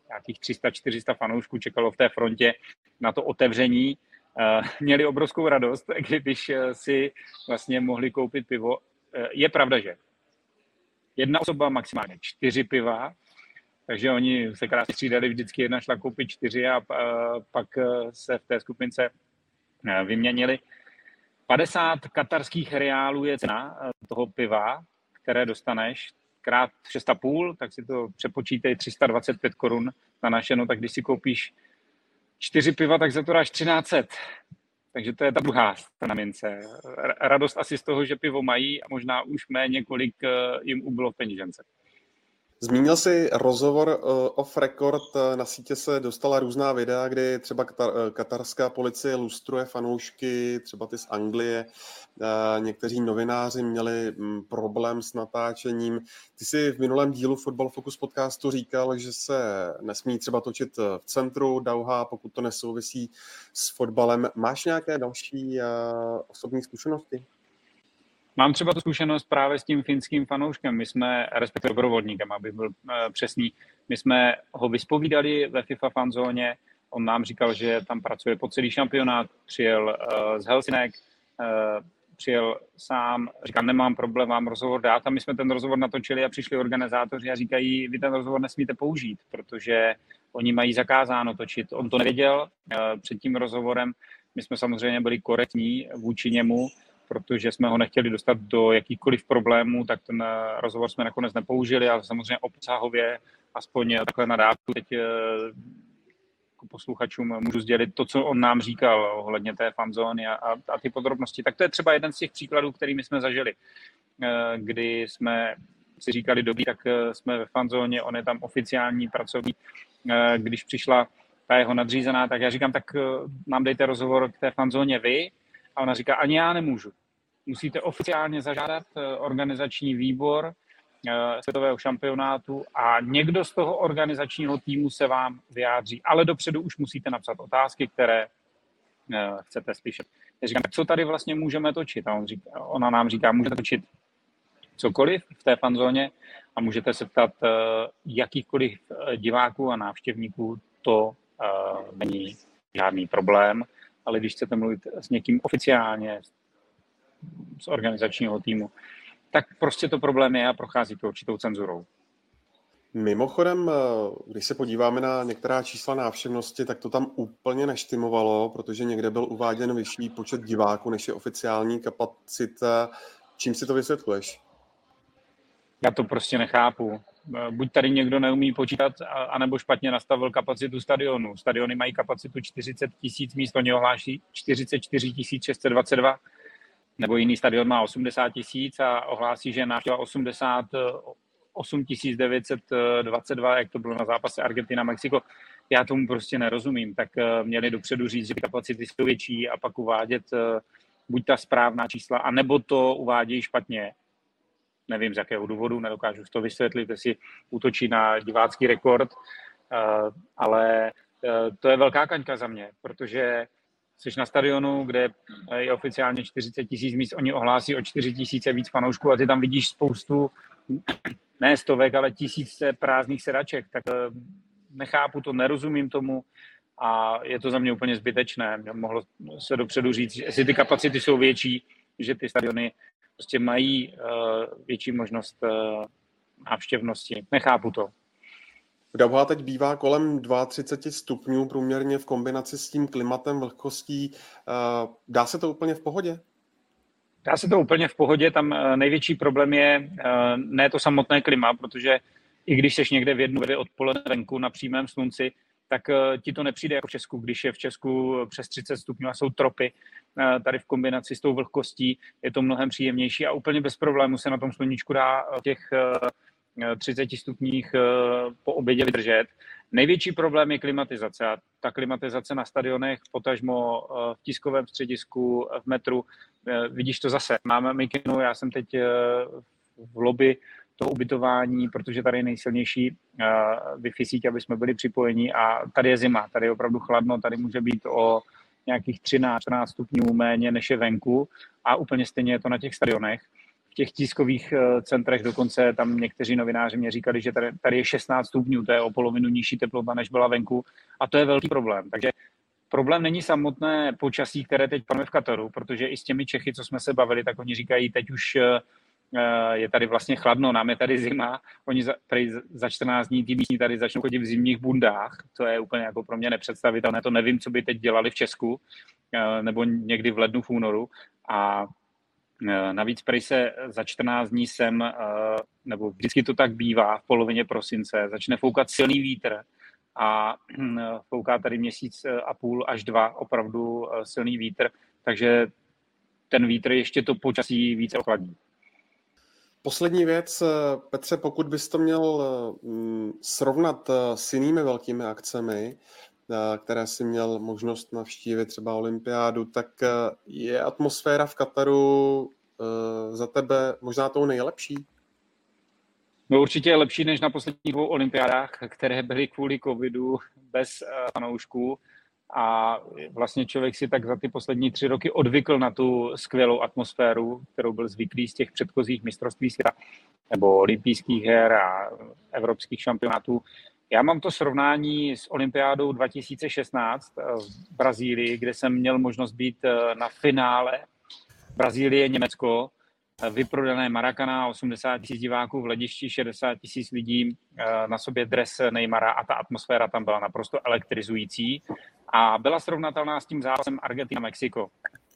[SPEAKER 8] nějakých tři sta čtyři sta fanoušků čekalo v té frontě na to otevření. Měli obrovskou radost, když si vlastně mohli koupit pivo. Je pravda, že jedna osoba maximálně čtyři piva, takže oni se krásně střídali, vždycky jedna šla koupit čtyři a pak se v té skupince vyměnili. padesát katarských reálů je cena toho piva, které dostaneš, krát šest a půl, tak si to přepočítej tři sta dvacet pět korun na naše, no tak když si koupíš čtyři piva, tak za to dáš třináct set. Takže to je ta druhá strana mince. Radost asi z toho, že pivo mají a možná už méně, kolik jim ubylo v penížence.
[SPEAKER 4] Zmínil jsi rozhovor uh, off record, na sítě se dostala různá videa, kdy třeba katar, katarská policie lustruje fanoušky, třeba ty z Anglie, uh, někteří novináři měli um, problém s natáčením. Ty jsi v minulém dílu Football Focus podcastu říkal, že se nesmí třeba točit v centru Dauha, pokud to nesouvisí s fotbalem. Máš nějaké další uh, osobní zkušenosti?
[SPEAKER 8] Mám třeba tu zkušenost právě s tím finským fanouškem. My jsme, respektive dobrovolníkem, abych byl e, přesný, my jsme ho vyspovídali ve FIFA fanzóně, on nám říkal, že tam pracuje po celý šampionát, přijel e, z Helsinek, e, přijel sám, říkal, nemám problém vám rozhovor dát a my jsme ten rozhovor natočili a přišli organizátoři a říkají, vy ten rozhovor nesmíte použít, protože oni mají zakázáno točit. On to nevěděl e, před tím rozhovorem, my jsme samozřejmě byli korektní vůči němu, protože jsme ho nechtěli dostat do jakýchkoliv problémů, tak ten rozhovor jsme nakonec nepoužili, ale samozřejmě obsahově, aspoň takhle na dávku, teď jako posluchačům můžu sdělit to, co on nám říkal ohledně té fanzóny a, a, a ty podrobnosti. Tak to je třeba jeden z těch příkladů, kterými jsme zažili, kdy jsme si říkali, dobrý, tak jsme ve fanzóně, on je tam oficiální pracovník. Když přišla ta jeho nadřízená, tak já říkám, tak nám dejte rozhovor k té fanzóně vy. A ona říká, ani já nemůžu. Musíte oficiálně zažádat organizační výbor světového šampionátu a někdo z toho organizačního týmu se vám vyjádří. Ale dopředu už musíte napsat otázky, které chcete slyšet. Já říkám, tak co tady vlastně můžeme točit? A on říká, ona nám říká, můžete točit cokoliv v té fanzóně a můžete se ptat jakýchkoliv diváků a návštěvníků, to není žádný problém. Ale když chcete mluvit s někým oficiálně z organizačního týmu, tak prostě to problém je a prochází to určitou cenzurou.
[SPEAKER 4] Mimochodem, když se podíváme na některá čísla návštěvnosti, tak to tam úplně neštimovalo, protože někde byl uváděn vyšší počet diváků, než je oficiální kapacita. Čím si to vysvětluješ?
[SPEAKER 8] Já to prostě nechápu. Buď tady někdo neumí počítat, anebo špatně nastavil kapacitu stadionu. Stadiony mají kapacitu čtyřicet tisíc míst, oni ohláší čtyřicet čtyři tisíc šest set dvacet dva, nebo jiný stadion má osmdesát tisíc a ohlásí, že je návštěva osmdesát osm tisíc devět set dvacet dva, jak to bylo na zápase Argentina-Mexiko. Já tomu prostě nerozumím. Tak měli dopředu říct, že ty kapacity jsou větší a pak uvádět buď ta správná čísla, anebo to uvádějí špatně. Nevím, z jakého důvodu, nedokážu to vysvětlit, jestli útočí na divácký rekord, ale to je velká kaňka za mě, protože jsi na stadionu, kde je oficiálně čtyřicet tisíc míst, oni ohlásí o čtyři tisíce víc fanoušků a ty tam vidíš spoustu, ne stovek, ale tisíce prázdných sedaček, tak nechápu to, nerozumím tomu a je to za mě úplně zbytečné. Mohlo se dopředu říct, že jestli ty kapacity jsou větší, že ty stadiony prostě mají uh, větší možnost uh, návštěvnosti. Nechápu to.
[SPEAKER 4] V Dauha teď bývá kolem třicet dva stupňů průměrně v kombinaci s tím klimatem, vlhkostí. Uh, dá se to úplně v pohodě?
[SPEAKER 8] Dá se to úplně v pohodě. Tam uh, největší problém je uh, ne to samotné klima, protože i když seš někde v jednu vody odpoledne venku na přímém slunci, tak uh, ti to nepřijde jako v Česku, když je v Česku přes třicet stupňů a jsou tropy. Uh, tady v kombinaci s tou vlhkostí je to mnohem příjemnější a úplně bez problému se na tom sluníčku dá v těch uh, třiceti stupních uh, po obědě vydržet. Největší problém je klimatizace a ta klimatizace na stadionech, potažmo uh, v tiskovém středisku, v metru. Uh, vidíš to zase. Máme mikinu, já jsem teď uh, v lobby toho ubytování, protože tady je nejsilnější uh, Wi-Fi síť, aby jsme byli připojeni a tady je zima, tady je opravdu chladno, tady může být o nějakých třináct čtrnáct stupňů méně než je venku a úplně stejně je to na těch stadionech. V těch tiskových centrech dokonce tam někteří novináři mě říkali, že tady, tady je šestnáct stupňů, to je o polovinu nižší teplota, než byla venku a to je velký problém. Takže problém není samotné počasí, které teď panuje v Kataru, protože i s těmi Čechy, co jsme se bavili, tak oni říkají, teď už je tady vlastně chladno, nám je tady zima, oni za, tady za čtrnáct dní ty místní tady začnou chodit v zimních bundách, to je úplně jako pro mě nepředstavitelné, to nevím, co by teď dělali v Česku, nebo někdy v lednu, v únoru a navíc prej se za čtrnáct dní sem, nebo vždycky to tak bývá, v polovině prosince, začne foukat silný vítr a fouká tady měsíc a půl až dva opravdu silný vítr, takže ten vítr ještě to počasí více ochladí.
[SPEAKER 4] Poslední věc, Petře, pokud bys to měl srovnat s jinými velkými akcemi, které si měl možnost navštívit, třeba olympiádu, tak je atmosféra v Kataru za tebe možná tou nejlepší?
[SPEAKER 8] No určitě je lepší než na posledních dvou olympiádách, které byly kvůli covidu bez fanoušků a vlastně člověk si tak za ty poslední tři roky odvykl na tu skvělou atmosféru, kterou byl zvyklý z těch předchozích mistrovství světa nebo olympijských her a evropských šampionátů. Já mám to srovnání s olympiádou dva tisíce šestnáct v Brazílii, kde jsem měl možnost být na finále Brazílie, Německo, vyprodané Maracana, osmdesát tisíc diváků v hledišti, šedesát tisíc lidí, na sobě dres Neymara a ta atmosféra tam byla naprosto elektrizující a byla srovnatelná s tím zápasem Argentina-Mexiko,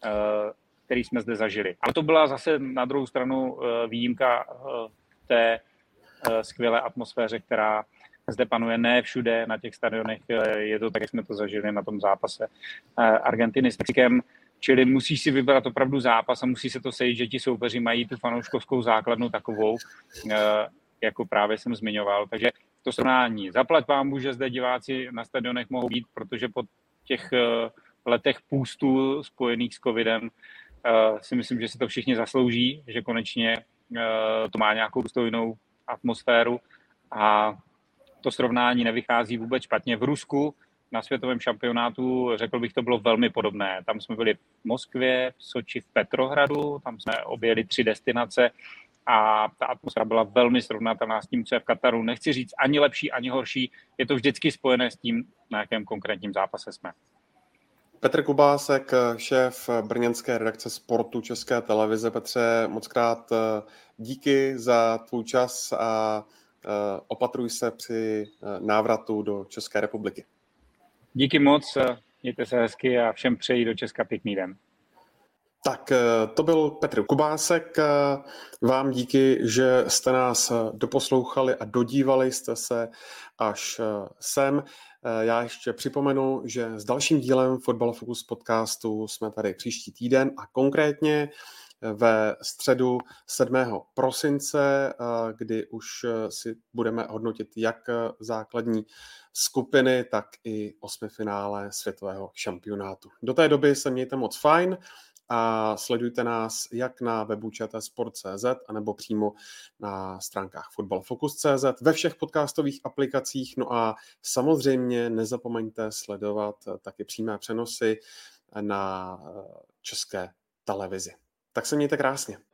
[SPEAKER 8] který jsme zde zažili. Ale to byla zase na druhou stranu výjimka té skvělé atmosféře, která zde panuje ne všude na těch stadionech, je to tak, jak jsme to zažili na tom zápase Argentiny s Mexikem. Čili musíš si vybrat opravdu zápas a musí se to sejít, že ti soupeři mají tu fanouškovskou základnu takovou, jako právě jsem zmiňoval. Takže to srovnání. Zaplať pánbůh, že zde diváci na stadionech mohou být, protože po těch letech půstu spojených s covidem si myslím, že si to všichni zaslouží, že konečně to má nějakou důstojnou atmosféru a to srovnání nevychází vůbec špatně. V Rusku na světovém šampionátu, řekl bych, to bylo velmi podobné. Tam jsme byli v Moskvě, v Soči, v Petrohradu, tam jsme objeli tři destinace a ta atmosféra byla velmi srovnatelná s tím, co je v Kataru. Nechci říct ani lepší, ani horší, je to vždycky spojené s tím, na jakém konkrétním zápase jsme.
[SPEAKER 4] Petr Kubásek, šéf brněnské redakce sportu České televize. Petře, mockrát díky za tvůj čas a opatruj se při návratu do České republiky.
[SPEAKER 8] Díky moc, mějte se hezky a všem přeji do Česka pěkný den.
[SPEAKER 4] Tak to byl Petr Kubásek. Vám díky, že jste nás doposlouchali a dodívali jste se až sem. Já ještě připomenu, že s dalším dílem Fotbal Focus podcastu jsme tady příští týden a konkrétně ve středu sedmého prosince, kdy už si budeme hodnotit jak základní skupiny, tak i osmifinále světového šampionátu. Do té doby se mějte moc fajn a sledujte nás jak na webu č t sport tečka cé zet anebo přímo na stránkách fotbal focus tečka cé zet ve všech podcastových aplikacích. No a samozřejmě nezapomeňte sledovat taky přímé přenosy na České televizi. Tak se mějte krásně.